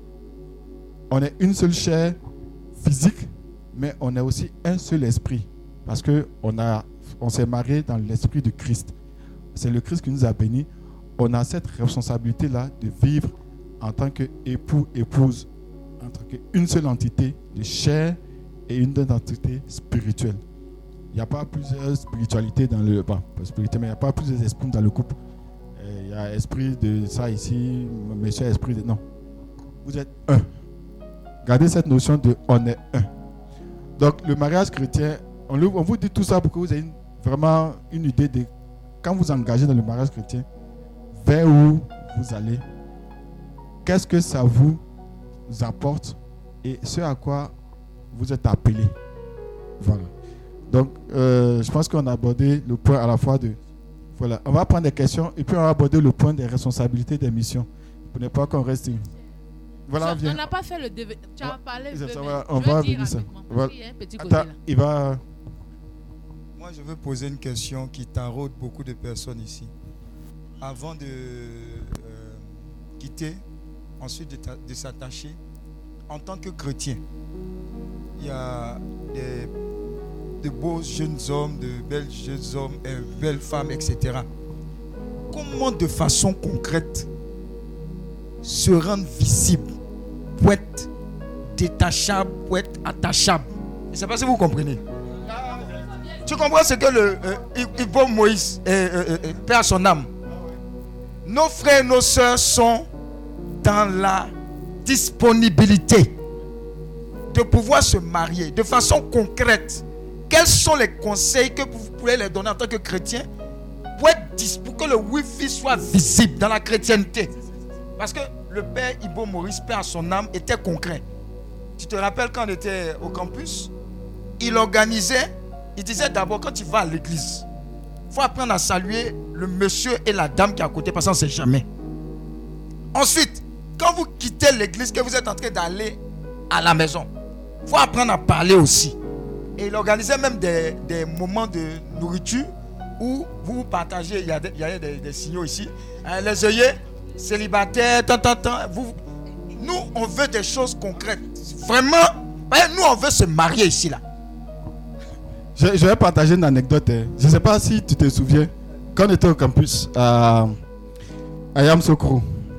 On est une seule chair physique, mais on est aussi un seul esprit. Parce qu'on a, on s'est marié dans l'esprit de Christ. C'est le Christ qui nous a bénis. On a cette responsabilité-là de vivre en tant qu'époux, épouse, en tant qu'une seule entité de chair et une entité spirituelle. Il n'y a pas plusieurs spiritualités dans le... Bon, pas spiritualité, mais il n'y a pas plusieurs esprits dans le couple. Il y il y a esprit de ça ici, monsieur esprit de... Non. Vous êtes un. Gardez cette notion de on est un. Donc le mariage chrétien, on, on vous dit tout ça pour que vous ayez une, vraiment une idée de quand vous engagez dans le mariage chrétien, vers où vous allez, qu'est-ce que ça vous apporte et ce à quoi vous êtes appelé. Voilà. Donc, euh, je pense qu'on a abordé le point à la fois de... Voilà, on va prendre des questions et puis on va aborder le point des responsabilités des missions. Pour ne pas qu'on reste... Voilà, on n'a pas fait le... Dev... Tu as parlé de... Ça, va, on va venir ça. Voilà. Il y a un petit Attends, côté là. il va... Moi, je veux poser une question qui taraude beaucoup de personnes ici. Avant de euh, quitter, ensuite de, ta- de s'attacher, en tant que chrétien, il y a des, de beaux jeunes hommes, de belles jeunes hommes, euh, belles femmes, et cetera. Comment de façon concrète se rendre visible pour être détachable, pour être attachable? Je ne sais pas si vous comprenez. Tu comprends ce que le euh, Ivo Moïse, euh, euh, euh, paix à son âme. Nos frères et nos sœurs sont dans la disponibilité de pouvoir se marier de façon concrète. Quels sont les conseils que vous pouvez leur donner en tant que chrétien pour, être, pour que le Wi-Fi soit visible dans la chrétienté? Parce que le père Ivo Maurice, paix à son âme, était concret. Tu te rappelles quand on était au campus, il organisait, il disait d'abord quand tu vas à l'église, il faut apprendre à saluer le monsieur et la dame qui est à côté parce qu'on ne sait jamais. Ensuite, quand vous quittez l'église, que vous êtes en train d'aller à la maison, il faut apprendre à parler aussi. Et il organisait même des, des moments de nourriture où vous vous partagez, il y a des, il y a des, des signaux ici, hein, les œillets, célibataires, tant, tant, tant, vous, nous on veut des choses concrètes. Vraiment, nous on veut se marier ici là. Je, je vais partager une anecdote. Hein. Je ne sais pas si tu te souviens, quand on était au campus à, à Yamoussoukro,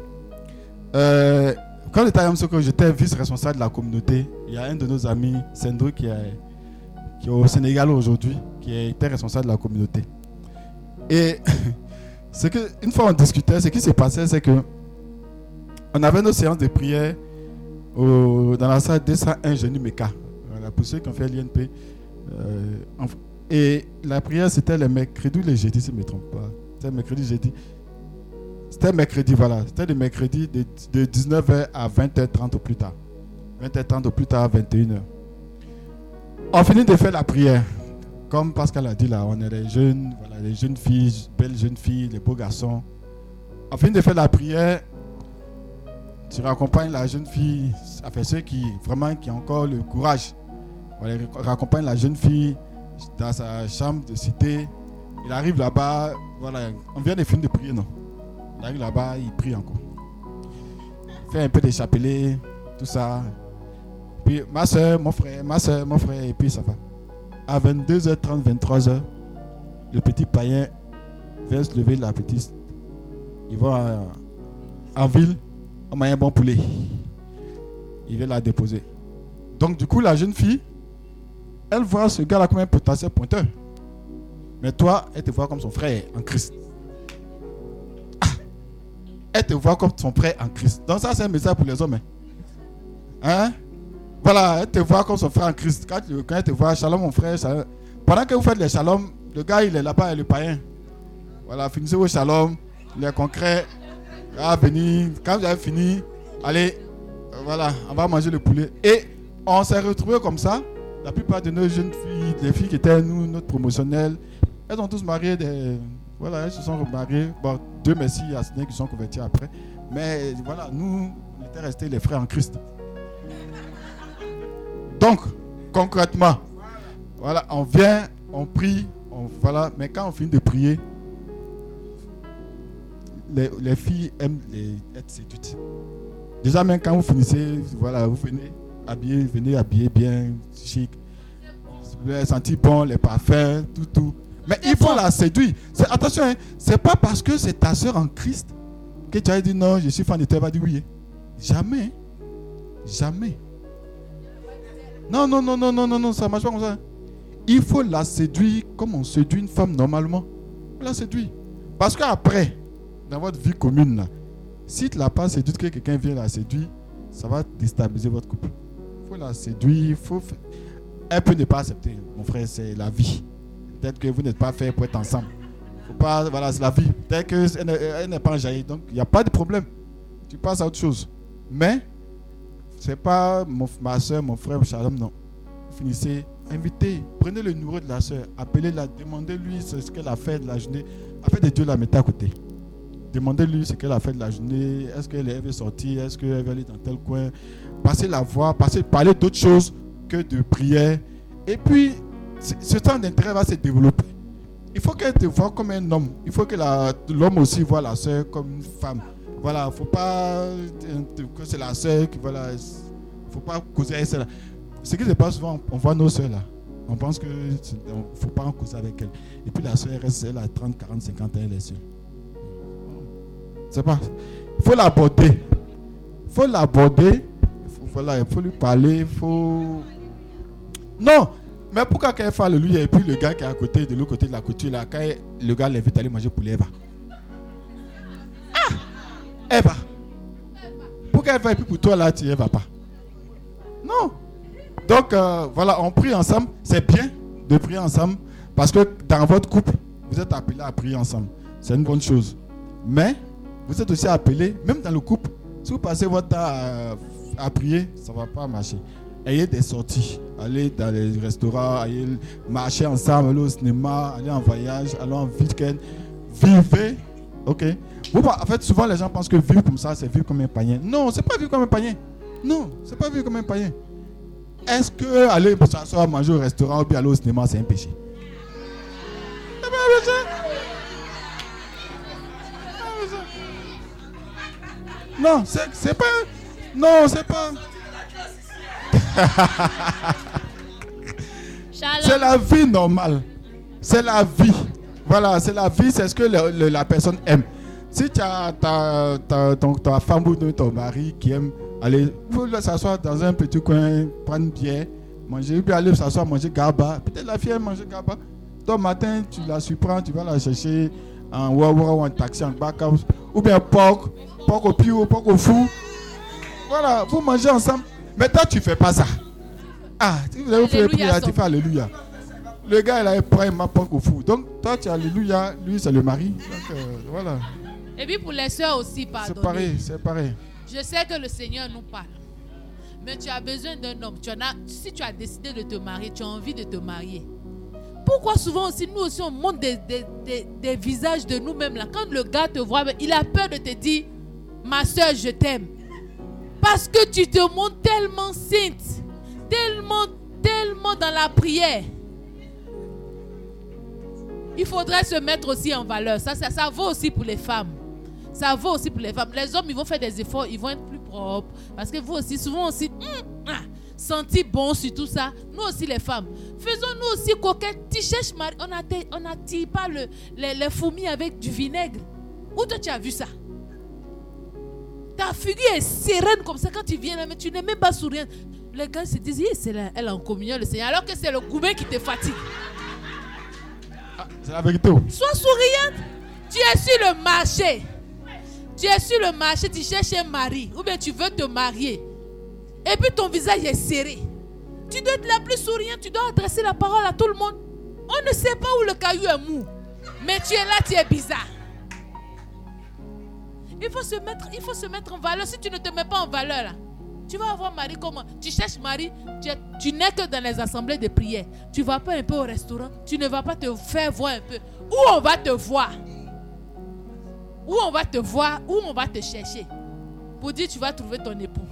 euh, quand on était à Yamoussoukro, j'étais vice-responsable de la communauté. Il y a un de nos amis, Sendro, qui est, qui est au Sénégal aujourd'hui, qui était responsable de la communauté. Et ce que, une fois on discutait, ce qui s'est passé, c'est que on avait nos séances de prière au, dans la salle deux cent un Genie Meka. Voilà, pour ceux qui ont fait l'I N P. Euh, et la prière c'était le mercredi ou le jeudi si je ne me trompe pas. C'était mercredi, jeudi. C'était mercredi, voilà. C'était le mercredi de, de dix-neuf heures à vingt heures trente au plus tard. vingt heures trente au plus tard à vingt et une heures. On finit de faire la prière. Comme Pascal a dit là, on est des jeunes, voilà, les jeunes filles, belles jeunes filles, les beaux garçons. On finit de faire la prière. Tu raccompagnes la jeune fille, enfin ceux qui vraiment qui ont encore le courage. On raccompagne la jeune fille dans sa chambre de cité. Il arrive là-bas, voilà, on vient de finir de prier, non? Il arrive là-bas, il prie encore. Il fait un peu de chapelet, tout ça. Puis ma soeur, mon frère, ma soeur, mon frère, et puis ça va. À vingt-deux heures trente, vingt-trois heures, le petit païen vient se lever, la petite. Il va en, en ville, on m'a un bon poulet. Il vient la déposer. Donc du coup, la jeune fille, elle voit ce gars-là comme un potentiel pointeur. Mais toi, elle te voit comme son frère en Christ. Ah, elle te voit comme son frère en Christ. Donc ça, c'est un message pour les hommes. Hein? Hein? Voilà, elle te voit comme son frère en Christ. Quand, tu, quand elle te voit, shalom mon frère, shalom. Pendant que vous faites les shalom, le gars, il est là-bas, il est le païen. Voilà, finissez vos shalom, les concrets. Ah, venez. Quand vous avez fini, allez, voilà, on va manger le poulet. Et on s'est retrouvés comme ça. La plupart de nos jeunes filles, les filles qui étaient nous, notre promotionnelle, elles ont tous marié des... Voilà, elles se sont remariées. Bon, Dieu merci à Seigneur qui sont convertis après. Mais voilà, nous, on était restés les frères en Christ. Donc, concrètement, voilà, on vient, on prie, on, voilà, mais quand on finit de prier, les, les filles aiment les, être séduites. Déjà, même quand vous finissez, voilà, vous venez habillé, venez habillé bien, chic, sentir bon, les parfums, tout, tout. Mais il faut la séduire. C'est, attention, hein, c'est pas parce que c'est ta soeur en Christ que tu as dit non, je suis fan de toi, va dire oui. Jamais. Jamais. Non, non, non, non, non, non, non, ça marche pas comme ça. Il faut la séduire comme on séduit une femme normalement. On la séduit. Parce qu'après, dans votre vie commune, là, si tu ne l'as pas séduite, que quelqu'un vient la séduire, ça va déstabiliser votre couple. Il faut la séduire, faut... Elle peut ne pas accepter, mon frère, c'est la vie. Peut-être que vous n'êtes pas fait pour être ensemble. Faut pas, voilà, c'est la vie. Peut-être qu'elle n'est pas enjaillie, donc il n'y a pas de problème. Tu passes à autre chose. Mais, ce n'est pas mon, ma soeur, mon frère, Shalom, non. Vous finissez, invitez, prenez le numéro de la soeur, appelez-la, demandez-lui ce qu'elle a fait de la journée. Afin de Dieu, la mettez à côté. Demandez-lui ce qu'elle a fait de la journée. Est-ce qu'elle veut sortir? Est-ce qu'elle veut aller dans tel coin? Passez la voir, passez, parler d'autres choses que de prière. Et puis, ce temps d'intérêt va se développer. Il faut qu'elle te voie comme un homme. Il faut que la, l'homme aussi voit la soeur comme une femme. Voilà, il ne faut pas que c'est la soeur qui, voilà, il ne faut pas causer avec celle-là. Ce qui se passe souvent, on voit nos soeurs là. On pense qu'il ne faut pas en causer avec elle. Et puis la soeur reste, elle a trente, quarante, cinquante ans, elle est seule. C'est pas. Il faut l'aborder. Il faut l'aborder. Il faut, voilà, il faut lui parler. Il faut. Non! Mais pourquoi quand elle fait alléluia et puis le gars qui est à côté, de l'autre côté de la couture, là, quand elle, le gars l'invite à aller manger poulet, elle va. Ah! Elle va. Pourquoi elle va et puis pour toi là, tu ne vas pas? Non! Donc euh, voilà, on prie ensemble. C'est bien de prier ensemble parce que dans votre couple, vous êtes appelés à prier ensemble. C'est une bonne chose. Mais vous êtes aussi appelés, même dans le couple, si vous passez votre temps à, à prier, ça ne va pas marcher. Ayez des sorties. Allez dans les restaurants, allez marcher ensemble, allez au cinéma, allez en voyage, allez en week-end. Vivez. Ok? Vous, en fait, souvent les gens pensent que vivre comme ça, c'est vivre comme un païen. Non, c'est pas vivre comme un païen. Non, c'est pas vivre comme un païen. Est-ce que aller s'asseoir manger au restaurant ou bien aller au cinéma, c'est un péché? C'est pas un péché? Non, c'est, c'est pas. Non, c'est pas. C'est la vie normale. C'est la vie. Voilà, c'est la vie, c'est ce que le, le, la personne aime. Si tu as ta, ta, ton, ta femme ou ton mari qui aime aller s'asseoir dans un petit coin, prendre une bière, manger, puis aller s'asseoir, manger gaba. Peut-être la fille aime manger gaba. Ton matin, tu la surprends, tu vas la chercher en wawa ou en taxi, en backhouse, ou bien porc, porc au pio, porc au fou. Voilà, vous mangez ensemble. Mais toi, tu ne fais pas ça. Ah, si vous avez fait le prière, tu fais alléluia. Le gars, il a pris ma porc au fou. Donc, toi, tu as alléluia, lui, c'est le mari. Donc, euh, voilà. Et puis pour les soeurs aussi, pardon. C'est pareil, c'est pareil. Je sais que le Seigneur nous parle. Mais tu as besoin d'un homme. Tu en as, si tu as décidé de te marier, tu as envie de te marier. Pourquoi souvent aussi, nous aussi, on montre des, des, des, des visages de nous-mêmes là. Quand le gars te voit, il a peur de te dire, ma soeur, je t'aime. Parce que tu te montres tellement sainte, tellement, tellement dans la prière. Il faudrait se mettre aussi en valeur. Ça, ça, ça vaut aussi pour les femmes. Ça vaut aussi pour les femmes. Les hommes, ils vont faire des efforts, ils vont être plus propres. Parce que vous aussi, souvent aussi, hum, ah, sentir bon sur tout ça. Nous aussi, les femmes. Faisons-nous aussi coquettes. Tu cherches mari. On n'attire pas le, les, les fourmis avec du vinaigre. Où toi, tu as vu ça? Ta figure est sereine comme ça quand tu viens là, mais tu n'es même pas souriante. Les gars se disent, c'est là, elle est en communion, le Seigneur. Alors que c'est le gourmet qui te fatigue. Ah, c'est la vérité. Sois souriante. Tu es sur le marché. Tu es sur le marché, tu cherches un mari. Ou bien tu veux te marier. Et puis ton visage est serré. Tu dois être la plus souriante. Tu dois adresser la parole à tout le monde. On ne sait pas où le caillou est mou. Mais tu es là, tu es bizarre. Il faut se mettre, il faut se mettre en valeur. Si tu ne te mets pas en valeur, là, tu vas avoir mari comment? Tu cherches mari, tu, tu n'es que dans les assemblées de prière. Tu ne vas pas un peu au restaurant. Tu ne vas pas te faire voir un peu. Où on va te voir? Où on va te voir? Où on va te chercher? Pour dire tu vas trouver ton époux.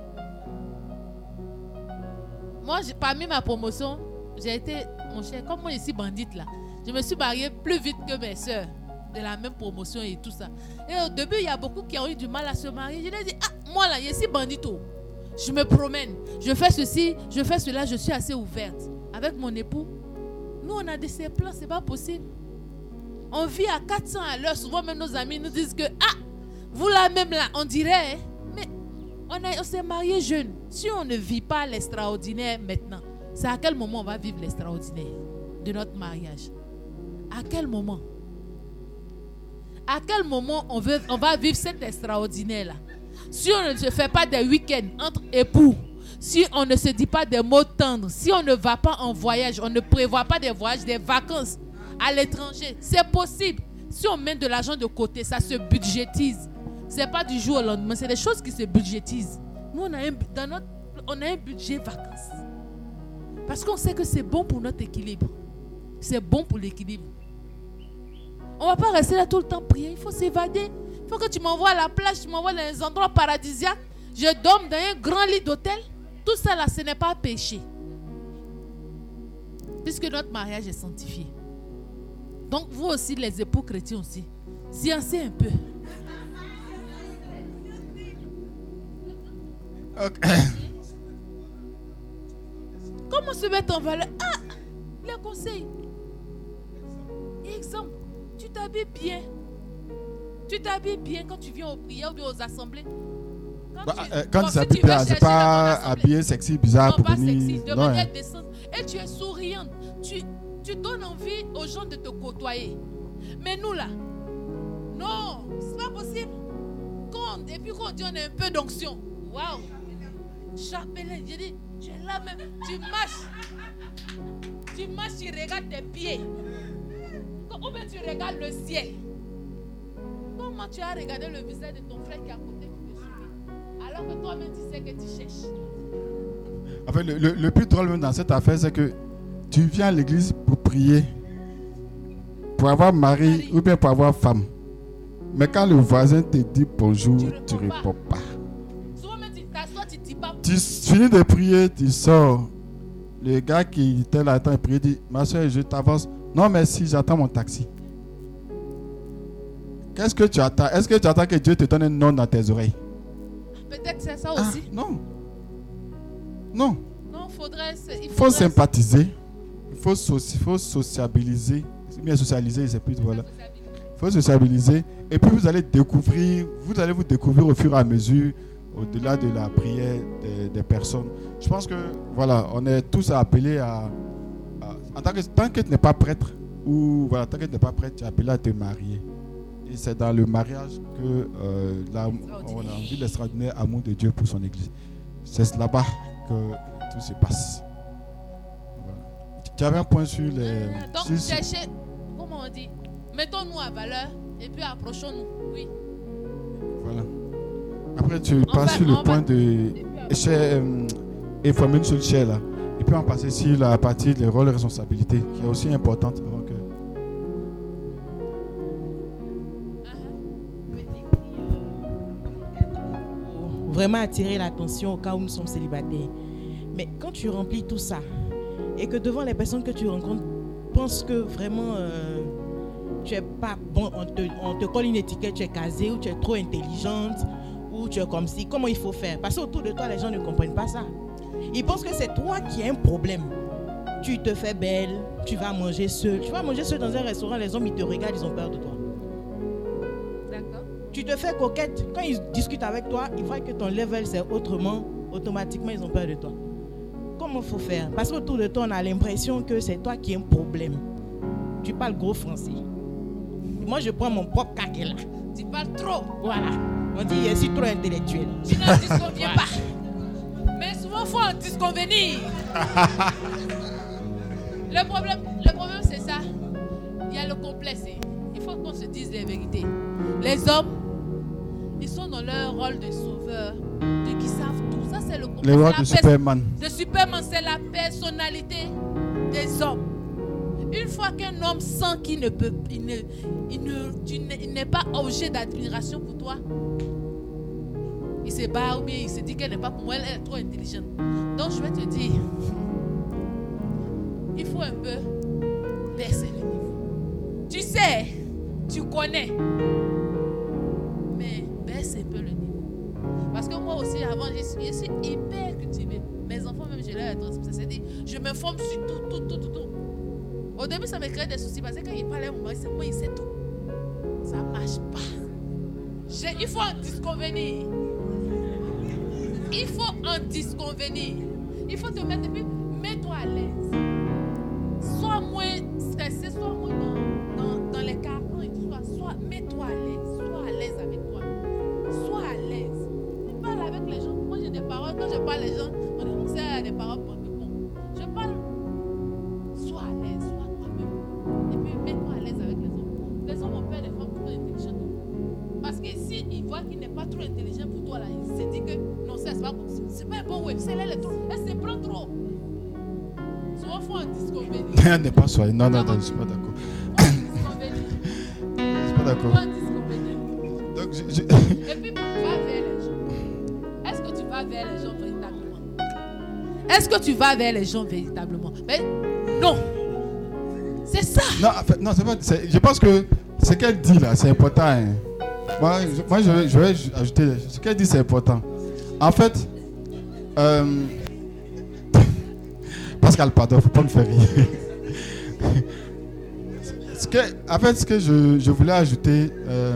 Moi, parmi ma promotion, j'ai été, mon cher, comme moi ici bandite là, je me suis mariée plus vite que mes soeurs de la même promotion et tout ça. Et au début, il y a beaucoup qui ont eu du mal à se marier. Je leur ai dit, ah, moi là, je suis bandito. Je me promène, je fais ceci, je fais cela, je suis assez ouverte. Avec mon époux, nous on a de ces plans, c'est pas possible. On vit à quatre cents à l'heure. Souvent même nos amis nous disent que, ah, vous là même là, on dirait, hein, mais on, a, on s'est marié jeune. Si on ne vit pas l'extraordinaire maintenant, c'est à quel moment on va vivre l'extraordinaire de notre mariage? À quel moment? À quel moment on, veut, on va vivre cet extraordinaire-là? Si on ne se fait pas des week-ends entre époux, si on ne se dit pas des mots tendres, si on ne va pas en voyage, on ne prévoit pas des voyages, des vacances à l'étranger, c'est possible. Si on met de l'argent de côté, ça se budgétise. Ce n'est pas du jour au lendemain, c'est des choses qui se budgétisent. Nous, on a un, dans notre, on a un budget vacances. Parce qu'on sait que c'est bon pour notre équilibre. C'est bon pour l'équilibre. On ne va pas rester là tout le temps prier. Il faut s'évader. Il faut que tu m'envoies à la plage, tu m'envoies dans les endroits paradisiaques. Je dorme dans un grand lit d'hôtel. Tout ça là, ce n'est pas péché. Puisque notre mariage est sanctifié. Donc vous aussi, les époux chrétiens aussi, sciencez un peu. Okay. Comment se mettre en valeur? Ah, les conseils. Exemple, tu t'habilles bien. Tu t'habilles bien quand tu viens aux prières ou aux assemblées. Quand bah, tu, euh, quand quand tu s'habilles bien, c'est pas habillé sexy, bizarre non, pour pas venir. Sexy, de non, manière hein. décente. Et tu es souriante. Tu, tu donnes envie aux gens de te côtoyer. Mais nous là, non, c'est pas possible. Quand, et puis quand on dit on a un peu d'onction, waouh, chapelain, j'ai dit, tu es là même, tu marches, tu marches, tu regardes tes pieds, ou bien tu regardes le ciel. Comment tu as regardé le visage de ton frère qui est à côté qui te suit, alors que toi-même tu sais que tu cherches. En fait, le, le, le plus drôle même dans cette affaire, c'est que tu viens à l'église pour prier, pour avoir mari, mari. ou bien pour avoir femme. Mais quand le voisin te dit bonjour, tu ne réponds pas. Souvent, tu t'assois, tu dis pas. Tu finis de prier, tu sors. Le gars qui était là, attend et prier, dit, ma soeur, je t'avance. Non, merci, j'attends mon taxi. Qu'est-ce que tu attends? Est-ce que tu attends que Dieu te donne un nom dans tes oreilles? Peut-être c'est ça ah, aussi. Non. Non. Non, faudrait. Il faut sympathiser. Il faut, soci, faut sociabiliser. Bien socialiser, c'est plus voilà. Il faut sociabiliser. Et puis vous allez découvrir, vous allez vous découvrir au fur et à mesure, au-delà de la prière des, des personnes. Je pense que voilà, on est tous appelés à, à en tant que tant que tu n'es pas prêtre ou voilà, tant que tu n'es pas prêtre, tu es appelé à te marier. Et c'est dans le mariage que euh, là, on a envie l'extraordinaire amour de Dieu pour son Église. C'est là-bas que tout se passe. Voilà. Tu avais un point sur les. Euh, donc sur, cherchez, comment on dit, mettons-nous à valeur et puis approchons-nous. Oui. Voilà. Après, tu on passes va, sur le on point va... de euh, informer une seule chair là. Et puis on passe sur la partie des rôles et responsabilités qui est aussi importante. Donc, euh... vraiment attirer l'attention au cas où nous sommes célibataires. Mais quand tu remplis tout ça et que devant les personnes que tu rencontres pensent que vraiment euh, tu es pas bon, on te, on te colle une étiquette, tu es casée ou tu es trop intelligente ou tu es comme si, comment il faut faire? Parce qu'autour de toi, les gens ne comprennent pas ça. Ils pensent que c'est toi qui as un problème. Tu te fais belle, tu vas manger seul. Tu vas manger seul dans un restaurant, les hommes ils te regardent, ils ont peur de toi. Tu te fais coquette, quand ils discutent avec toi, ils voient que ton level c'est autrement, automatiquement ils ont peur de toi. Comment il faut faire? Parce qu'autour de toi, on a l'impression que c'est toi qui as un problème. Tu parles gros français. Moi, je prends mon propre caquet là. Tu parles trop. Voilà. On dit, je suis trop intellectuel. Tu n'en disconviens pas. Mais souvent, il faut en disconvenir. le problème, le problème c'est ça. Il y a le complexe. Il faut qu'on se dise les vérités. Les hommes, ils sont dans leur rôle de sauveur, de qui savent tout. Ça, c'est le le rôle de Superman. De Superman, c'est la personnalité des hommes. Une fois qu'un homme sent qu'il ne peut, il ne, il ne, tu ne, il n'est pas objet d'admiration pour toi, il se barre ou bien il se dit qu'elle n'est pas pour moi, elle est trop intelligente. Donc je vais te dire, il faut un peu baisser le niveau. Tu sais, tu connais, mais baisse un peu le niveau. Parce que moi aussi, avant, je suis, je suis hyper cultivée. Mes enfants, même, je leur ai transmis. C'est-à-dire, je me forme sur tout, tout, tout, tout, tout. Au début, ça me crée des soucis parce que quand il parlait à mon mari, c'est moi, il sait tout. Ça ne marche pas. J'ai, il faut en disconvenir. Il faut en disconvenir. Il faut te mettre, et puis, mets-toi à l'aise. Sois moins stressé, sois moins dans, dans, dans les cartons et tout ça. Sois, mets-toi à l'aise. quand je parle, les gens, on dit, on sait des paroles pour que bon. Je parle, sois à l'aise, sois toi-même. Et puis, mets-toi à l'aise avec les hommes. Les hommes ont peur des femmes trop intelligentes. Parce que si ils voient qu'il n'est pas trop intelligent pour toi, là, il se dit que non, ça, c'est pas comme ça. C'est pas un bon web, c'est là, elle est trop. Elle se prend trop. Souvent, il faut un disco béni. Elle n'est pas soignée. Non, non, non, je ne suis pas d'accord. Je ne suis pas d'accord. Donc, je, je... Et puis, va vers les gens. Est-ce que tu vas vers les gens véritablement? Est-ce que tu vas vers les gens véritablement? Mais non. C'est ça. Non, en fait, non, c'est pas. C'est, je pense que ce qu'elle dit là, c'est important. Hein. Moi, je, moi, je, vais, je vais ajouter. Ce qu'elle dit, c'est important. En fait, euh, Pascal, pardon, il ne faut pas me faire rire. Ce que, en fait, ce que je, je voulais ajouter, euh,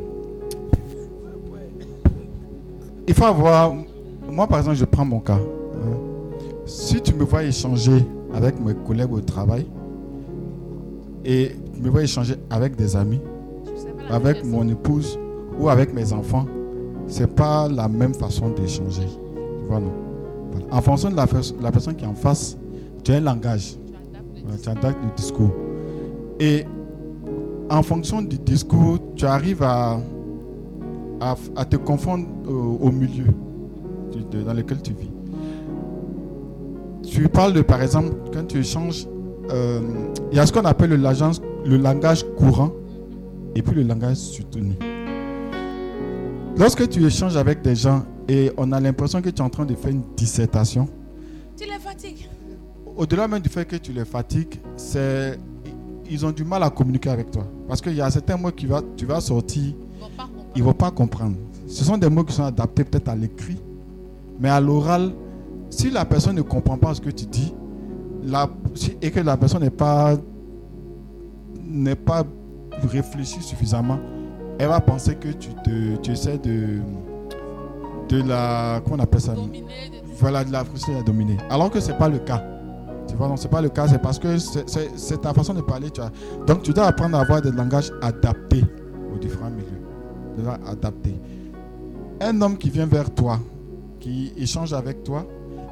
il faut avoir. Moi, par exemple, je prends mon cas. Hein. Si tu me vois échanger avec mes collègues au travail et tu me vois échanger avec des amis, avec mon épouse ou avec mes enfants, c'est pas la même façon d'échanger. Voilà. Voilà. En fonction de la, la personne qui est en face, tu as un langage. Voilà, tu adaptes le discours. Et en fonction du discours, tu arrives à, à, à te confondre au, au milieu de, dans lequel tu vis. Tu parles de, par exemple, quand tu échanges, euh, il y a ce qu'on appelle le, le langage courant et puis le langage soutenu. Lorsque tu échanges avec des gens et on a l'impression que tu es en train de faire une dissertation, tu les fatigues. Au-delà même du fait que tu les fatigues, c'est, ils ont du mal à communiquer avec toi. Parce qu'il y a certains mots que va, tu vas sortir, ils ne vont pas comprendre. Ce sont des mots qui sont adaptés peut-être à l'écrit, mais à l'oral, si la personne ne comprend pas ce que tu dis, la, si, et que la personne n'est pas, n'est pas réfléchie suffisamment, elle va penser que tu, te, tu essaies de, de la, comment on appelle ça, dominer, de... voilà, de la frustrer, de la dominer. Alors que ce n'est pas le cas. Tu vois, non, ce n'est pas le cas, c'est parce que c'est, c'est, c'est ta façon de parler. Tu as, donc tu dois apprendre à avoir des langages adaptés aux différents milieux. Tu dois adapter. Un homme qui vient vers toi, qui échange avec toi,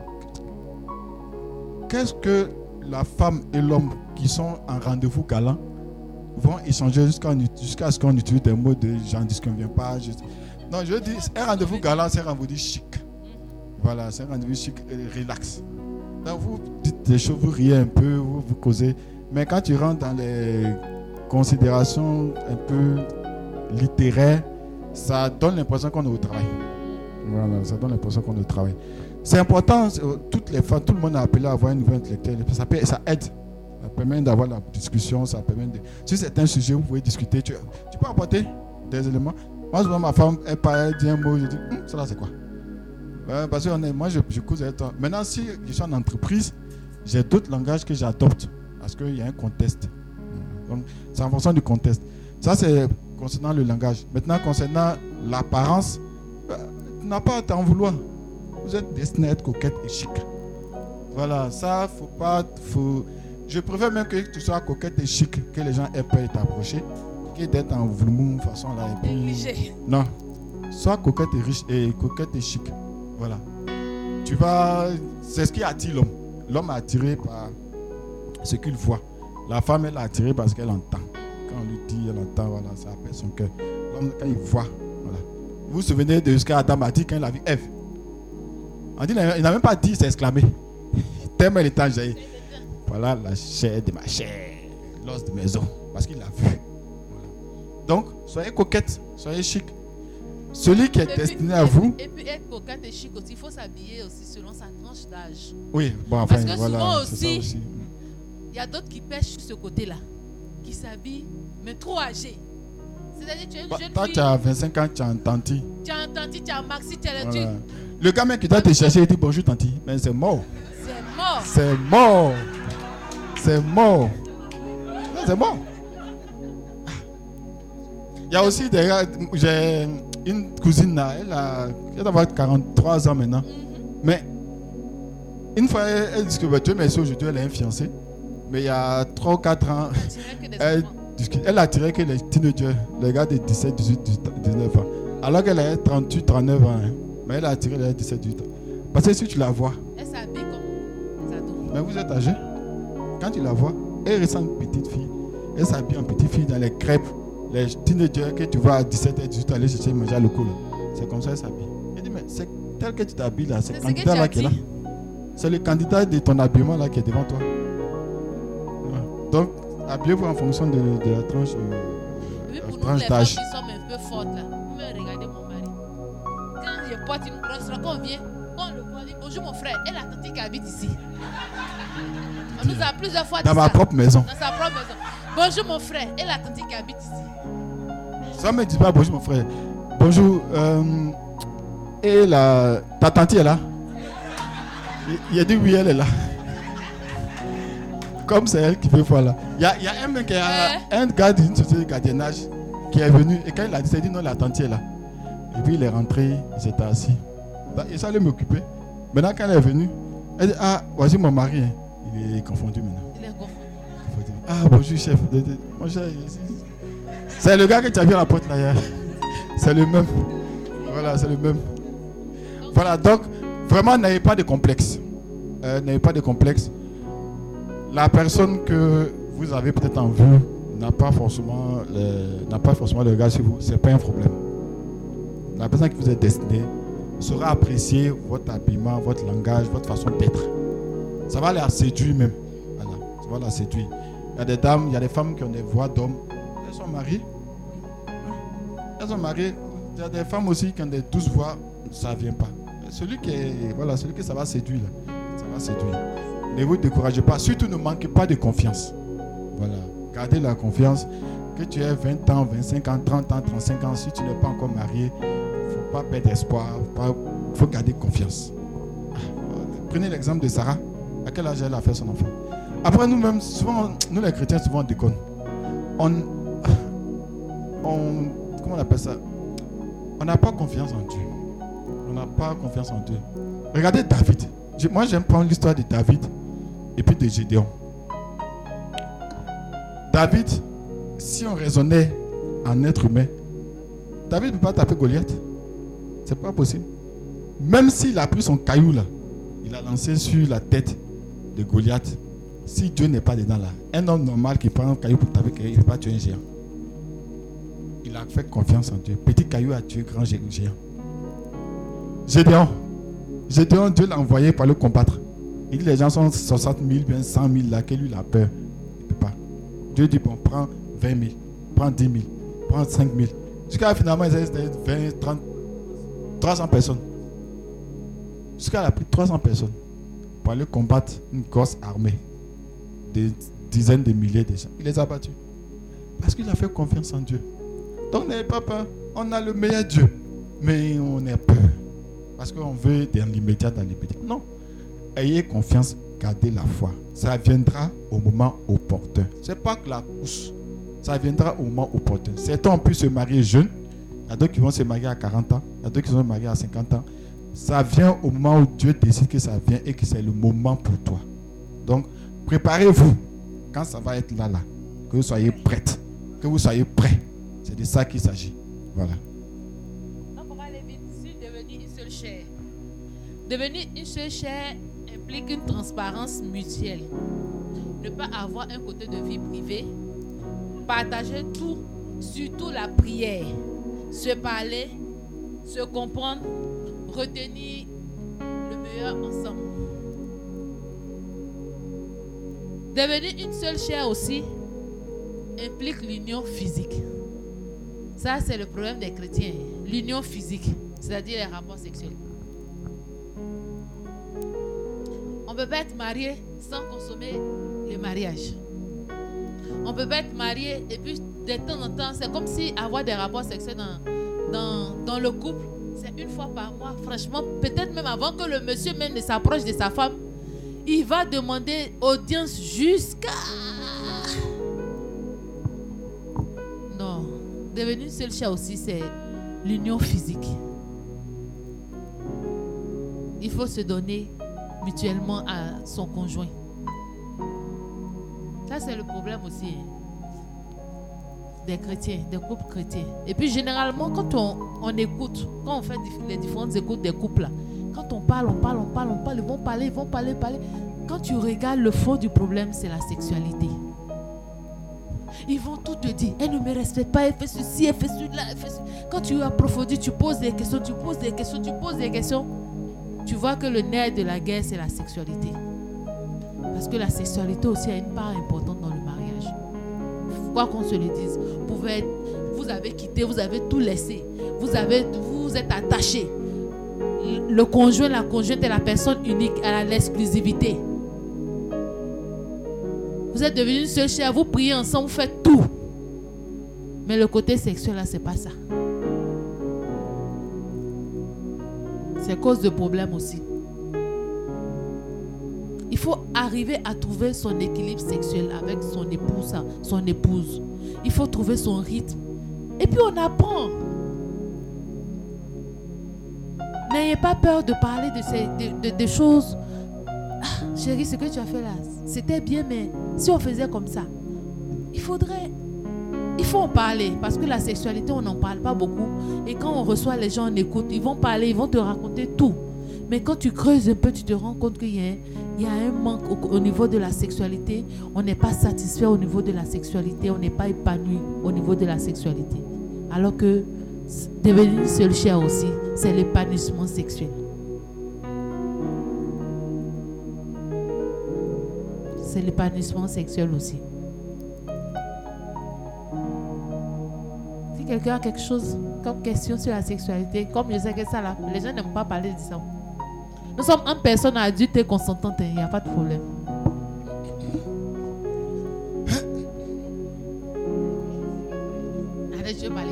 qu'est-ce que la femme et l'homme qui sont en rendez-vous galant vont échanger jusqu'à, jusqu'à ce qu'on utilise des mots de j'en disconviens pas. Je... Non, je dis, un rendez-vous galant, c'est un rendez-vous chic. Voilà, c'est un rendez-vous chic et relax. Donc vous dites des choses, vous riez un peu, vous, vous causez. Mais quand tu rentres dans les considérations un peu littéraires, ça donne l'impression qu'on est au travail. Voilà, ça donne l'impression qu'on est au travail. C'est important, toutes les femmes, tout le monde a appelé à avoir un niveau intellectuel. Ça, peut, ça aide. Ça permet d'avoir la discussion, ça permet de... Sur certains sujets, vous pouvez discuter. Tu, tu peux apporter des éléments. Moi, souvent, ma femme, elle parle, elle dit un mot, je dis, hm, ça là, c'est quoi? Ouais, parce que on est, moi, je, je cause avec toi. Maintenant, si je suis en entreprise, j'ai d'autres langages que j'adopte parce qu'il y a un contexte. Donc, c'est en fonction du contexte. Ça, c'est concernant le langage. Maintenant, concernant l'apparence, tu n'as pas à t'en vouloir. Vous êtes destiné à être coquette et chic. Voilà, ça, faut pas. Faut... Je préfère même que tu sois coquette et chic, que les gens aient peur de t'approcher, que d'être en vloumou, façon là. Et puis... Non. Sois coquette et riche et coquette et chic. Voilà. Tu vas. C'est ce qui attire l'homme. L'homme est attiré par ce qu'il voit. La femme, elle est attirée parce qu'elle entend. Quand on lui dit, elle entend, voilà, ça appelle son cœur. L'homme, quand il voit, voilà. Vous vous souvenez de ce qu'Adam a dit quand il a vu Ève? On dit, il n'a même pas dit, il s'est exclamé. Tellement il était enjaillé. Voilà la chair de ma chair, l'os de mes os. Parce qu'il l'a vu. Voilà. Donc, soyez coquette, soyez chic. Celui qui est et destiné puis, à vous. Et puis être coquette et chic aussi, il faut s'habiller aussi selon sa tranche d'âge. Oui, bon, enfin, parce que voilà, souvent c'est aussi, ça aussi. Il y a d'autres qui pêchent sur ce côté-là, qui s'habillent, mais trop âgés. C'est-à-dire que tu es une Bah, jeune toi, fille. tu as vingt-cinq ans, tu as un tanti. Tu as un tanti, tu as un maxi, tu as le Voilà. truc. Le gamin qui doit te chercher, il dit bonjour tanti. Mais c'est mort. C'est mort. C'est mort. C'est mort. Non, c'est mort. Il y a aussi des gars. J'ai une cousine là, elle a, elle doit avoir quarante-trois ans maintenant. Mais une fois, elle, elle dit que bah, Dieu merci, aujourd'hui, elle a un fiancé. Mais il y a trois ou quatre ans, elle, elle attirait que les teenagers, les gars de dix-sept, dix-huit, dix-neuf ans. Alors qu'elle a trente-huit, trente-neuf ans. Hein. Mais elle a attiré les dix-sept, dix-huit ans. Parce que si tu la vois, Elle s'habille comme les ados. mais vous êtes âgé. Quand tu la vois, elle ressemble à une petite fille. Elle s'habille en petite fille dans les crêpes. Les teenagers que tu vois à dix-sept heures, dix-huit heures aller chercher manger à l'eau. C'est comme ça qu'elle s'habille. Je dis, mais c'est tel que tu t'habilles là, c'est le candidat là qui est là. C'est le candidat de ton habillement là qui est devant toi. Ouais. Donc, habillez-vous en fonction de, de la tranche, euh, Oui, pour la nous, tranche les femmes d'âge. qui sommes un peu fortes là, vous me regardez mon mari. Quand je porte une grosse robe, quand on vient, quand on le voit, on dit bonjour mon frère, et la tante qui habite ici. On nous a plusieurs fois dit Dans ma ça. propre maison. Dans sa propre maison. Bonjour mon frère, et la tante qui habite ici. Ça ne me dit pas bonjour mon frère. Bonjour. Euh, et la, ta tante est là. Il, il a dit oui, elle est là. Comme c'est elle qui fait foi là. Il y a, il y a un mec qui a un gars d'une société de gardiennage qui est venu et quand il a dit, il a dit non, la tante est là. Et puis il est rentré, il s'était assis. Et ça allait m'occuper. Maintenant quand elle est venue, elle dit ah, voici mon mari. Hein. Il est confondu maintenant. Il est confondu. Ah bonjour chef. Mon cher, c'est le gars que tu as vu à la porte là hier. C'est le même. Voilà, c'est le même. Voilà, donc vraiment n'ayez pas de complexe. Euh, n'ayez pas de complexe. La personne que vous avez peut-être en vue n'a pas forcément le, n'a pas forcément le regard sur vous. C'est pas un problème. La personne qui vous est destinée saura apprécier votre habillement, votre langage, votre façon d'être. Ça va la séduire même. Voilà, ça va la séduire. Il y a des dames, il y a des femmes qui ont des voix d'hommes. Elles sont mariées. Elles sont mariées. Il y a des femmes aussi qui ont des douces voix. Ça ne vient pas. Celui qui est, voilà, celui que ça va séduire, là, ça va séduire. Ne vous découragez pas. Surtout ne manquez pas de confiance. Voilà. Gardez la confiance. Que tu aies vingt ans, vingt-cinq ans, trente ans, trente-cinq ans, si tu n'es pas encore marié, il ne faut pas perdre espoir. Il faut garder confiance. Prenez l'exemple de Sarah. À quel âge elle a fait son enfant? Après, nous-mêmes, souvent, nous les chrétiens, souvent on déconne. On, on, comment on appelle ça? On n'a pas confiance en Dieu. On n'a pas confiance en Dieu. Regardez David. Moi, j'aime prendre l'histoire de David et puis de Gédéon. David, si on raisonnait en être humain, David ne peut pas taper Goliath. C'est pas possible. Même s'il a pris son caillou là, il a lancé sur la tête de Goliath. Si Dieu n'est pas dedans là, un homme normal qui prend un caillou pour taper quelqu'un, il ne peut pas tuer un géant. Il a fait confiance en Dieu. Petit caillou a tué grand géant. Gédéon. Gédéon, Dieu l'a envoyé pour le combattre. Il dit les gens sont soixante mille, bien cent mille là, que lui il a peur. Il ne peut pas. Dieu dit bon, prends vingt mille, prends dix mille, prends cinq mille. Jusqu'à finalement, il c'était vingt, trente, trois cents personnes. Jusqu'à la plus de trois cents personnes pour aller combattre une grosse armée. Des dizaines de milliers de gens. Il les a battus. Parce qu'il a fait confiance en Dieu. Donc n'ayez pas peur. On a le meilleur Dieu. Mais on a peur. Parce qu'on veut dans l'immédiat, dans l'immédiat. Non. Ayez confiance, gardez la foi. Ça viendra au moment opportun. Ce n'est pas que la course. Ça viendra au moment opportun. Certains ont pu se marier jeunes. Il y a d'autres qui vont se marier à quarante ans. Il y a d'autres qui vont se marier à cinquante ans. Ça vient au moment où Dieu décide que ça vient et que c'est le moment pour toi. Donc, préparez-vous quand ça va être là, là. Que vous soyez prête. Que vous soyez prêts. C'est de ça qu'il s'agit. Voilà. Donc, on va aller vite sur devenir une seule chair. Devenir une seule chair implique une transparence mutuelle. Ne pas avoir un côté de vie privée. Partager tout, surtout la prière. Se parler, se comprendre, retenir le meilleur ensemble. Devenir une seule chair aussi implique l'union physique. Ça, c'est le problème des chrétiens. L'union physique, c'est-à-dire les rapports sexuels. On ne peut pas être marié sans consommer le mariage. On ne peut pas être marié et puis de temps en temps, c'est comme si avoir des rapports sexuels dans, dans, dans le couple, c'est une fois par mois. Franchement, peut-être même avant que le monsieur même ne s'approche de sa femme, il va demander audience jusqu'à... Non. Devenir seul chat aussi, c'est l'union physique. Il faut se donner mutuellement à son conjoint. Ça, c'est le problème aussi hein, des chrétiens, des couples chrétiens. Et puis, généralement, quand on, on écoute, quand on fait les différentes écoutes des couples, là, Quand on parle, on parle, on parle, on parle, ils vont parler, ils vont parler, parler. Quand tu regardes le fond du problème, c'est la sexualité. Ils vont tout te dire. Elle ne me respecte pas, elle fait ceci, elle fait cela, elle fait ceci. Quand tu approfondis, tu poses des questions, tu poses des questions, tu poses des questions. Tu vois que le nerf de la guerre, c'est la sexualité. Parce que la sexualité aussi a une part importante dans le mariage. Quoi qu'on se le dise, vous, pouvez être, vous avez quitté, vous avez tout laissé. Vous, avez, vous êtes attaché. Le conjoint, la conjointe est la personne unique, elle a l'exclusivité. Vous êtes devenus une seule chair, vous priez ensemble, vous faites tout. Mais le côté sexuel, là, c'est pas ça. C'est cause de problème aussi. Il faut arriver à trouver son équilibre sexuel avec son épouse, son épouse. Il faut trouver son rythme. Et puis on apprend. N'ayez pas peur de parler de ces de, de, de choses. Ah, chérie, ce que tu as fait là, c'était bien, mais si on faisait comme ça, il faudrait... Il faut en parler, parce que la sexualité, on n'en parle pas beaucoup. Et quand on reçoit les gens, on écoute, ils vont parler, ils vont te raconter tout. Mais quand tu creuses un peu, tu te rends compte qu'il y a, il y a un manque au, au niveau de la sexualité. On n'est pas satisfait au niveau de la sexualité, on n'est pas épanoui au niveau de la sexualité. Alors que devenir une seule chair aussi, c'est l'épanouissement sexuel. C'est l'épanouissement sexuel aussi. Si quelqu'un a quelque chose comme question sur la sexualité, comme je sais que ça là, les gens n'aiment pas parler de ça. Nous sommes en personne adulte et consentante, il n'y a pas de problème. Allez, je vais parler.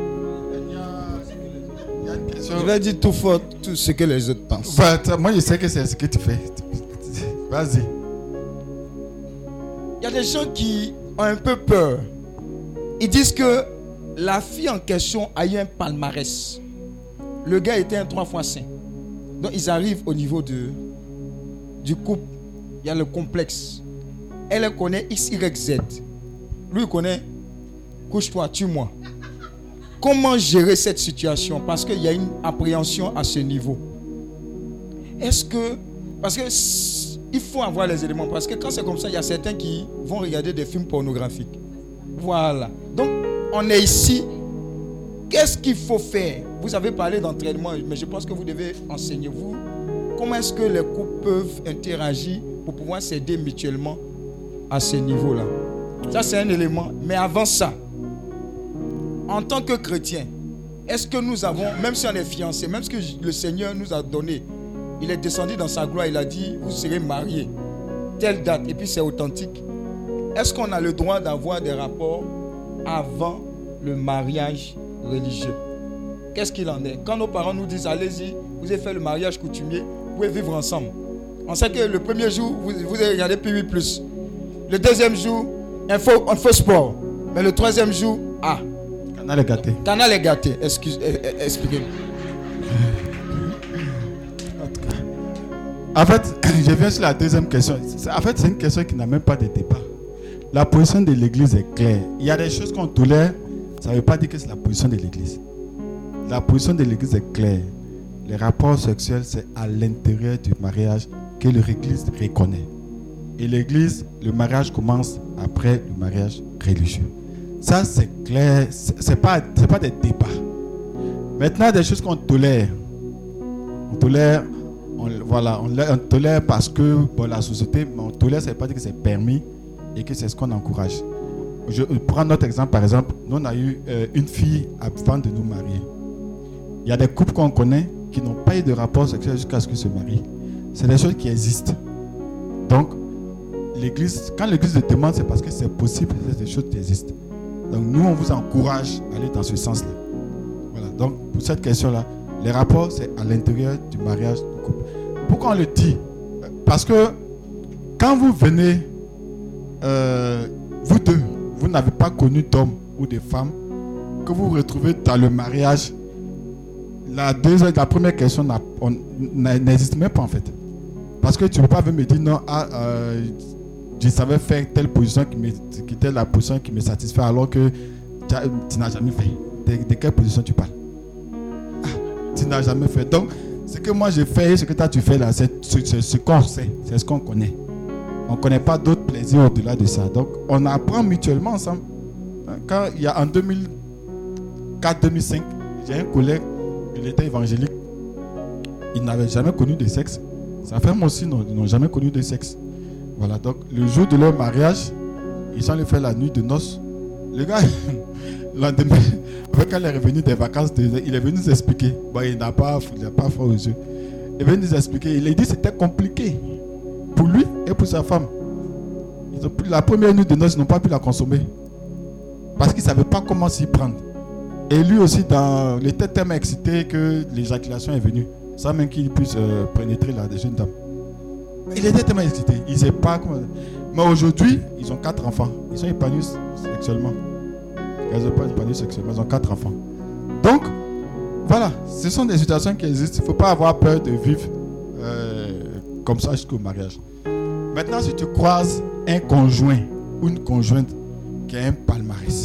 Je vais dire tout fort tout ce que les autres pensent. Bah, moi, je sais que c'est ce que tu fais. Vas-y. Il y a des gens qui ont un peu peur. Ils disent que la fille en question a eu un palmarès. Le gars était un trois fois saint. Donc ils arrivent au niveau de, du couple. Il y a le complexe. Elle connaît X, Y, Z. Lui il connaît couche-toi, tue-moi. Comment gérer cette situation? Parce qu'il y a une appréhension à ce niveau. Est-ce que... Parce que il faut avoir les éléments. Parce que quand c'est comme ça, il y a certains qui vont regarder des films pornographiques. Voilà. Donc, on est ici. Qu'est-ce qu'il faut faire? Vous avez parlé d'entraînement, mais je pense que vous devez enseigner. Vous, comment est-ce que les couples peuvent interagir pour pouvoir s'aider mutuellement à ce niveau-là? Ça, c'est un élément. Mais avant ça, en tant que chrétien, est-ce que nous avons, même si on est fiancés, même ce que le Seigneur nous a donné, il est descendu dans sa gloire, il a dit, vous serez mariés, telle date, et puis c'est authentique. Est-ce qu'on a le droit d'avoir des rapports avant le mariage religieux? Qu'est-ce qu'il en est? Quand nos parents nous disent, allez-y, vous avez fait le mariage coutumier, vous pouvez vivre ensemble. On sait que le premier jour, vous, vous avez regardé P huit plus. Le deuxième jour, un faux, un faux sport. Mais le troisième jour, ah. Canal est gâté. Canal est gâté. Excuse, expliquez-moi. En fait, je viens sur la deuxième question. En fait, c'est une question qui n'a même pas de débat. La position de l'Église est claire. Il y a des choses qu'on tolère, ça ne veut pas dire que c'est la position de l'Église. La position de l'Église est claire. Les rapports sexuels, c'est à l'intérieur du mariage que l'Église reconnaît. Et l'Église, le mariage commence après le mariage religieux. Ça, c'est clair. Ce n'est pas, c'est pas des débats. Maintenant, des choses qu'on tolère. On tolère... On, voilà, on, on tolère parce que bon, la société, mais on tolère, ça ne veut pas dire que c'est permis et que c'est ce qu'on encourage. Je prends notre exemple, par exemple, nous on a eu euh, une fille avant de nous marier. Il y a des couples qu'on connaît qui n'ont pas eu de rapport sexuel jusqu'à ce qu'ils se marient. C'est des choses qui existent. Donc, l'église, quand l'église le demande, c'est parce que c'est possible, c'est des choses qui existent. Donc, nous, on vous encourage à aller dans ce sens-là. Voilà, donc, pour cette question-là, les rapports, c'est à l'intérieur du mariage du couple. Pourquoi on le dit? Parce que quand vous venez, euh, vous deux, vous n'avez pas connu d'homme ou de femme, que vous vous retrouvez dans le mariage, la, deuxième, la première question n'existe même pas en fait. Parce que tu ne peux pas me dire non, ah, euh, je savais faire telle position qui, me, qui était la position qui me satisfait alors que tu, tu n'as jamais fait. De, de quelle position tu parles? Tu n'as jamais fait. Donc, Ce que moi je fais et ce que toi tu fais là, c'est ce qu'on sait, c'est ce qu'on connaît. On ne connaît pas d'autres plaisirs au-delà de ça. Donc on apprend mutuellement ensemble. Quand il y a en deux mille quatre deux mille cinq, j'ai un collègue, il était évangélique. Il n'avait jamais connu de sexe. Sa femme aussi n'ont jamais connu de sexe. Voilà, donc le jour de leur mariage, ils sont allés faire la nuit de noces. Le gars, le lendemain, quand il est revenu des vacances, il est venu nous expliquer. Bon, il n'a pas, il n'a pas froid aux yeux. Il est venu nous expliquer. Il a dit que c'était compliqué pour lui et pour sa femme. Ils ont pris la première nuit de noces, ils n'ont pas pu la consommer. Parce qu'ils ne savaient pas comment s'y prendre. Et lui aussi, dans, il était tellement excité que l'éjaculation est venue, sans même qu'il puisse euh, pénétrer la jeune dame. Il était tellement excité. Il ne sait pas comment. Mais aujourd'hui, ils ont quatre enfants. Ils sont épanouis sexuellement. Ils ne sont pas épanouis sexuellement, ils ont quatre enfants. Donc, voilà, ce sont des situations qui existent. Il ne faut pas avoir peur de vivre euh, comme ça jusqu'au mariage. Maintenant, si tu croises un conjoint ou une conjointe qui a un palmarès,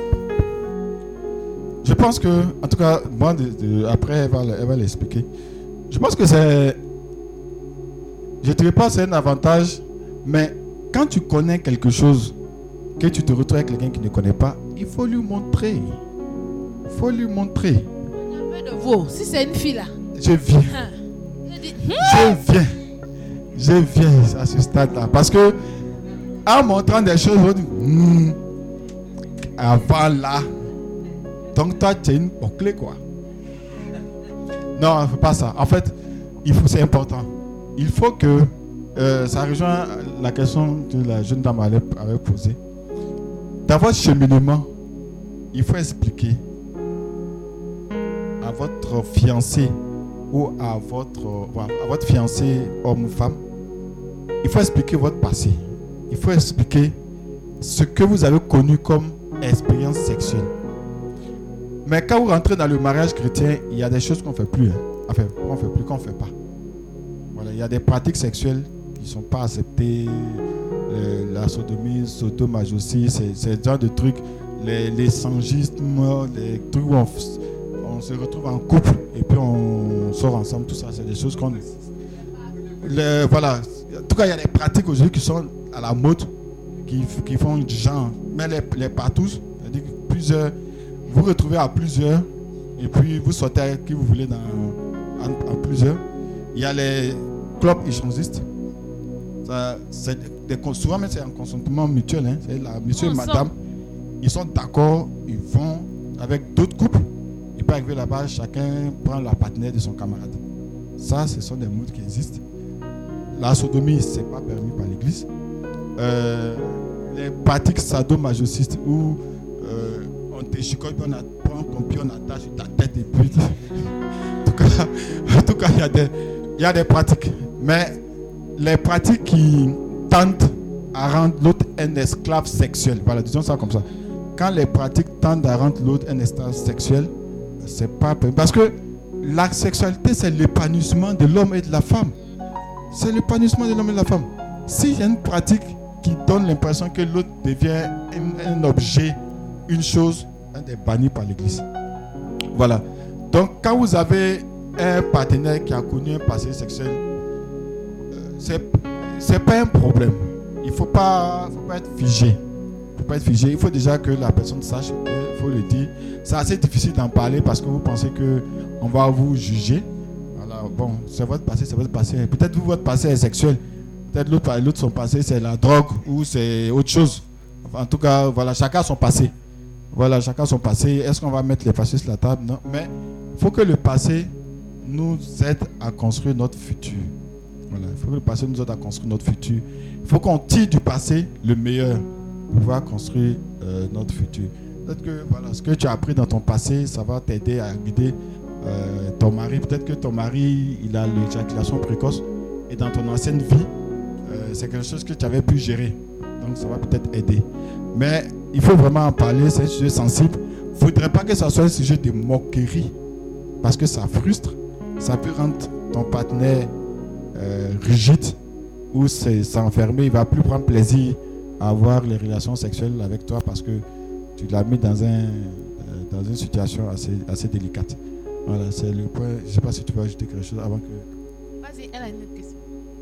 je pense que, en tout cas, moi, de, de, après, elle va, elle va l'expliquer. Je pense que c'est. Je ne dirais pas que c'est un avantage, mais quand tu connais quelque chose, que tu te retrouves avec quelqu'un qui ne connaît pas, il faut lui montrer. Il faut lui montrer. De vous. Si c'est une fille là. Je viens. Je viens. Je viens à ce stade-là. Parce que, en montrant des choses, on dit, hmm, avant là. Donc toi, tu es une bouclée, quoi. Non, il ne faut pas ça. En fait, il faut, c'est important. Il faut que, euh, ça rejoint la question que la jeune dame avait, avait posée. Dans votre cheminement, il faut expliquer à votre fiancé ou à votre, à votre fiancé homme ou femme, il faut expliquer votre passé. Il faut expliquer ce que vous avez connu comme expérience sexuelle. Mais quand vous rentrez dans le mariage chrétien, il y a des choses qu'on ne fait plus. Hein. Enfin, qu'on ne fait plus, qu'on ne fait pas. Voilà, il y a des pratiques sexuelles qui ne sont pas acceptées. Le, la sodomie, sodomajousie, c'est ce genre de trucs. Les, les sangismes, les trucs où on, on se retrouve en couple et puis on sort ensemble, tout ça, c'est des choses qu'on... Les, voilà. En tout cas, il y a des pratiques aujourd'hui qui sont à la mode, qui, qui font du genre. Mais les, les partous, c'est-à-dire que plusieurs... Vous retrouvez à plusieurs et puis vous sortez avec qui vous voulez dans, en, en plusieurs. Il y a les clubs échangistes. Ça, c'est des, souvent, mais c'est un consentement mutuel. Hein. C'est la, monsieur et madame, ils sont d'accord, ils vont avec d'autres couples. Ils peuvent arriver là-bas, chacun prend la partenaire de son camarade. Ça, ce sont des modes qui existent. La sodomie, ce n'est pas permis par l'Église. Euh, les pratiques sadomasochistes où euh, on te chicote, on prend ton pied, on attache sur ta tête et puis... en tout cas, en tout cas, il y a des, il y a des pratiques. Mais les pratiques qui tentent à rendre l'autre un esclave sexuel, voilà, disons ça comme ça. Quand les pratiques tendent à rendre l'autre un esclave sexuel, c'est pas... Parce que la sexualité, c'est l'épanouissement de l'homme et de la femme. C'est l'épanouissement de l'homme et de la femme. S'il y a une pratique qui donne l'impression que l'autre devient un, un objet, une chose, on est banni par l'Église. Voilà. Donc, quand vous avez un partenaire qui a connu un passé sexuel, euh, c'est, c'est pas un problème. Il ne faut pas, faut pas être figé. Il faut pas être figé. Il faut déjà que la personne sache, il faut le dire. C'est assez difficile d'en parler parce que vous pensez qu'on va vous juger. Voilà, bon, c'est votre passé, c'est votre passé. Peut-être vous, votre passé est sexuel. Peut-être l'autre, l'autre son passé, c'est la drogue ou c'est autre chose. Enfin, en tout cas, voilà, chacun son passé. Voilà, chacun son passé. Est-ce qu'on va mettre les passés sur la table? Non. Mais il faut que le passé nous aide à construire notre futur. Voilà, il faut que le passé nous aide à construire notre futur. Il faut qu'on tire du passé le meilleur pour pouvoir construire euh, notre futur. Peut-être que voilà, ce que tu as appris dans ton passé, ça va t'aider à guider euh, ton mari. Peut-être que ton mari, il a l'éjaculation précoce et dans ton ancienne vie, euh, c'est quelque chose que tu avais pu gérer. Donc ça va peut-être aider. Mais il faut vraiment en parler, c'est un sujet sensible. Il ne faudrait pas que ça soit un sujet de moquerie parce que ça frustre. Ça peut rendre ton partenaire euh, rigide ou s'enfermer. Il ne va plus prendre plaisir à avoir les relations sexuelles avec toi parce que tu l'as mis dans, un, euh, dans une situation assez, assez délicate. Voilà, c'est le point. Je ne sais pas si tu veux ajouter quelque chose avant que... Vas-y, elle a une autre question.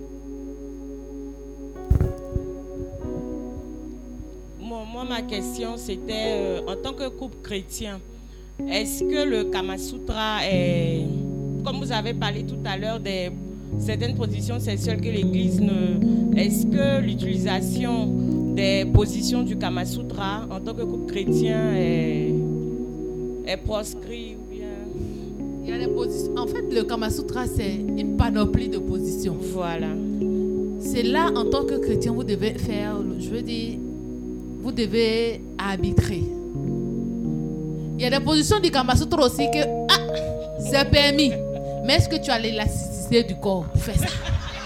Moi, moi, ma question, c'était, euh, en tant que couple chrétien, est-ce que le Kama Sutra est, comme vous avez parlé tout à l'heure, des certaines positions sexuelles que l'Église ne... Est-ce que l'utilisation des positions du Kama Sutra en tant que couple chrétien est, est proscrit ou bien... Il y a des positions. En fait, le Kama Sutra, c'est une panoplie de positions. Voilà. C'est là, en tant que chrétien, vous devez faire, je veux dire, vous devez arbitrer. Il y a des positions du Kama Sutra aussi que, ah, c'est permis. Mais est-ce que tu as l'élasticité du corps pour faire ça?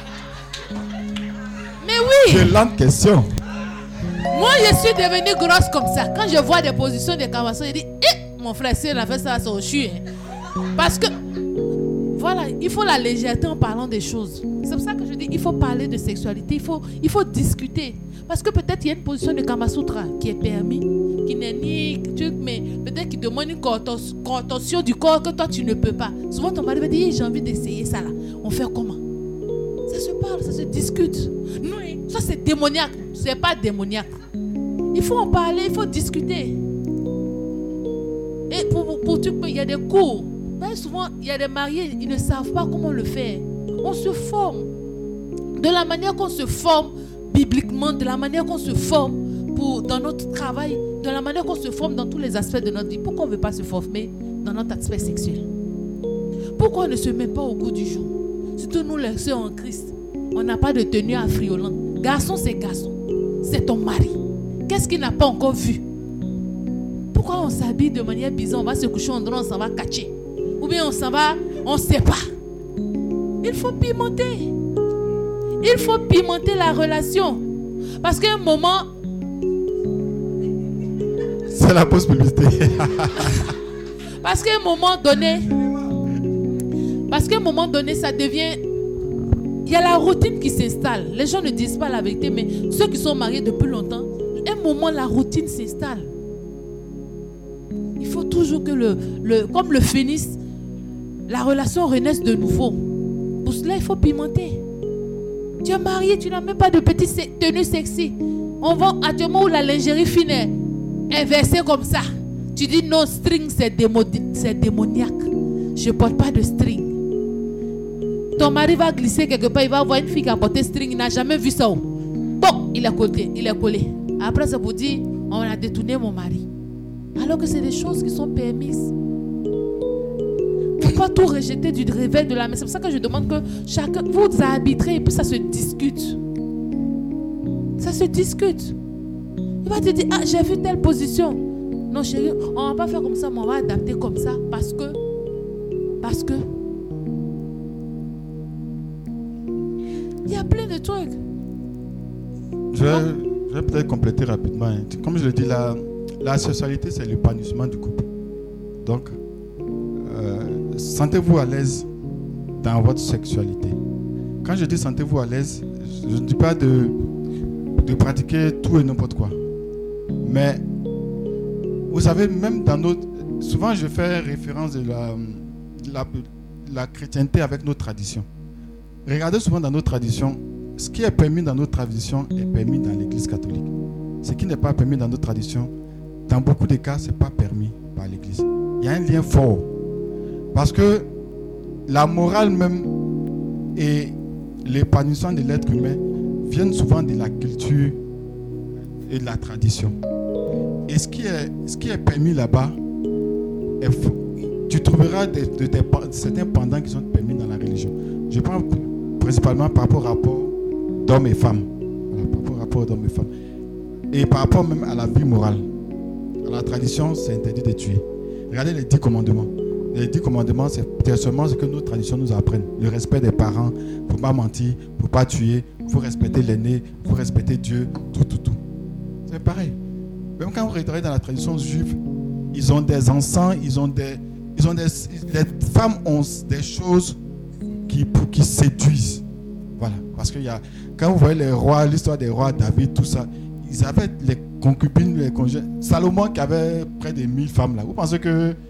Mais oui! C'est l'autre question. Moi, je suis devenue grosse comme ça. Quand je vois des positions de Kama Sutra, je dis, eh, mon frère, si elle a fait ça, c'est au chien. Parce que, voilà, il faut la légèreté en parlant des choses. C'est pour ça que je dis, il faut parler de sexualité, il faut, il faut discuter. Parce que peut-être il y a une position de Kama Sutra qui est permis, qui n'est ni truc, mais peut-être qui demande une contorsion du corps que toi tu ne peux pas. Souvent ton mari va dire, j'ai envie d'essayer ça là. On fait comment? Ça se parle, ça se discute. Non, ça c'est démoniaque. C'est pas démoniaque. Il faut en parler, il faut discuter. Et pour, pour, pour il y a des cours. Ben, souvent, il y a des mariés, ils ne savent pas comment le faire. On se forme. De la manière qu'on se forme bibliquement, de la manière qu'on se forme pour, dans notre travail, de la manière qu'on se forme dans tous les aspects de notre vie. Pourquoi on ne veut pas se former dans notre aspect sexuel? Pourquoi on ne se met pas au goût du jour? Surtout nous, les sœurs en Christ. On n'a pas de tenue affriolante. Garçon, c'est garçon. C'est ton mari. Qu'est-ce qu'il n'a pas encore vu? Pourquoi on s'habille de manière bizarre? On va se coucher en drap, on s'en va cacher. Ou bien on s'en va, on ne sait pas. Il faut pimenter. Il faut pimenter la relation. Parce qu'à un moment... C'est la pause publicité. Parce qu'à un moment donné... Parce qu'à un moment donné, ça devient... Il y a la routine qui s'installe. Les gens ne disent pas la vérité, mais ceux qui sont mariés depuis longtemps, à un moment, la routine s'installe. Il faut toujours que le... le comme le phénix, la relation renaisse de nouveau. Pour cela, il faut pimenter. Tu es marié, tu n'as même pas de petite tenue sexy. On va actuellement où la lingerie fine est inversée comme ça. Tu dis non, string, c'est démo, démoniaque. Je ne porte pas de string. Ton mari va glisser quelque part, il va voir une fille qui a porté string, il n'a jamais vu ça. Bon, il est collé, il est collé. Après, ça vous dit, on a détourné mon mari. Alors que c'est des choses qui sont permises. Il ne faut pas tout rejeter du réveil de la main. C'est pour ça que je demande que chacun, vous arbitrez et puis ça se discute. Ça se discute. Il va te dire, ah, j'ai vu telle position. Non, chérie, on ne va pas faire comme ça, mais on va adapter comme ça parce que, parce que, il y a plein de trucs. Je vais, je vais peut-être compléter rapidement. Comme je le dis, la, la sexualité, c'est l'épanouissement du couple. Donc, euh, sentez-vous à l'aise dans votre sexualité. Quand je dis sentez-vous à l'aise, je ne dis pas de, de pratiquer tout et n'importe quoi. Mais, vous savez, même dans notre... Souvent, je fais référence de la, la, la chrétienté avec nos traditions. Regardez souvent dans nos traditions, ce qui est permis dans nos traditions est permis dans l'Église catholique. Ce qui n'est pas permis dans nos traditions, dans beaucoup de cas, ce n'est pas permis par l'Église. Il y a un lien fort. Parce que la morale même et l'épanouissement de l'être humain viennent souvent de la culture et de la tradition. Et ce qui est, ce qui est permis là-bas, est, tu trouveras des, de, de, certains pendants qui sont permis dans la religion. Je parle principalement par rapport au rapport d'hommes et femmes. Voilà, par rapport au rapport d'hommes et femmes. Et par rapport même à la vie morale. Dans la tradition, c'est interdit de tuer. Regardez les dix commandements. Les dix commandements, c'est seulement ce que nos traditions nous apprennent. Le respect des parents, il ne faut pas mentir, il ne faut pas tuer, il faut respecter l'aîné, il faut respecter Dieu, tout, tout, tout. C'est pareil. Même quand vous regardez dans la tradition juive, ils ont des encens, ils ont des... Ils ont des les femmes ont des choses qui, qui séduisent. Voilà. Parce que y a, quand vous voyez les rois, l'histoire des rois, David, tout ça, ils avaient les concubines, les congés. Salomon qui avait près de mille femmes là. Vous pensez que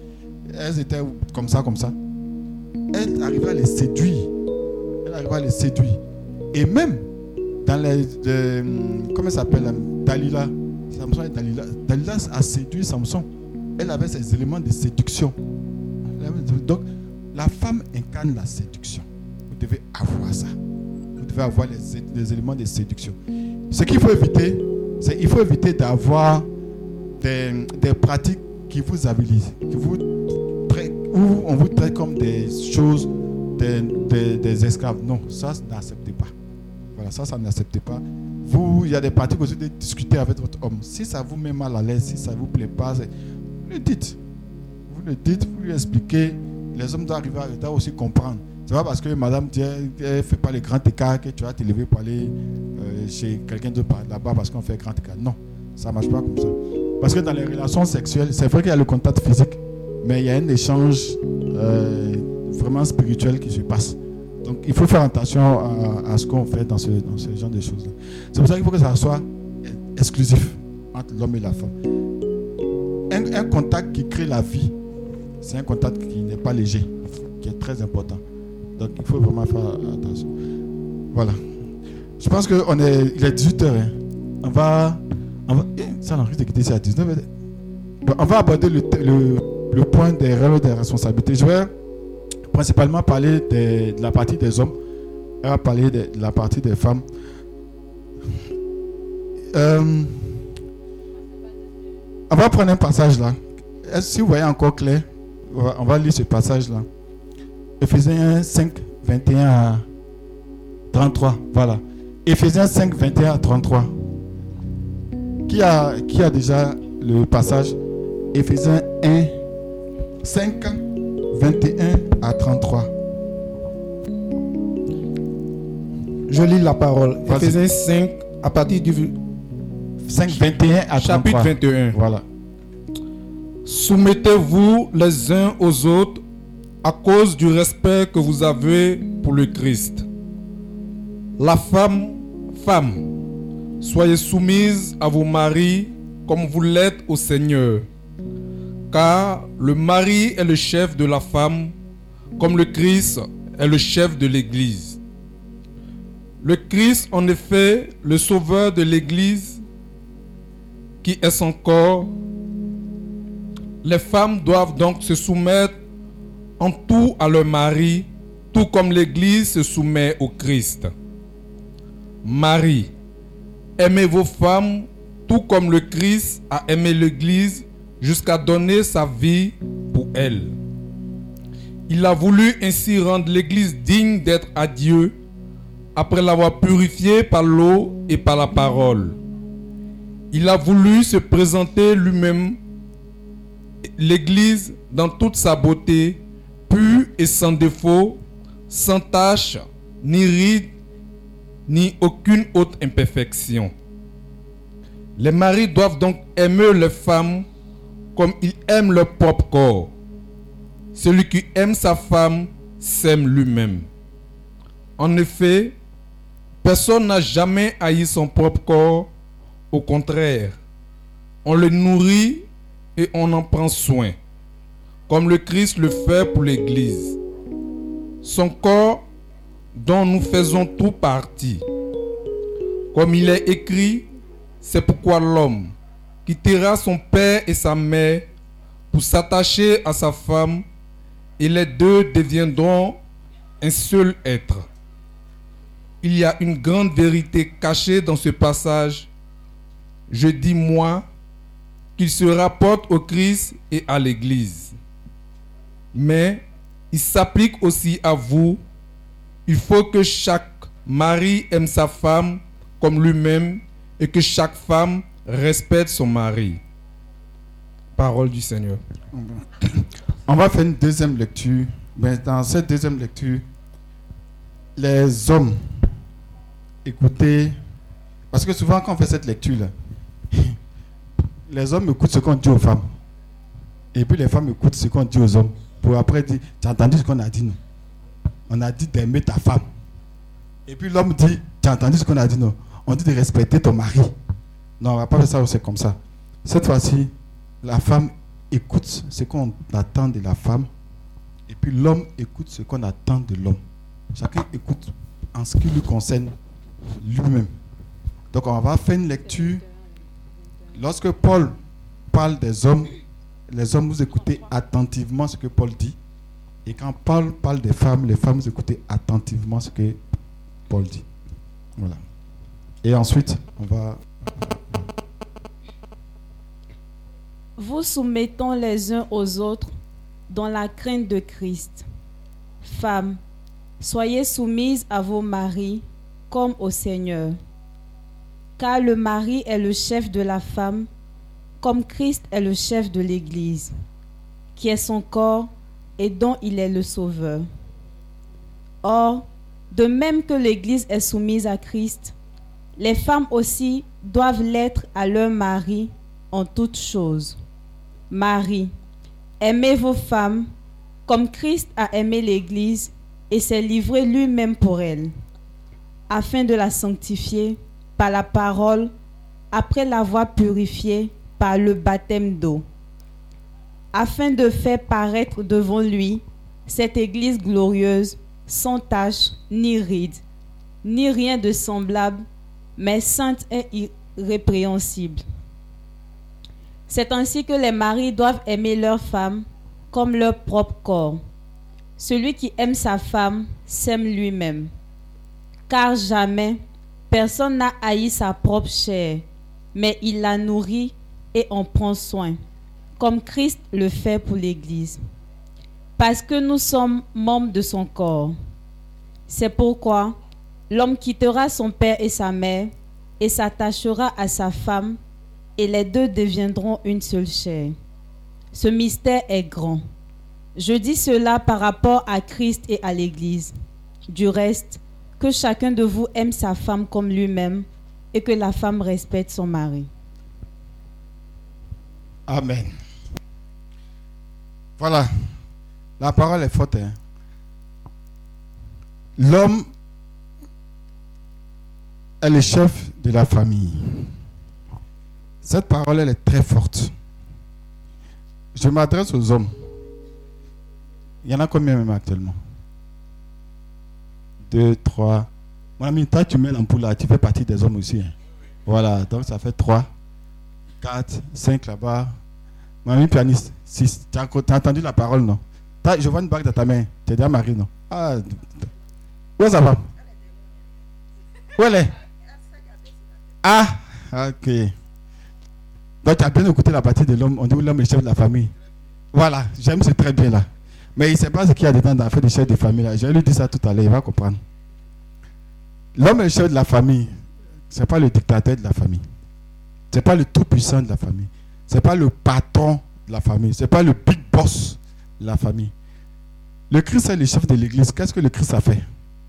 elles étaient comme ça, comme ça. Elle arrivait à les séduire. Elle arrivait à les séduire. Et même dans les... les comment ça s'appelle? Dalila. Samson et Dalila. Dalila a séduit Samson. Elle avait ses éléments de séduction. Donc, la femme incarne la séduction. Vous devez avoir ça. Vous devez avoir les, les éléments de séduction. Ce qu'il faut éviter, c'est qu'il faut éviter d'avoir des, des pratiques qui vous habilisent, qui vous traite, où on vous traite comme des choses, des, des, des esclaves. Non, ça, n'acceptez pas. Voilà, ça, ça n'acceptez pas. Vous, il y a des pratiques aussi de discuter avec votre homme. Si ça vous met mal à l'aise, si ça ne vous plaît pas, vous le dites. Vous le dites, vous lui expliquez. Les hommes doivent arriver à doivent aussi comprendre. C'est pas parce que madame ne fait pas les grands écarts que tu vas te lever pour aller euh, chez quelqu'un d'autre là-bas parce qu'on fait grand écart. Non, ça ne marche pas comme ça. Parce que dans les relations sexuelles, c'est vrai qu'il y a le contact physique, mais il y a un échange euh, vraiment spirituel qui se passe. Donc il faut faire attention à, à ce qu'on fait dans ce, dans ce genre de choses. C'est pour ça qu'il faut que ça soit exclusif entre l'homme et la femme. Un, un contact qui crée la vie, c'est un contact qui n'est pas léger, qui est très important. Donc il faut vraiment faire attention. Voilà. Je pense qu'il est, il est dix-huit heures. Hein. On va... On va ça, on risque de quitter ici à dix-neuf heures. Bon, on va aborder le, le, le point des rôles et des responsabilités. Je vais principalement parler de, de la partie des hommes. On va parler de, de la partie des femmes. Euh, on va prendre un passage là. Est-ce que si vous voyez encore clair, on va, on va lire ce passage là. Éphésiens cinq, vingt et un à trente-trois. Voilà. Éphésiens cinq, vingt et un à trente-trois. Qui a, qui a déjà le passage? Éphésiens un, cinq, vingt et un à trente-trois. Je lis la parole. Éphésiens cinq, à partir du cinq, vingt et un à trente-trois. Chapitre vingt et un. Voilà. Soumettez-vous les uns aux autres à cause du respect que vous avez pour le Christ. La femme, femme, soyez soumise à vos maris comme vous l'êtes au Seigneur. Car le mari est le chef de la femme, comme le Christ est le chef de l'Église. Le Christ, en effet, le sauveur de l'Église, qui est son corps. Les femmes doivent donc se soumettre en tout à leur mari, tout comme l'Église se soumet au Christ. Marie, aimez vos femmes, tout comme le Christ a aimé l'Église jusqu'à donner sa vie pour elle. Il a voulu ainsi rendre l'Église digne d'être à Dieu, après l'avoir purifiée par l'eau et par la parole. Il a voulu se présenter lui-même, l'Église, dans toute sa beauté, pure et sans défaut, sans tache, ni ride, ni aucune autre imperfection. Les maris doivent donc aimer les femmes comme ils aiment leur propre corps. Celui qui aime sa femme s'aime lui-même. En effet, personne n'a jamais haï son propre corps. Au contraire, on le nourrit et on en prend soin, comme le Christ le fait pour l'Église, son corps dont nous faisons tout partie. Comme il est écrit, c'est pourquoi l'homme quittera son père et sa mère pour s'attacher à sa femme, et les deux deviendront un seul être. Il y a une grande vérité cachée dans ce passage. Je dis moi qu'il se rapporte au Christ et à l'Église. Mais il s'applique aussi à vous. Il faut que chaque mari aime sa femme comme lui-même et que chaque femme respecte son mari. Parole du Seigneur. On va faire une deuxième lecture. Mais dans cette deuxième lecture, les hommes, écoutez, parce que souvent quand on fait cette lecture-là, les hommes écoutent ce qu'on dit aux femmes. Et puis les femmes écoutent ce qu'on dit aux hommes. Pour après dire, tu as entendu ce qu'on a dit nous? On a dit d'aimer ta femme. Et puis l'homme dit, tu as entendu ce qu'on a dit nous? On dit de respecter ton mari. Non, on ne va pas faire ça aussi comme ça. Cette fois-ci, la femme écoute ce qu'on attend de la femme et puis l'homme écoute ce qu'on attend de l'homme. Chacun écoute en ce qui lui concerne lui-même. Donc on va faire une lecture. Lorsque Paul parle des hommes, les hommes, vous écoutez attentivement ce que Paul dit. Et quand Paul parle des femmes, les femmes, vous écoutez attentivement ce que Paul dit. Voilà. Et ensuite, on va... Vous soumettons les uns aux autres dans la crainte de Christ. Femmes, soyez soumises à vos maris comme au Seigneur. Car le mari est le chef de la femme, comme Christ est le chef de l'Église, qui est son corps et dont il est le sauveur. Or, de même que l'Église est soumise à Christ, les femmes aussi doivent l'être à leur mari en toutes choses. Marie, aimez vos femmes comme Christ a aimé l'Église et s'est livré lui-même pour elle, afin de la sanctifier par la parole, après l'avoir purifiée par le baptême d'eau, afin de faire paraître devant lui cette Église glorieuse, sans tache ni ride, ni rien de semblable, mais sainte et irrépréhensible. C'est ainsi que les maris doivent aimer leurs femmes comme leur propre corps. Celui qui aime sa femme s'aime lui-même. Car jamais personne n'a haï sa propre chair, mais il la nourrit et en prend soin, comme Christ le fait pour l'Église. Parce que nous sommes membres de son corps. C'est pourquoi l'homme quittera son père et sa mère et s'attachera à sa femme, et les deux deviendront une seule chair. Ce mystère est grand. Je dis cela par rapport à Christ et à l'Église. Du reste, que chacun de vous aime sa femme comme lui-même et que la femme respecte son mari. Amen. Voilà. La parole est forte. Hein? L'homme est le chef de la famille. Cette parole, elle est très forte. Je m'adresse aux hommes. Il y en a combien même actuellement? Deux, trois. Mon ami, toi, tu mets l'ampoule là, tu fais partie des hommes aussi. Hein. Voilà, donc ça fait trois, quatre, cinq là-bas. Mon ami pianiste, six. Tu as, as entendu la parole, non? T'as, je vois une bague dans ta main. Tu es déjà marié, non? Ah, où est sa femme? Où elle est? Ah, ok. Donc tu as bien écouté la partie de l'homme. On dit que l'homme est chef de la famille. Voilà, j'aime, c'est très bien là. Mais il ne sait pas ce qu'il y a dedans dans l'affaire de chef de famille là. Je lui dit ça tout à l'heure, il va comprendre. L'homme est le chef de la famille. Ce n'est pas le dictateur de la famille. Ce n'est pas le tout-puissant de la famille. Ce n'est pas le patron de la famille. Ce n'est pas le big boss de la famille. Le Christ est le chef de l'Église. Qu'est-ce que le Christ a fait?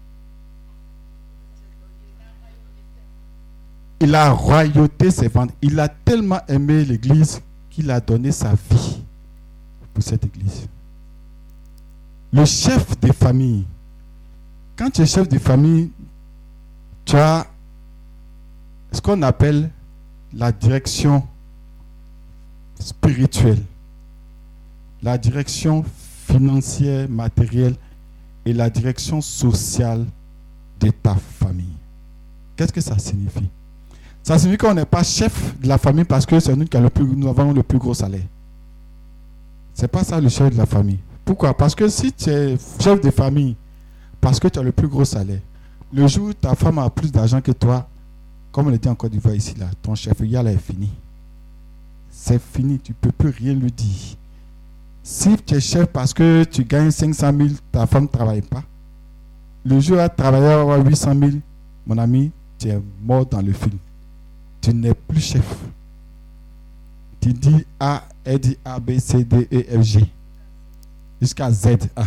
Il a royauté ses ventes. Il a tellement aimé l'Église qu'il a donné sa vie pour cette Église. Le chef de famille. Quand tu es chef de famille, tu as ce qu'on appelle la direction spirituelle, la direction financière, matérielle et la direction sociale de ta famille. Qu'est-ce que ça signifie? Ça signifie qu'on n'est pas chef de la famille parce que c'est nous qui avons le plus, nous avons le plus gros salaire. Ce n'est pas ça le chef de la famille. Pourquoi? Parce que si tu es chef de famille, parce que tu as le plus gros salaire, le jour où ta femme a plus d'argent que toi, comme on le dit en Côte d'Ivoire ici, là, ton chef là est fini. C'est fini, tu ne peux plus rien lui dire. Si tu es chef parce que tu gagnes cinq cent mille, ta femme ne travaille pas, le jour où elle travaille à huit cent mille, mon ami, tu es mort dans le film. Tu n'es plus chef. Tu dis A, elle dit A, B, C, D, E, F, G. Jusqu'à Z. A.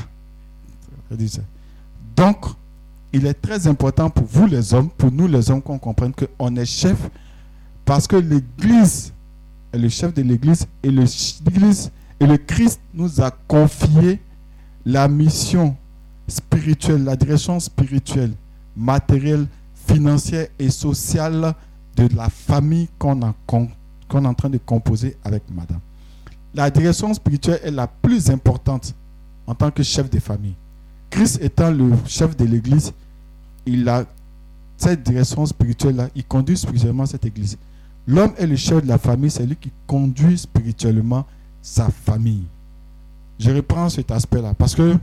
Donc, il est très important pour vous les hommes, pour nous les hommes, qu'on comprenne qu'on est chef parce que l'Église est le chef de l'Église et l'Église et le Christ nous a confié la mission spirituelle, la direction spirituelle, matérielle, financière et sociale de la famille qu'on, a, qu'on est en train de composer avec madame. la direction spirituelle est la plus importante en tant que chef de famille. Christ étant le chef de l'église, il a cette direction spirituelle-là, il conduit spirituellement cette église. L'homme est le chef de la famille, c'est lui qui conduit spirituellement sa famille. Je reprends cet aspect-là parce que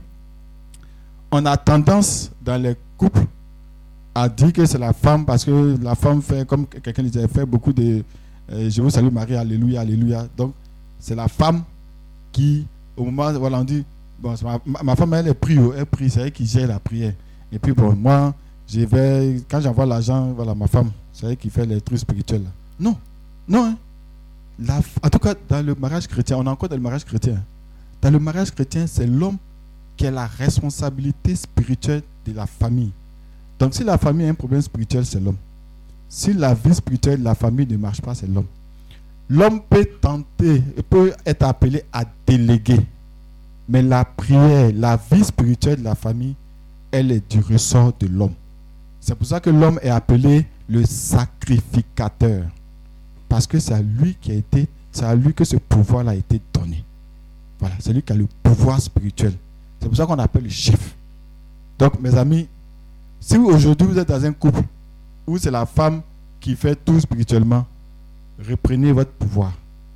on a tendance dans les couples à dire que c'est la femme parce que la femme fait, comme quelqu'un disait, fait beaucoup de euh, je vous salue Marie, alléluia, alléluia. Donc c'est la femme qui, au moment où voilà, on dit, bon, ma, ma femme elle est prie, elle prie, c'est elle qui gère la prière. Et puis bon, moi, je vais, quand j'envoie l'argent, voilà, ma femme, c'est elle qui fait les trucs spirituels. Là. Non, non. Hein. La, en tout cas, dans le mariage chrétien, on est encore dans le mariage chrétien. Dans le mariage chrétien, c'est l'homme qui a la responsabilité spirituelle de la famille. Donc, si la famille a un problème spirituel, c'est l'homme. Si la vie spirituelle de la famille ne marche pas, c'est l'homme. L'homme peut tenter, peut être appelé à déléguer. Mais la prière, la vie spirituelle de la famille, elle est du ressort de l'homme. C'est pour ça que l'homme est appelé le sacrificateur. Parce que c'est à lui qui a été, c'est à lui que ce pouvoir a été donné. Voilà, c'est lui qui a le pouvoir spirituel. C'est pour ça qu'on appelle le chef. Donc, mes amis, si aujourd'hui vous êtes dans un couple où c'est la femme qui fait tout spirituellement, reprenez votre pouvoir.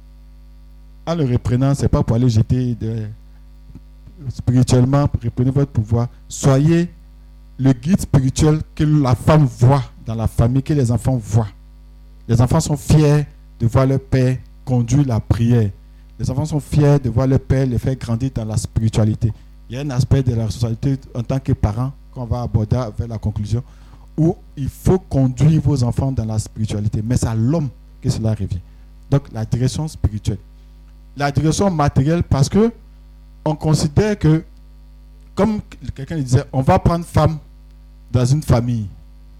En le reprenant, ce n'est pas pour aller jeter de... spirituellement, reprenez votre pouvoir. Soyez le guide spirituel que la femme voit dans la famille, que les enfants voient. Les enfants sont fiers de voir leur père conduire la prière. Les enfants sont fiers de voir leur père les faire grandir dans la spiritualité. Il y a un aspect de la responsabilité en tant que parent qu'on va aborder vers la conclusion où il faut conduire vos enfants dans la spiritualité. Mais c'est à l'homme que cela revient. Donc la direction spirituelle. La direction matérielle parce que on considère que, comme quelqu'un disait, on va prendre femme dans une famille.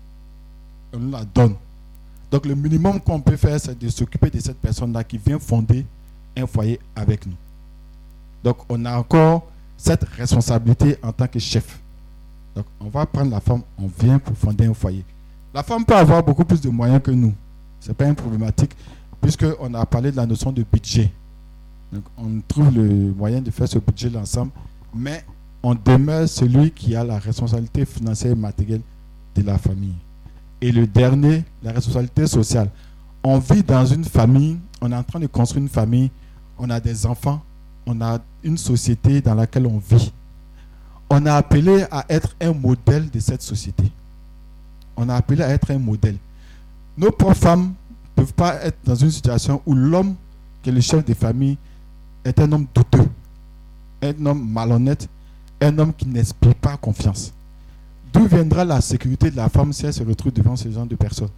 On nous la donne. Donc le minimum qu'on peut faire, c'est de s'occuper de cette personne-là qui vient fonder un foyer avec nous. Donc on a encore cette responsabilité en tant que chef. Donc on va prendre la femme, on vient pour fonder un foyer. La femme peut avoir beaucoup plus de moyens que nous. Ce n'est pas une problématique, puisqu'on a parlé de la notion de budget. Donc on trouve le moyen de faire ce budget ensemble, mais on demeure celui qui a la responsabilité financière et matérielle de la famille. Et le dernier, la responsabilité sociale. On vit dans une famille, on est en train de construire une famille, on a des enfants, on a une société dans laquelle on vit. On a appelé à être un modèle de cette société. On a appelé à être un modèle. Nos propres femmes ne peuvent pas être dans une situation où l'homme, qui est le chef de famille, est un homme douteux, un homme malhonnête, un homme qui n'inspire pas confiance. D'où viendra la sécurité de la femme si elle se retrouve devant ce genre de personnes?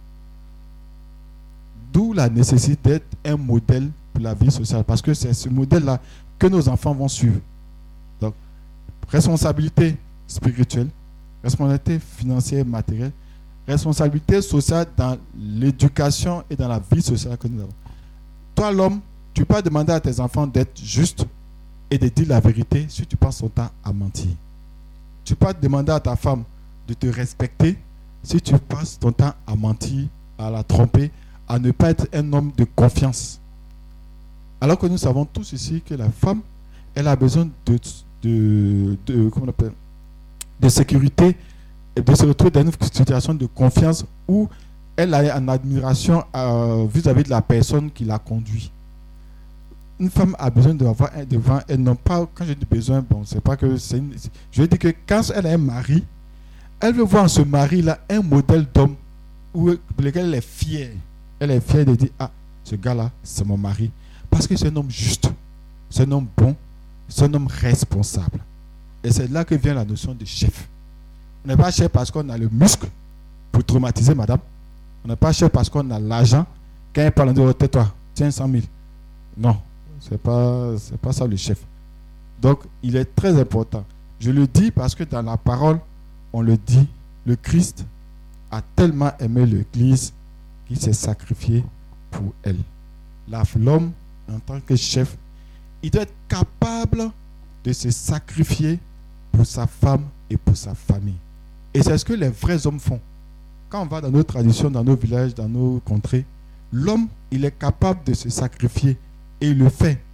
D'où la nécessité d'être un modèle pour la vie sociale. Parce que c'est ce modèle-là que nos enfants vont suivre. Donc, responsabilité spirituelle, responsabilité financière et matérielle, responsabilité sociale dans l'éducation et dans la vie sociale que nous avons. Toi, l'homme, tu peux demander à tes enfants d'être justes et de dire la vérité si tu passes ton temps à mentir. Tu peux demander à ta femme de te respecter si tu passes ton temps à mentir, à la tromper, à ne pas être un homme de confiance. Alors que nous savons tous ici que la femme, elle a besoin de, de, de, comment on appelle, de sécurité et de se retrouver dans une situation de confiance où elle a une admiration euh, vis-à-vis de la personne qui la conduit. Une femme a besoin d'avoir un devant elle, non pas, quand je dis besoin, bon, c'est pas que c'est une, je veux dire que quand elle a un mari, elle veut voir en ce mari-là un modèle d'homme pour lequel elle est fière. Elle est fière de dire, ah, ce gars-là, c'est mon mari. Parce que c'est un homme juste, c'est un homme bon, c'est un homme responsable. Et c'est là que vient la notion de chef. On n'est pas chef parce qu'on a le muscle pour traumatiser madame. On n'est pas chef parce qu'on a l'argent. Quand elle parle, on dit, tais-toi, tiens cent mille. Non. Ce n'est pas, c'est pas ça le chef. Donc, il est très important. Je le dis parce que dans la parole, on le dit, le Christ a tellement aimé l'Église qu'il s'est sacrifié pour elle. L'homme, en tant que chef, il doit être capable de se sacrifier pour sa femme et pour sa famille. Et c'est ce que les vrais hommes font. Quand on va dans nos traditions, dans nos villages, dans nos contrées, l'homme, il est capable de se sacrifier. Et il le fait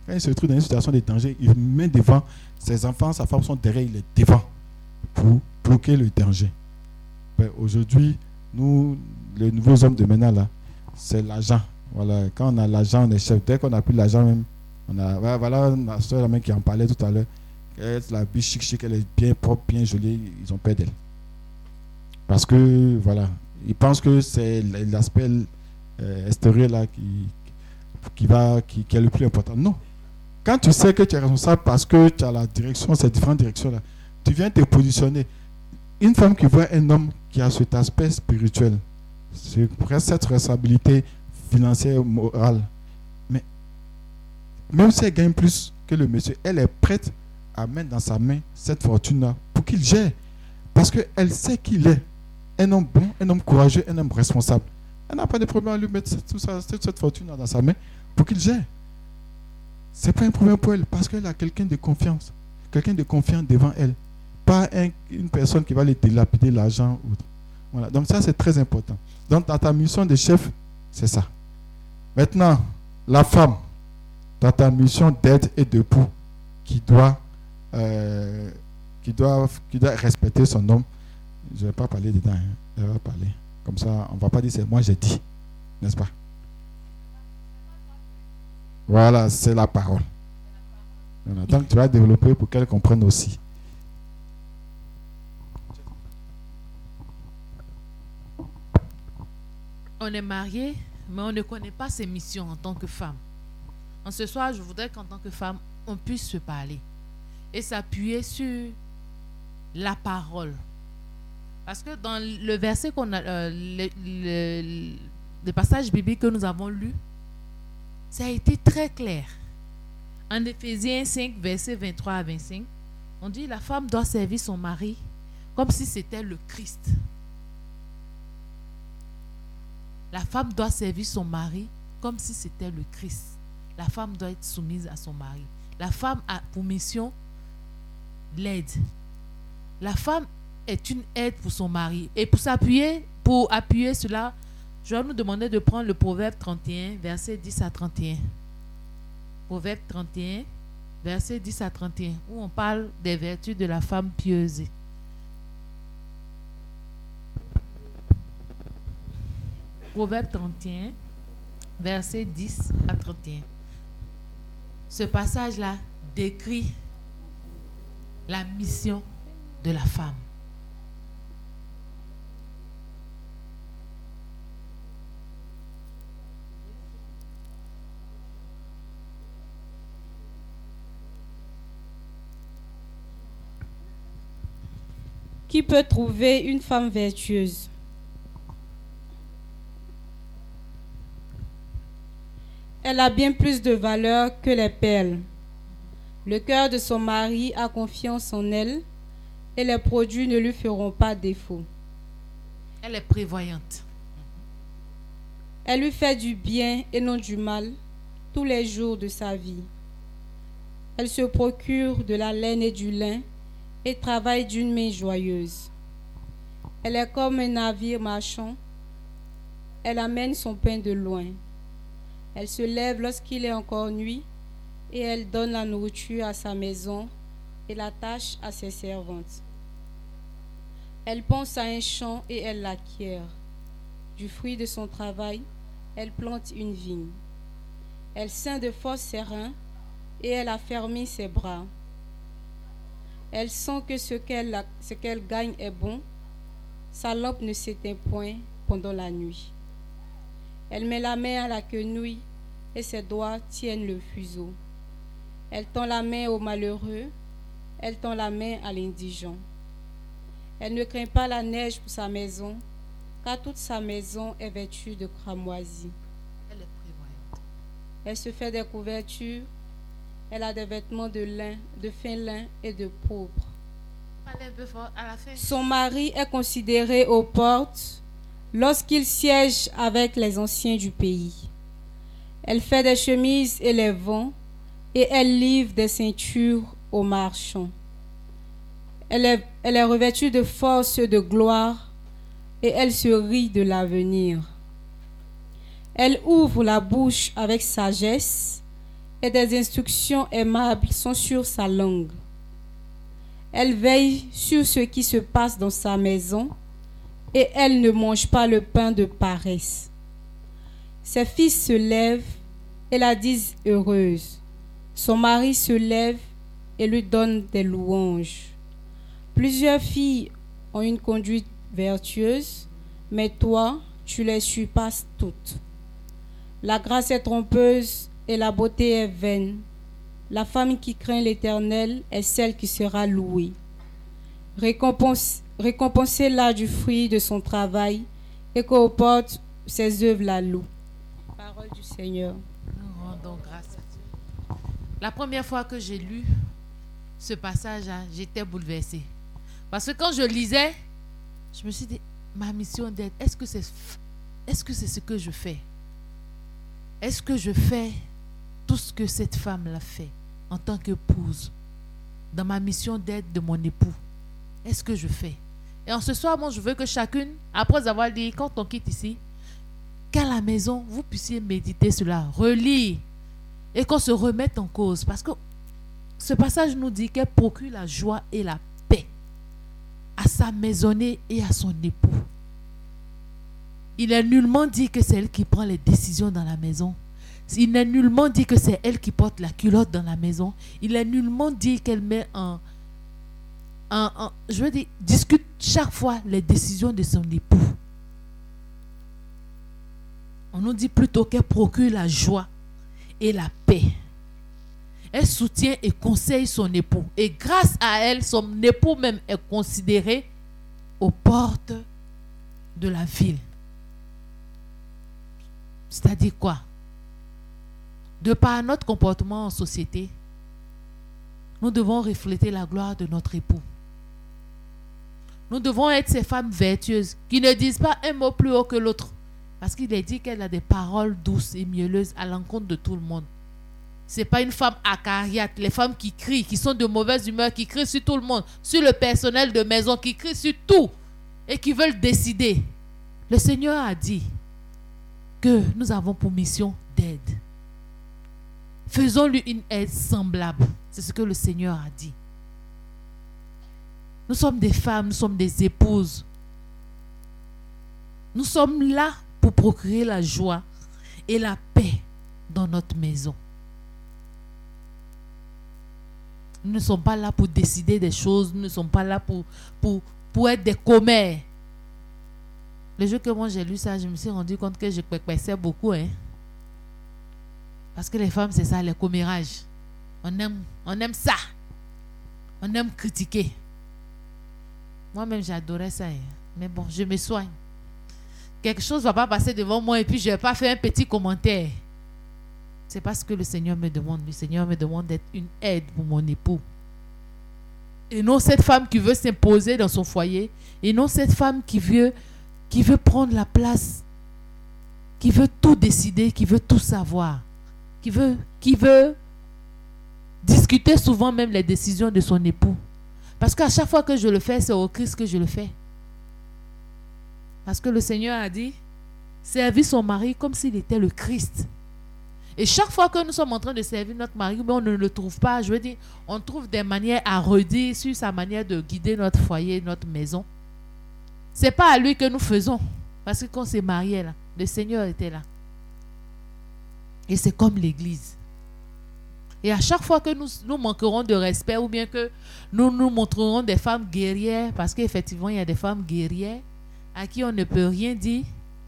Quand il se trouve dans une situation de danger, il met devant ses enfants, sa femme sont derrière, il est devant pour bloquer le danger. Ben, aujourd'hui, nous, les nouveaux hommes de maintenant, là, c'est l'argent. Voilà. Quand on a l'argent, on est chef. Dès qu'on n'a plus l'argent même, on a, voilà, ma soeur la main qui en parlait tout à l'heure, elle, la biche chic chic, elle est bien propre, bien jolie, ils ont peur d'elle. Parce que, voilà, ils pensent que c'est l'aspect euh, extérieur là qui, qui, va, qui, qui est le plus important. Non. Quand tu sais que tu es responsable parce que tu as la direction, ces différentes directions là, tu viens te positionner. Une femme qui voit un homme qui a cet aspect spirituel, c'est presque cette responsabilité financière, morale. Mais même si elle gagne plus que le monsieur, elle est prête à mettre dans sa main cette fortune-là pour qu'il gère. Parce qu'elle sait qu'il est un homme bon, un homme courageux, un homme responsable. Elle n'a pas de problème à lui mettre toute, ça, toute cette fortune dans sa main pour qu'il gère. Ce n'est pas un problème pour elle parce qu'elle a quelqu'un de confiance. Quelqu'un de confiance devant elle. Pas un, une personne qui va lui dilapider l'argent. Voilà. Donc ça, c'est très important. Donc dans ta mission de chef, c'est ça. Maintenant, la femme, dans ta mission d'aide et de pour, qui doit, euh, qui doit, qui doit respecter son homme, je ne vais pas parler dedans, hein. Je vais parler. Comme ça, on ne va pas dire c'est moi j'ai dit, n'est-ce pas? Voilà, c'est la parole. Voilà. Donc tu vas développer pour qu'elle comprenne aussi. On est marié, mais on ne connaît pas ses missions en tant que femme. En ce soir, je voudrais qu'en tant que femme, on puisse se parler et s'appuyer sur la parole. Parce que dans le verset qu'on a, euh, le, le, le passage biblique que nous avons lu, ça a été très clair. En Éphésiens cinq, versets vingt-trois à vingt-cinq, on dit la femme doit servir son mari comme si c'était le Christ. La femme doit servir son mari comme si c'était le Christ. La femme doit être soumise à son mari. La femme a pour mission l'aide. La femme est une aide pour son mari. Et pour s'appuyer, pour appuyer cela, je vais nous demander de prendre le Proverbe trente et un, versets dix à trente et un. Proverbe trente et un, versets dix à trente et un, où on parle des vertus de la femme pieuse. Proverbe trente et un, versets dix à trente et un. Ce passage-là décrit la mission de la femme. Qui peut trouver une femme vertueuse? Elle a bien plus de valeur que les perles. Le cœur de son mari a confiance en elle et les produits ne lui feront pas défaut. Elle est prévoyante. Elle lui fait du bien et non du mal tous les jours de sa vie. Elle se procure de la laine et du lin et travaille d'une main joyeuse. Elle est comme un navire marchand. Elle amène son pain de loin. Elle se lève lorsqu'il est encore nuit et elle donne la nourriture à sa maison et la tâche à ses servantes. Elle pense à un champ et elle l'acquiert. Du fruit de son travail, elle plante une vigne. Elle ceint de force ses reins et elle affermit ses bras. Elle sent que ce qu'elle, ce qu'elle gagne est bon. Sa lampe ne s'éteint point pendant la nuit. Elle met la main à la quenouille et ses doigts tiennent le fuseau. Elle tend la main au malheureux, elle tend la main à l'indigent. Elle ne craint pas la neige pour sa maison, car toute sa maison est vêtue de cramoisis. Elle est prévoyante. Elle se fait des couvertures, elle a des vêtements de lin, de fin lin et de pourpre. Parlez un peu fort à la fin. Son mari est considéré aux portes lorsqu'il siège avec les anciens du pays. Elle fait des chemises et les vend, et elle livre des ceintures aux marchands. Elle est, elle est revêtue de force et de gloire, et elle se rit de l'avenir. Elle ouvre la bouche avec sagesse, et des instructions aimables sont sur sa langue. Elle veille sur ce qui se passe dans sa maison et elle ne mange pas le pain de paresse. Ses fils se lèvent et la disent heureuse. Son mari se lève et lui donne des louanges. Plusieurs filles ont une conduite vertueuse, mais toi, tu les surpasses toutes. La grâce est trompeuse et la beauté est vaine. La femme qui craint l'Éternel est celle qui sera louée. Récompense, récompensez-la du fruit de son travail et qu'au porte ses œuvres la louent. Parole du Seigneur. Nous rendons grâce à Dieu. La première fois que j'ai lu ce passage-là, j'étais bouleversée. Parce que quand je lisais, je me suis dit, ma mission d'aide, est-ce que c'est, est-ce que c'est ce que je fais? Est-ce que je fais tout ce que cette femme l'a fait en tant qu'épouse dans ma mission d'aide de mon époux? Est-ce que je fais? Et en ce soir, moi, je veux que chacune, après avoir dit, quand on quitte ici, qu'à la maison, vous puissiez méditer cela, relire et qu'on se remette en cause. Parce que ce passage nous dit qu'elle procure la joie et la paix à sa maisonnée et à son époux. Il est nullement dit que c'est elle qui prend les décisions dans la maison. Il n'est nullement dit que c'est elle qui porte la culotte dans la maison. Il est nullement dit qu'elle met en, en, en... Je veux dire, discute chaque fois les décisions de son époux. On nous dit plutôt qu'elle procure la joie et la paix. Elle soutient et conseille son époux. Et grâce à elle, son époux même est considéré aux portes de la ville. C'est-à-dire quoi? De par notre comportement en société, nous devons refléter la gloire de notre époux. Nous devons être ces femmes vertueuses qui ne disent pas un mot plus haut que l'autre. Parce qu'il est dit qu'elle a des paroles douces et mielleuses à l'encontre de tout le monde. Ce n'est pas une femme acariate, les femmes qui crient, qui sont de mauvaise humeur, qui crient sur tout le monde, sur le personnel de maison, qui crient sur tout et qui veulent décider. Le Seigneur a dit que nous avons pour mission d'aide. Faisons-lui une aide semblable. C'est ce que le Seigneur a dit. Nous sommes des femmes, nous sommes des épouses. Nous sommes là pour procurer la joie et la paix dans notre maison. Nous ne sommes pas là pour décider des choses. Nous ne sommes pas là pour, pour, pour être des commères. Le jour que moi j'ai lu ça, je me suis rendu compte que je pépaissais beaucoup. Hein? Parce que les femmes, c'est ça, les commérages. On aime, on aime ça. On aime critiquer. Moi-même, j'adorais ça. Hein? Mais bon, je me soigne. Quelque chose ne va pas passer devant moi et puis je ne vais pas faire un petit commentaire. C'est parce que le Seigneur me demande. Le Seigneur me demande d'être une aide pour mon époux. Et non cette femme qui veut s'imposer dans son foyer. Et non cette femme qui veut, qui veut prendre la place. Qui veut tout décider, qui veut tout savoir. Qui veut, qui veut discuter souvent même les décisions de son époux. Parce qu'à chaque fois que je le fais, c'est au Christ que je le fais. Parce que le Seigneur a dit, servir son mari comme s'il était le Christ. Et chaque fois que nous sommes en train de servir notre mari, mais on ne le trouve pas, je veux dire, on trouve des manières à redire sur sa manière de guider notre foyer, notre maison. Ce n'est pas à lui que nous faisons. Parce que quand on s'est marié, là, le Seigneur était là. Et c'est comme l'Église. Et à chaque fois que nous, nous manquerons de respect ou bien que nous nous montrerons des femmes guerrières, parce qu'effectivement, il y a des femmes guerrières à qui on ne peut rien dire,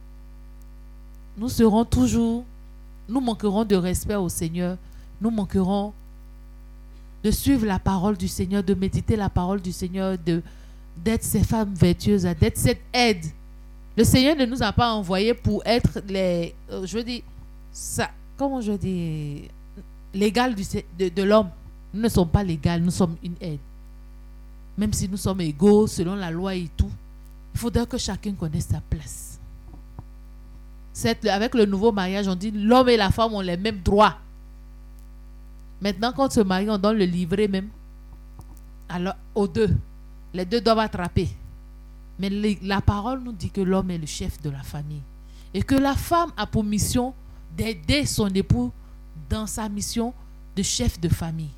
nous serons toujours, nous manquerons de respect au Seigneur, nous manquerons de suivre la parole du Seigneur, de méditer la parole du Seigneur, de, d'être ces femmes vertueuses, d'être cette aide. Le Seigneur ne nous a pas envoyés pour être les, euh, je veux dire, ça, comment je dis, l'égal du, de, de l'homme. Nous ne sommes pas l'égal, nous sommes une aide. Même si nous sommes égaux selon la loi et tout, il faudrait que chacun connaisse sa place. C'est, avec le nouveau mariage, on dit l'homme et la femme ont les mêmes droits. Maintenant, quand on se marie, on donne le livret même alors, aux deux. Les deux doivent attraper. Mais les, la parole nous dit que l'homme est le chef de la famille. Et que la femme a pour mission d'aider son époux dans sa mission de chef de famille.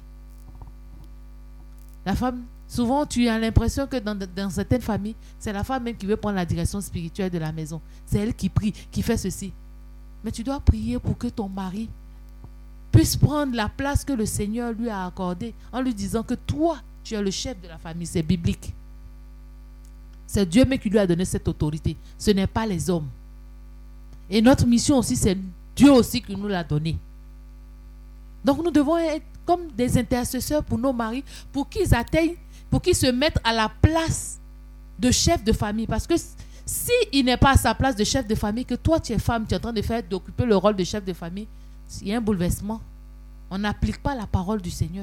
La femme, souvent tu as l'impression que dans, dans certaines familles, c'est la femme même qui veut prendre la direction spirituelle de la maison. C'est elle qui prie, qui fait ceci. Mais tu dois prier pour que ton mari puisse prendre la place que le Seigneur lui a accordée en lui disant que toi, tu es le chef de la famille. C'est biblique. C'est Dieu même qui lui a donné cette autorité. Ce n'est pas les hommes. Et notre mission aussi, c'est Dieu aussi qui nous l'a donné. Donc nous devons être comme des intercesseurs pour nos maris, pour qu'ils atteignent, pour qu'ils se mettent à la place de chef de famille. Parce que s'il n'est pas à sa place de chef de famille, que toi tu es femme, tu es en train de faire, d'occuper le rôle de chef de famille, il y a un bouleversement. On n'applique pas la parole du Seigneur.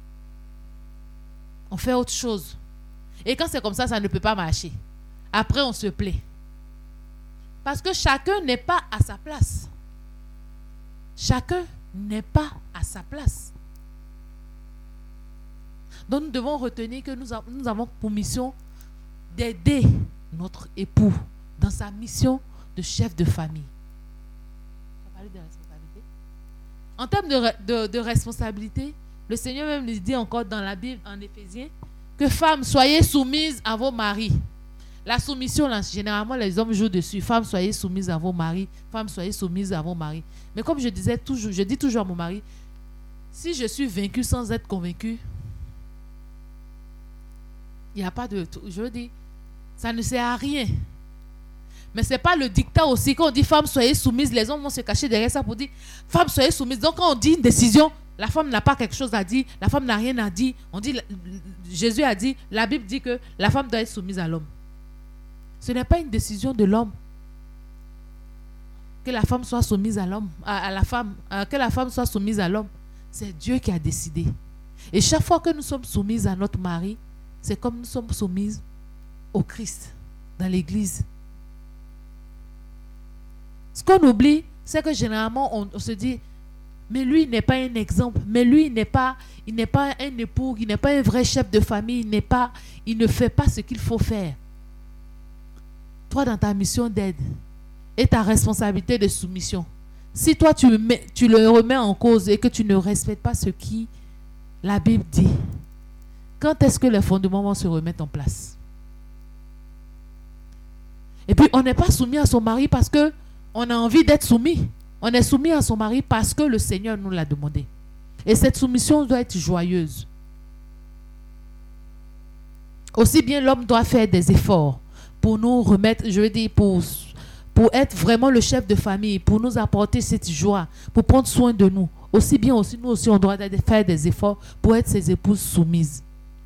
On fait autre chose. Et quand c'est comme ça, ça ne peut pas marcher. Après, on se plaît. Parce que chacun n'est pas à sa place. Chacun n'est pas à sa place. Donc nous devons retenir que nous, a, nous avons pour mission d'aider notre époux dans sa mission de chef de famille. On va parler de responsabilité. En termes de, de, de responsabilité, le Seigneur même nous dit encore dans la Bible, en Éphésiens, que femmes, soyez soumises à vos maris. La soumission, là, généralement, les hommes jouent dessus. Femmes, soyez soumises à vos maris. Femmes, soyez soumises à vos maris. Mais comme je disais toujours, je dis toujours à mon mari, si je suis vaincue sans être convaincue, il n'y a pas de... Je veux dire, ça ne sert à rien. Mais ce n'est pas le dictat aussi. Quand on dit femmes, soyez soumises, les hommes vont se cacher derrière ça pour dire femmes, soyez soumises. Donc quand on dit une décision, la femme n'a pas quelque chose à dire, la femme n'a rien à dire. On dit, Jésus a dit, la Bible dit que la femme doit être soumise à l'homme. Ce n'est pas une décision de l'homme. Que la femme soit soumise à l'homme, à, à la femme, à, que la femme soit soumise à l'homme. C'est Dieu qui a décidé. Et chaque fois que nous sommes soumises à notre mari, c'est comme nous sommes soumises au Christ dans l'église. Ce qu'on oublie, c'est que généralement on, on se dit, mais lui il n'est pas un exemple, mais lui il n'est pas, il n'est pas un époux, il n'est pas un vrai chef de famille, il n'est pas, il ne fait pas ce qu'il faut faire. Toi, dans ta mission d'aide et ta responsabilité de soumission, si toi tu, mets, tu le remets en cause et que tu ne respectes pas ce qui la Bible dit, quand est-ce que les fondements vont se remettre en place? Et puis on n'est pas soumis à son mari parce que on a envie d'être soumis. On est soumis à son mari parce que le Seigneur nous l'a demandé. Et cette soumission doit être joyeuse. Aussi bien l'homme doit faire des efforts pour nous remettre, je veux dire, pour, pour être vraiment le chef de famille, pour nous apporter cette joie, pour prendre soin de nous. Aussi bien aussi, nous aussi, on doit faire des efforts pour être ses épouses soumises.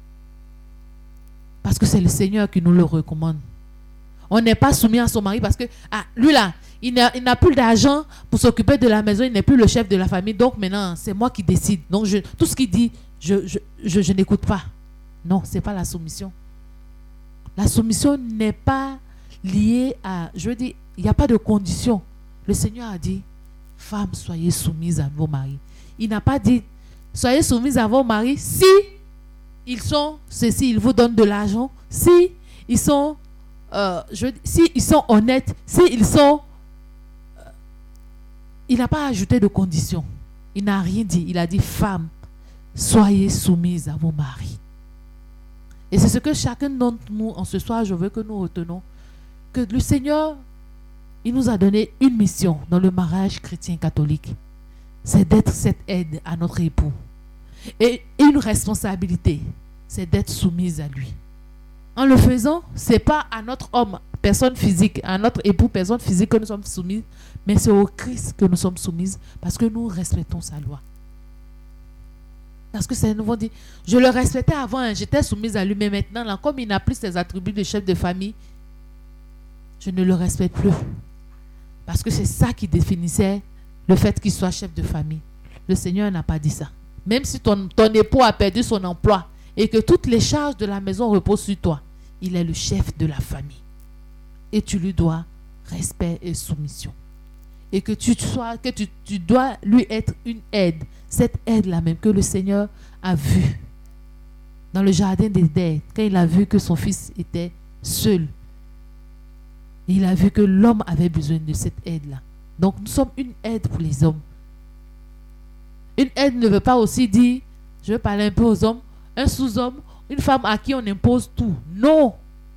Parce que c'est le Seigneur qui nous le recommande. On n'est pas soumis à son mari parce que, ah, lui là, il n'a, il n'a plus d'argent pour s'occuper de la maison, il n'est plus le chef de la famille, donc maintenant, c'est moi qui décide. Donc, je, tout ce qu'il dit, je, je, je, je n'écoute pas. Non, ce n'est pas la soumission. La soumission n'est pas liée à, je veux dire, il n'y a pas de condition. Le Seigneur a dit, femmes, soyez soumises à vos maris. Il n'a pas dit, soyez soumises à vos maris si ils sont ceci, ils vous donnent de l'argent, si ils sont, euh, je veux dire, si ils sont honnêtes, si ils sont... Euh, il n'a pas ajouté de condition. Il n'a rien dit. Il a dit, femmes, soyez soumises à vos maris. Et c'est ce que chacun d'entre nous, en ce soir, je veux que nous retenons, que le Seigneur, il nous a donné une mission dans le mariage chrétien catholique. C'est d'être cette aide à notre époux. Et une responsabilité, c'est d'être soumise à lui. En le faisant, ce n'est pas à notre homme, personne physique, à notre époux, personne physique que nous sommes soumises, mais c'est au Christ que nous sommes soumises parce que nous respectons sa loi. Parce que c'est nouveau dit, je le respectais avant, hein, j'étais soumise à lui, mais maintenant, là, comme il n'a plus ses attributs de chef de famille, je ne le respecte plus. Parce que c'est ça qui définissait le fait qu'il soit chef de famille. Le Seigneur n'a pas dit ça. Même si ton, ton époux a perdu son emploi et que toutes les charges de la maison reposent sur toi, il est le chef de la famille. Et tu lui dois respect et soumission. Et que tu, sois, que tu, tu dois lui être une aide. Cette aide-là même que le Seigneur a vue dans le jardin d'Éden, quand il a vu que son fils était seul. Il a vu que l'homme avait besoin de cette aide-là. Donc nous sommes une aide pour les hommes. Une aide ne veut pas aussi dire, je vais parler un peu aux hommes, un sous-homme, une femme à qui on impose tout. Non.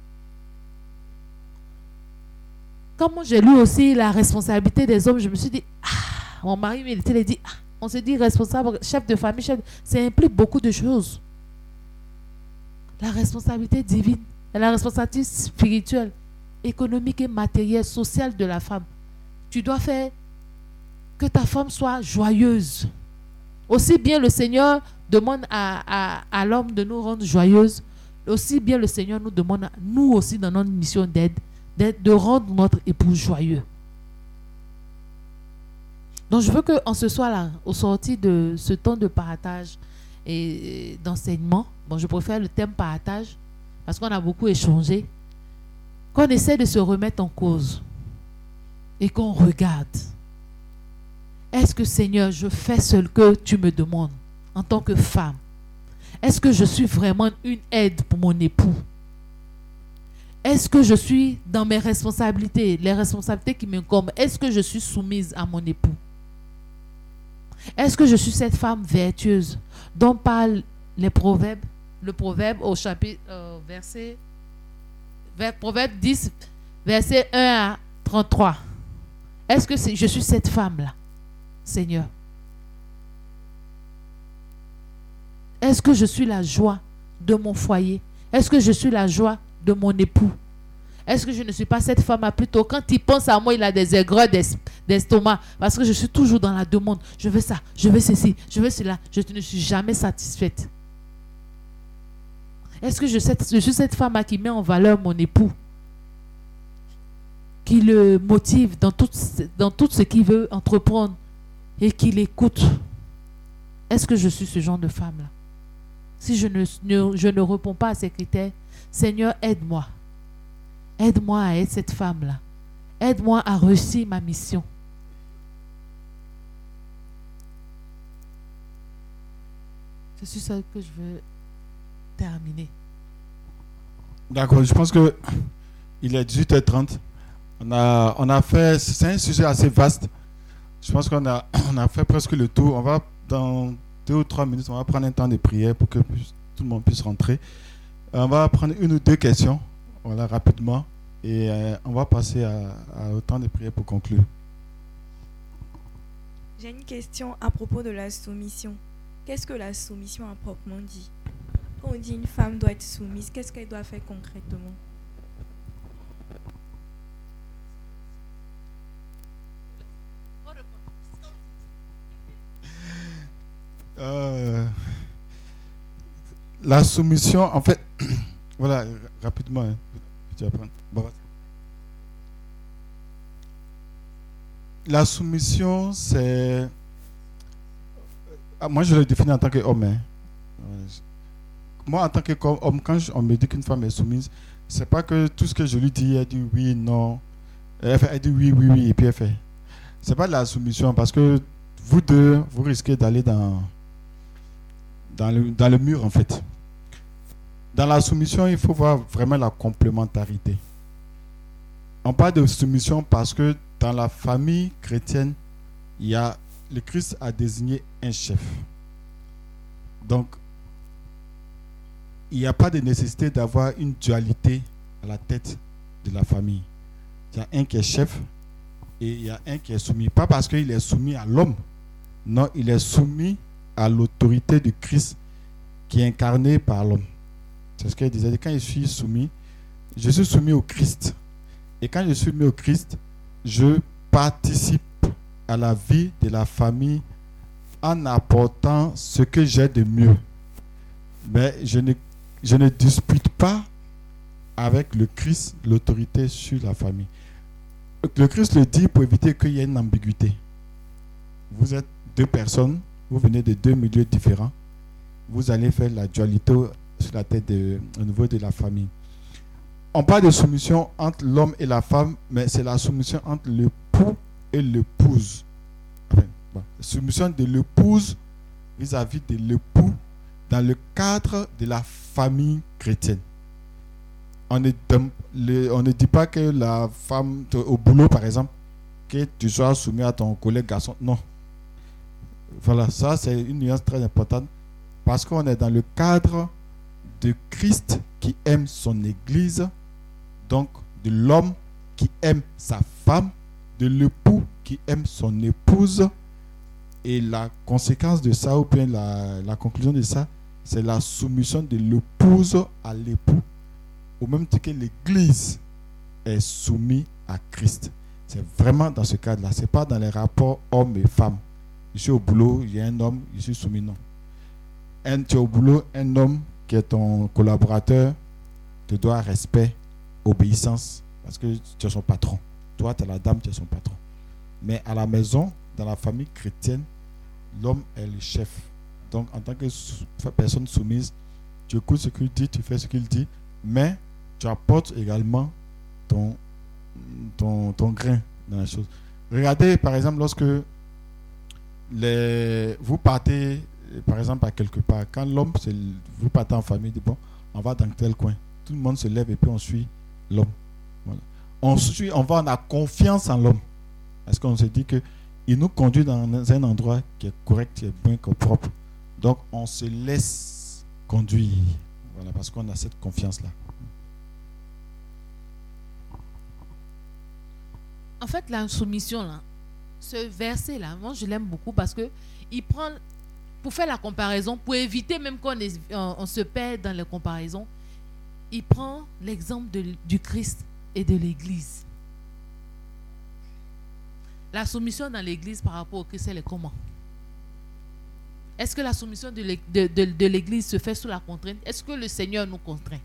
Quand moi j'ai lu aussi la responsabilité des hommes, je me suis dit, ah, mon mari il dit, ah, on se dit responsable, chef de famille, chef, ça implique beaucoup de choses. La responsabilité divine, la responsabilité spirituelle, économique et matérielle, sociale de la femme. Tu dois faire que ta femme soit joyeuse. Aussi bien le Seigneur demande à, à, à l'homme de nous rendre joyeuses, aussi bien le Seigneur nous demande, nous aussi dans notre mission d'aide, d'aide de rendre notre époux joyeux. Donc je veux qu'en ce soir-là, au sorti de ce temps de partage et d'enseignement, bon, je préfère le thème partage parce qu'on a beaucoup échangé, qu'on essaie de se remettre en cause et qu'on regarde. Est-ce que Seigneur, je fais ce que tu me demandes en tant que femme? Est-ce que je suis vraiment une aide pour mon époux? Est-ce que je suis dans mes responsabilités, les responsabilités qui m'incombent? Est-ce que je suis soumise à mon époux? Est-ce que je suis cette femme vertueuse dont parlent les proverbes, le proverbe au chapitre, euh, verset, vers, proverbe dix, verset un à trente-trois. Est-ce que c'est, je suis cette femme-là, Seigneur? Est-ce que je suis la joie de mon foyer? Est-ce que je suis la joie de mon époux? Est-ce que je ne suis pas cette femme-là plutôt? Quand il pense à moi, il a des aigreurs d'estomac parce que je suis toujours dans la demande. Je veux ça, je veux ceci, je veux cela. Je ne suis jamais satisfaite. Est-ce que je, je suis cette femme qui met en valeur mon époux, qui le motive dans tout, dans tout ce qu'il veut entreprendre et qui l'écoute? Est-ce que je suis ce genre de femme-là? Si je ne, ne, je ne réponds pas à ces critères, Seigneur, aide-moi. Aide-moi à être cette femme-là. Aide-moi à réussir ma mission. C'est sur ça que je veux terminer. D'accord, je pense que il est dix-huit heures trente. On a, on a fait, c'est un sujet assez vaste. Je pense qu'on a, on a fait presque le tour. On va, dans deux ou trois minutes, on va prendre un temps de prière pour que tout le monde puisse rentrer. On va prendre une ou deux questions, voilà, rapidement, et euh, on va passer à, à, au temps de prière pour conclure. J'ai une question à propos de la soumission. Qu'est-ce que la soumission a proprement dit? Quand on dit une femme doit être soumise, qu'est-ce qu'elle doit faire concrètement? Euh, la soumission, en fait, voilà, rapidement, hein, tu vas prendre. Bon. La soumission, c'est... Moi, je le définis en tant qu'homme. Hein. Moi, en tant qu'homme, quand on me dit qu'une femme est soumise, c'est pas que tout ce que je lui dis, elle dit oui, non. Elle, fait, elle dit oui, oui, oui, et puis elle fait. C'est pas de la soumission, parce que vous deux, vous risquez d'aller dans... Dans le, dans le mur, en fait. Dans la soumission, il faut voir vraiment la complémentarité. On parle de soumission parce que dans la famille chrétienne, il y a, le Christ a désigné un chef. Donc, il n'y a pas de nécessité d'avoir une dualité à la tête de la famille. Il y a un qui est chef et il y a un qui est soumis. Pas parce qu'il est soumis à l'homme. Non, il est soumis à l'autorité du Christ qui est incarné par l'homme. C'est ce qu'il disait. Quand je suis soumis, je suis soumis au Christ. Et quand je suis soumis au Christ, je participe à la vie de la famille en apportant ce que j'ai de mieux. Mais je ne, je ne dispute pas avec le Christ l'autorité sur la famille. Le Christ le dit pour éviter qu'il y ait une ambiguïté. Vous êtes deux personnes, vous venez de deux milieux différents, vous allez faire la dualité sur la tête de, au niveau de la famille. On parle de soumission entre l'homme et la femme, mais c'est la soumission entre l'époux et l'épouse. Enfin, bon, la soumission de l'épouse vis-à-vis de l'époux dans le cadre de la famille chrétienne. On ne, on ne dit pas que la femme, au boulot par exemple, que tu sois soumis à ton collègue garçon. Non. Voilà, ça c'est une nuance très importante parce qu'on est dans le cadre de Christ qui aime son Église, donc de l'homme qui aime sa femme, de l'époux qui aime son épouse. Et la conséquence de ça, ou bien la, la conclusion de ça, c'est la soumission de l'épouse à l'époux, au même titre que l'Église est soumise à Christ. C'est vraiment dans ce cadre-là. Ce n'est pas dans les rapports hommes et femmes. Je suis au boulot, il y a un homme, je suis soumis, non. Un, tu es au boulot, un homme qui est ton collaborateur te doit respect, obéissance, parce que tu es son patron. Toi, tu es la dame, tu es son patron. Mais à la maison, dans la famille chrétienne, l'homme est le chef. Donc, en tant que personne soumise, tu écoutes ce qu'il dit, tu fais ce qu'il dit, mais tu apportes également ton, ton, ton grain dans la chose. Regardez, par exemple, lorsque les, vous partez, par exemple, à quelque part, quand l'homme, vous partez en famille, dit bon, on va dans tel coin. Tout le monde se lève et puis on suit l'homme. Voilà. On suit, on va, on a confiance en l'homme. Parce qu'on se dit que il nous conduit dans un endroit qui est correct, qui est bien, qui est propre. Donc, on se laisse conduire. Voilà, parce qu'on a cette confiance-là. En fait, la soumission, là, ce verset-là, moi, je l'aime beaucoup parce que il prend, pour faire la comparaison, pour éviter même qu'on est, on, on se perd dans les comparaisons, il prend l'exemple de, du Christ et de l'Église. La soumission dans l'Église par rapport au Christ, elle est comment? Est-ce que la soumission de l'Église se fait sous la contrainte? Est-ce que le Seigneur nous contraint?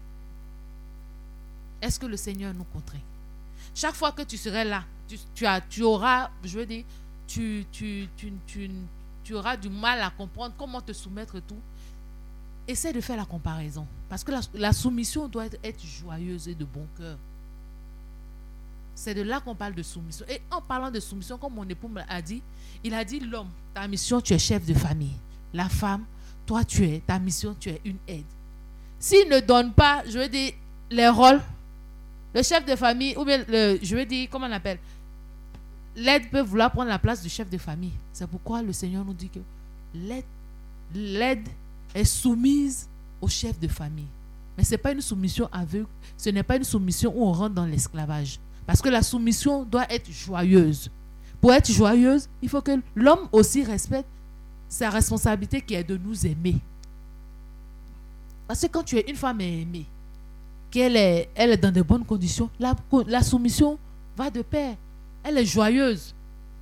Est-ce que le Seigneur nous contraint? Chaque fois que tu serais là, tu, tu, as, tu auras, je veux dire, tu, tu, tu, tu, tu auras du mal à comprendre comment te soumettre et tout. Essaie de faire la comparaison. Parce que la, la soumission doit être, être joyeuse et de bon cœur. C'est de là qu'on parle de soumission. Et en parlant de soumission, comme mon époux a dit, il a dit l'homme, ta mission, tu es chef de famille. La femme, toi, tu es, ta mission, tu es une aide. S'il ne donne pas, je veux dire, les rôles, le chef de famille, ou bien, le, je veux dire, comment on appelle, l'aide peut vouloir prendre la place du chef de famille. C'est pourquoi le Seigneur nous dit que l'aide, l'aide est soumise au chef de famille. Mais ce n'est pas une soumission aveugle, ce n'est pas une soumission où on rentre dans l'esclavage. Parce que la soumission doit être joyeuse. Pour être joyeuse, il faut que l'homme aussi respecte sa responsabilité qui est de nous aimer. Parce que quand tu es une femme aimée, qu'elle est, elle est dans de bonnes conditions, la, la soumission va de pair. Elle est joyeuse.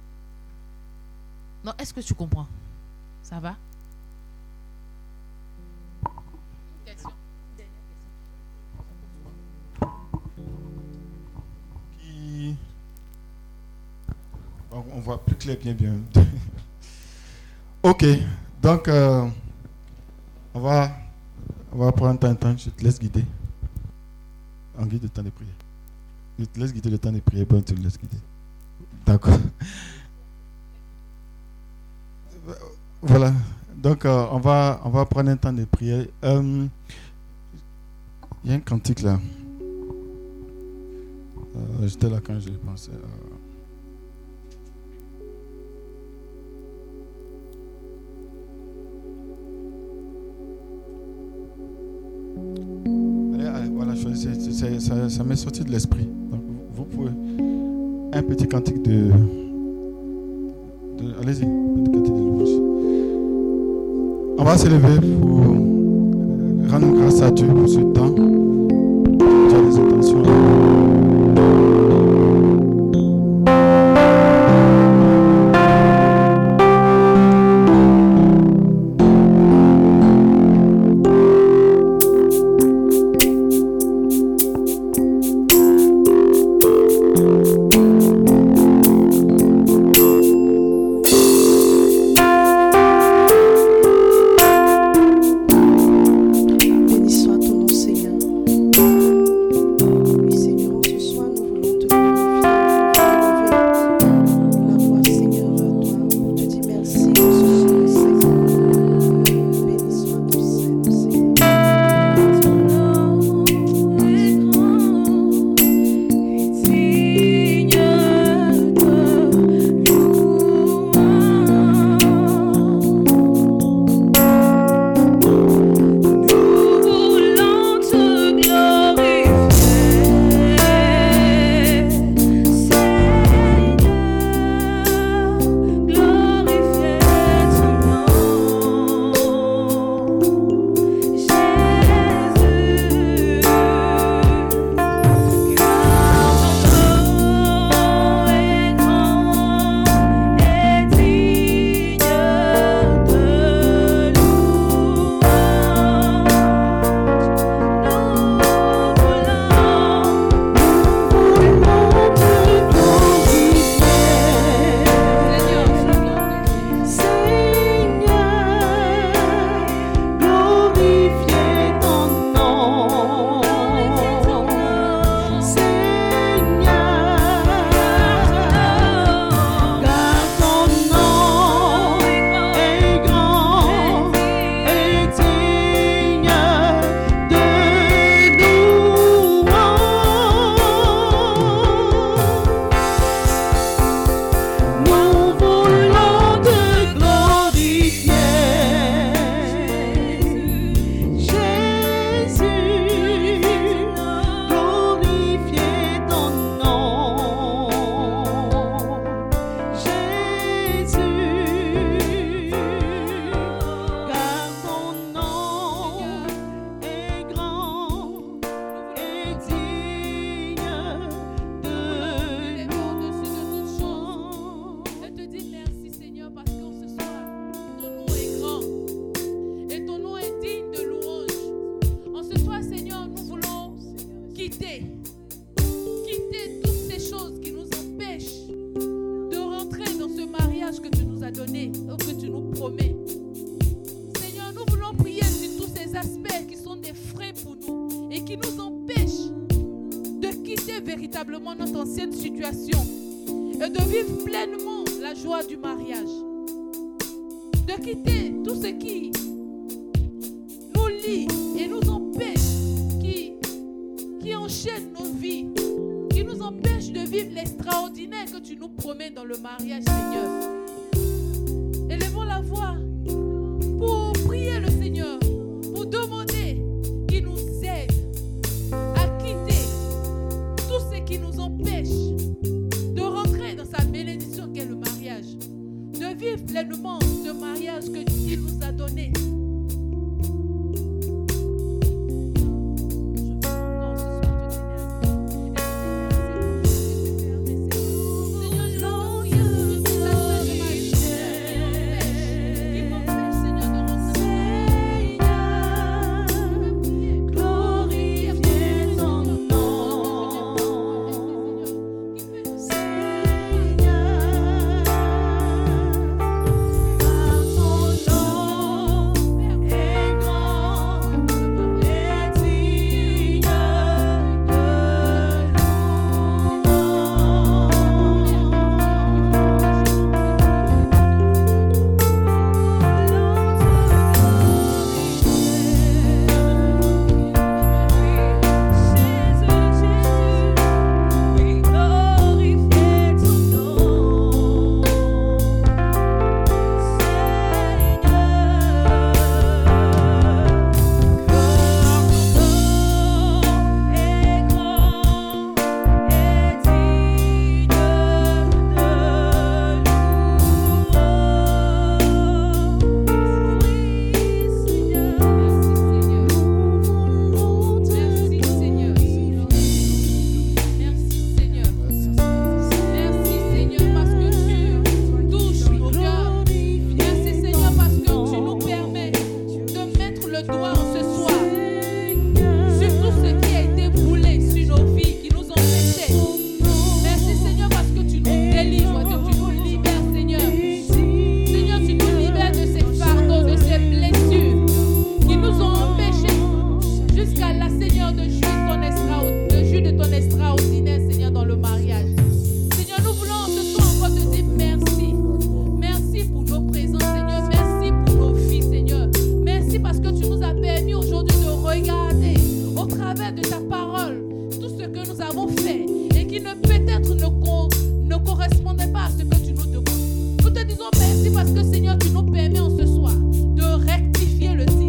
Non, est-ce que tu comprends? Ça va? Question. Qui... On voit plus clair, bien, bien. Ok, donc euh, on va, on va prendre un temps, je te laisse guider. En guide le temps de prière. Je te laisse guider le temps de prière, bon, tu te laisses guider. D'accord. Voilà. Donc, euh, on, va, on va prendre un temps de prière. Euh, Il y a un cantique là. Euh, J'étais là quand je pensais. Euh, Voilà, c'est, c'est, ça, ça m'est sorti de l'esprit. Donc, vous pouvez. Un petit cantique de. de allez-y, un petit cantique de louange. On va se lever pour rendre grâce à Dieu pour ce temps. Dieu a des intentions. Béni soit ton nom, Seigneur. Oui, quitter, quitter toutes ces choses qui nous empêchent de rentrer dans ce mariage que tu nous as donné, ou que tu nous promets. Seigneur, nous voulons prier sur tous ces aspects qui sont des freins pour nous et qui nous empêchent de quitter véritablement notre ancienne situation et de vivre pleinement la joie du mariage. De quitter tout ce qui nous lie et nous empêche, qui, qui enchaîne nos vies, qui nous empêche de vivre l'extraordinaire que tu nous promets dans le mariage, Seigneur. Élevons la voix pour prier le Seigneur, pour demander qu'il nous aide à quitter tout ce qui nous empêche de rentrer dans sa bénédiction qu'est le mariage, de vivre pleinement ce mariage que qu'il nous a donné.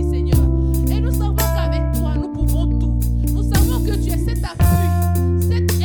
Cette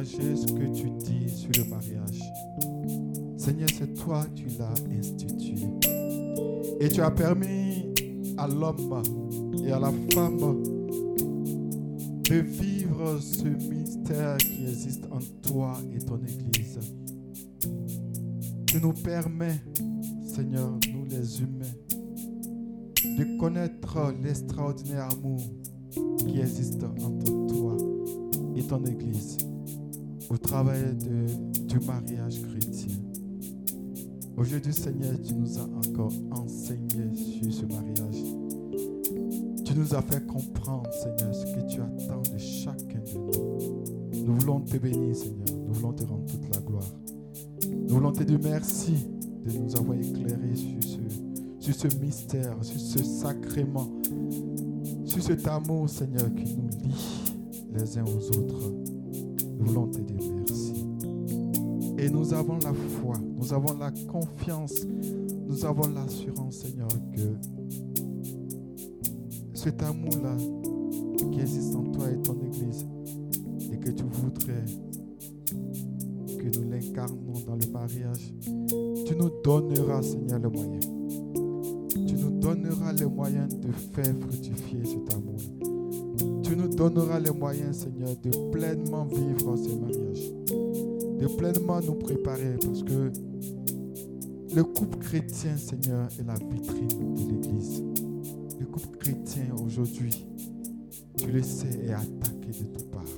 changer ce que tu dis sur le mariage. Seigneur, c'est toi qui l'as institué. Et tu as permis à l'homme et à la femme de vivre ce mystère qui existe en toi et ton Église. Tu nous permets, Seigneur, nous les humains, de connaître l'extraordinaire amour qui existe entre toi et ton Église au travers de, du mariage chrétien. Aujourd'hui, Seigneur, tu nous as encore enseigné sur ce mariage. Tu nous as fait comprendre, Seigneur, ce que tu attends de chacun de nous. Nous voulons te bénir, Seigneur. Nous voulons te rendre toute la gloire. Nous voulons te dire merci de nous avoir éclairés sur ce, sur ce mystère, sur ce sacrement, sur cet amour, Seigneur, qui nous lie les uns aux autres. Nous voulons te dire merci. Et nous avons la foi, nous avons la confiance, nous avons l'assurance, Seigneur, que cet amour-là qui existe en toi et ton Église, et que tu voudrais que nous l'incarnons dans le mariage, tu nous donneras, Seigneur, le moyen. Tu nous donneras les moyens de faire fructifier cet amour. Tu nous donneras les moyens, Seigneur, de pleinement vivre ce mariage, de pleinement nous préparer, parce que le couple chrétien, Seigneur, est la vitrine de l'Église. Le couple chrétien aujourd'hui, tu le sais, est attaqué de toutes parts.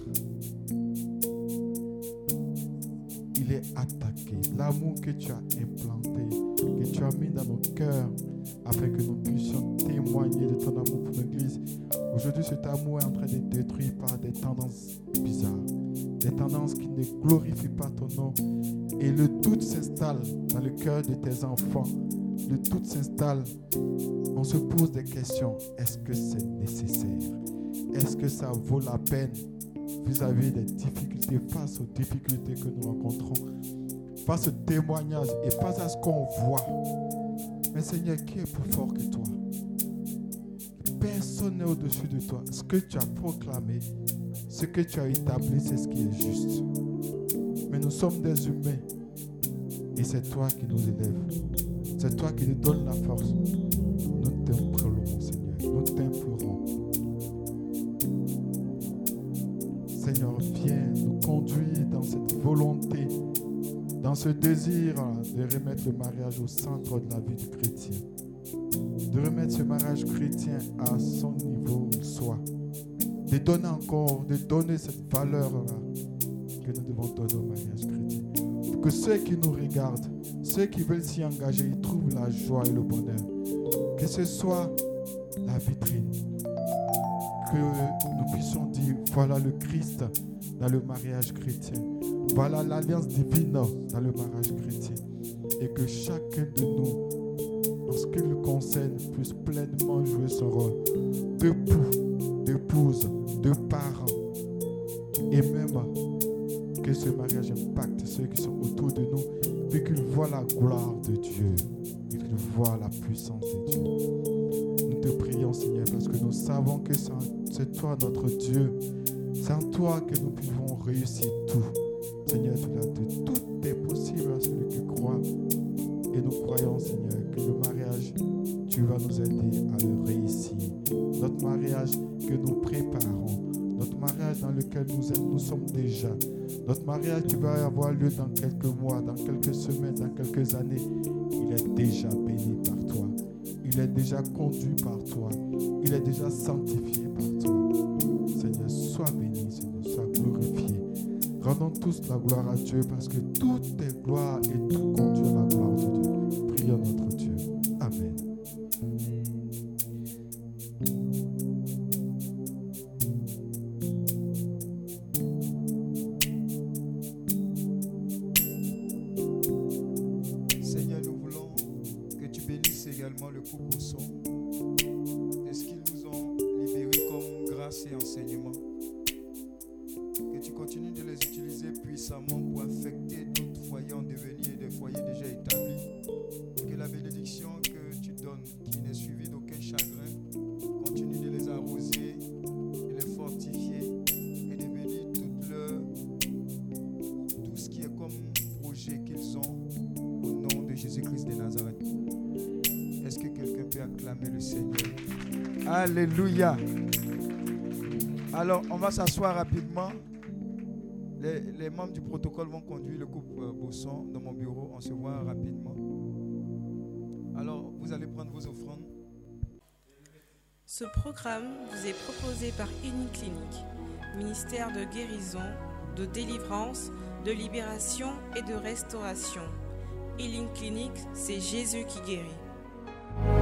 Il est attaqué. L'amour que tu as implanté, que tu as mis dans nos cœurs, afin que nous puissions témoigner de ton amour pour l'Église. Aujourd'hui, cet amour est en train d'être détruit par des tendances bizarres, des tendances qui ne glorifient pas ton nom. Et le doute s'installe dans le cœur de tes enfants. Le doute s'installe. On se pose des questions. Est-ce que c'est nécessaire? Est-ce que ça vaut la peine vis-à-vis des difficultés, face aux difficultés que nous rencontrons, face au témoignage et face à ce qu'on voit? Mais Seigneur, qui est plus fort que toi? Personne n'est au-dessus de toi. Ce que tu as proclamé, ce que tu as établi, c'est ce qui est juste. Mais nous sommes des humains et c'est toi qui nous élèves. C'est toi qui nous donnes la force. Nous t'implorons, Seigneur. Nous t'implorons. Seigneur, viens nous conduire dans cette volonté, dans ce désir de remettre le mariage au centre de la vie du chrétien. De remettre ce mariage chrétien à son niveau où il soit. De donner encore, de donner cette valeur-là que nous devons donner au mariage chrétien. Pour que ceux qui nous regardent, ceux qui veulent s'y engager, ils trouvent la joie et le bonheur. Que ce soit la vitrine. Que nous puissions dire, voilà le Christ dans le mariage chrétien. Voilà l'alliance divine dans le mariage chrétien. Et que chacun de nous, en ce qui le concerne, puisse pleinement jouer son rôle d'époux, d'épouse, de parents. Et même que ce mariage impacte ceux qui sont autour de nous, puis qu'ils voient la gloire de Dieu, puis qu'ils voient la puissance de Dieu. Nous te prions, Seigneur, parce que nous savons que c'est toi notre Dieu. C'est en toi que nous pouvons réussir tout. Seigneur, tu l'as dit, tout est possible à celui qui croit. Et nous croyons, Seigneur, que le mariage, tu vas nous aider à le réussir. Notre mariage que nous préparons, notre mariage dans lequel nous, nous sommes déjà, notre mariage qui va avoir lieu dans quelques mois, dans quelques semaines, dans quelques années, il est déjà béni par toi. Il est déjà conduit par toi. Il est déjà sanctifié par toi. Seigneur, sois béni, Seigneur, sois glorifié. Rendons tous la gloire à Dieu parce que tout est gloire et tout conduit à la gloire de Dieu. Prions notre Dieu. Amen. Seigneur, nous voulons que tu bénisses également le couple Bosson de ce qu'ils nous ont libérés comme grâce et enseignement. Que tu continues de les utiliser puissamment pour affecter d'autres foyers en devenir et des foyers déjà établis. Que la bénédiction que tu donnes, qui n'est suivie d'aucun chagrin, continue de les arroser, de les fortifier et de bénir toute leur Alléluia. Alors, on va s'asseoir rapidement. Les, les membres du protocole vont conduire le couple euh, Bosson dans mon bureau. On se voit rapidement. Alors, vous allez prendre vos offrandes. Ce programme vous est proposé par Uniclinique, ministère de guérison, de délivrance, de libération et de restauration. Healing Clinic, c'est Jésus qui guérit.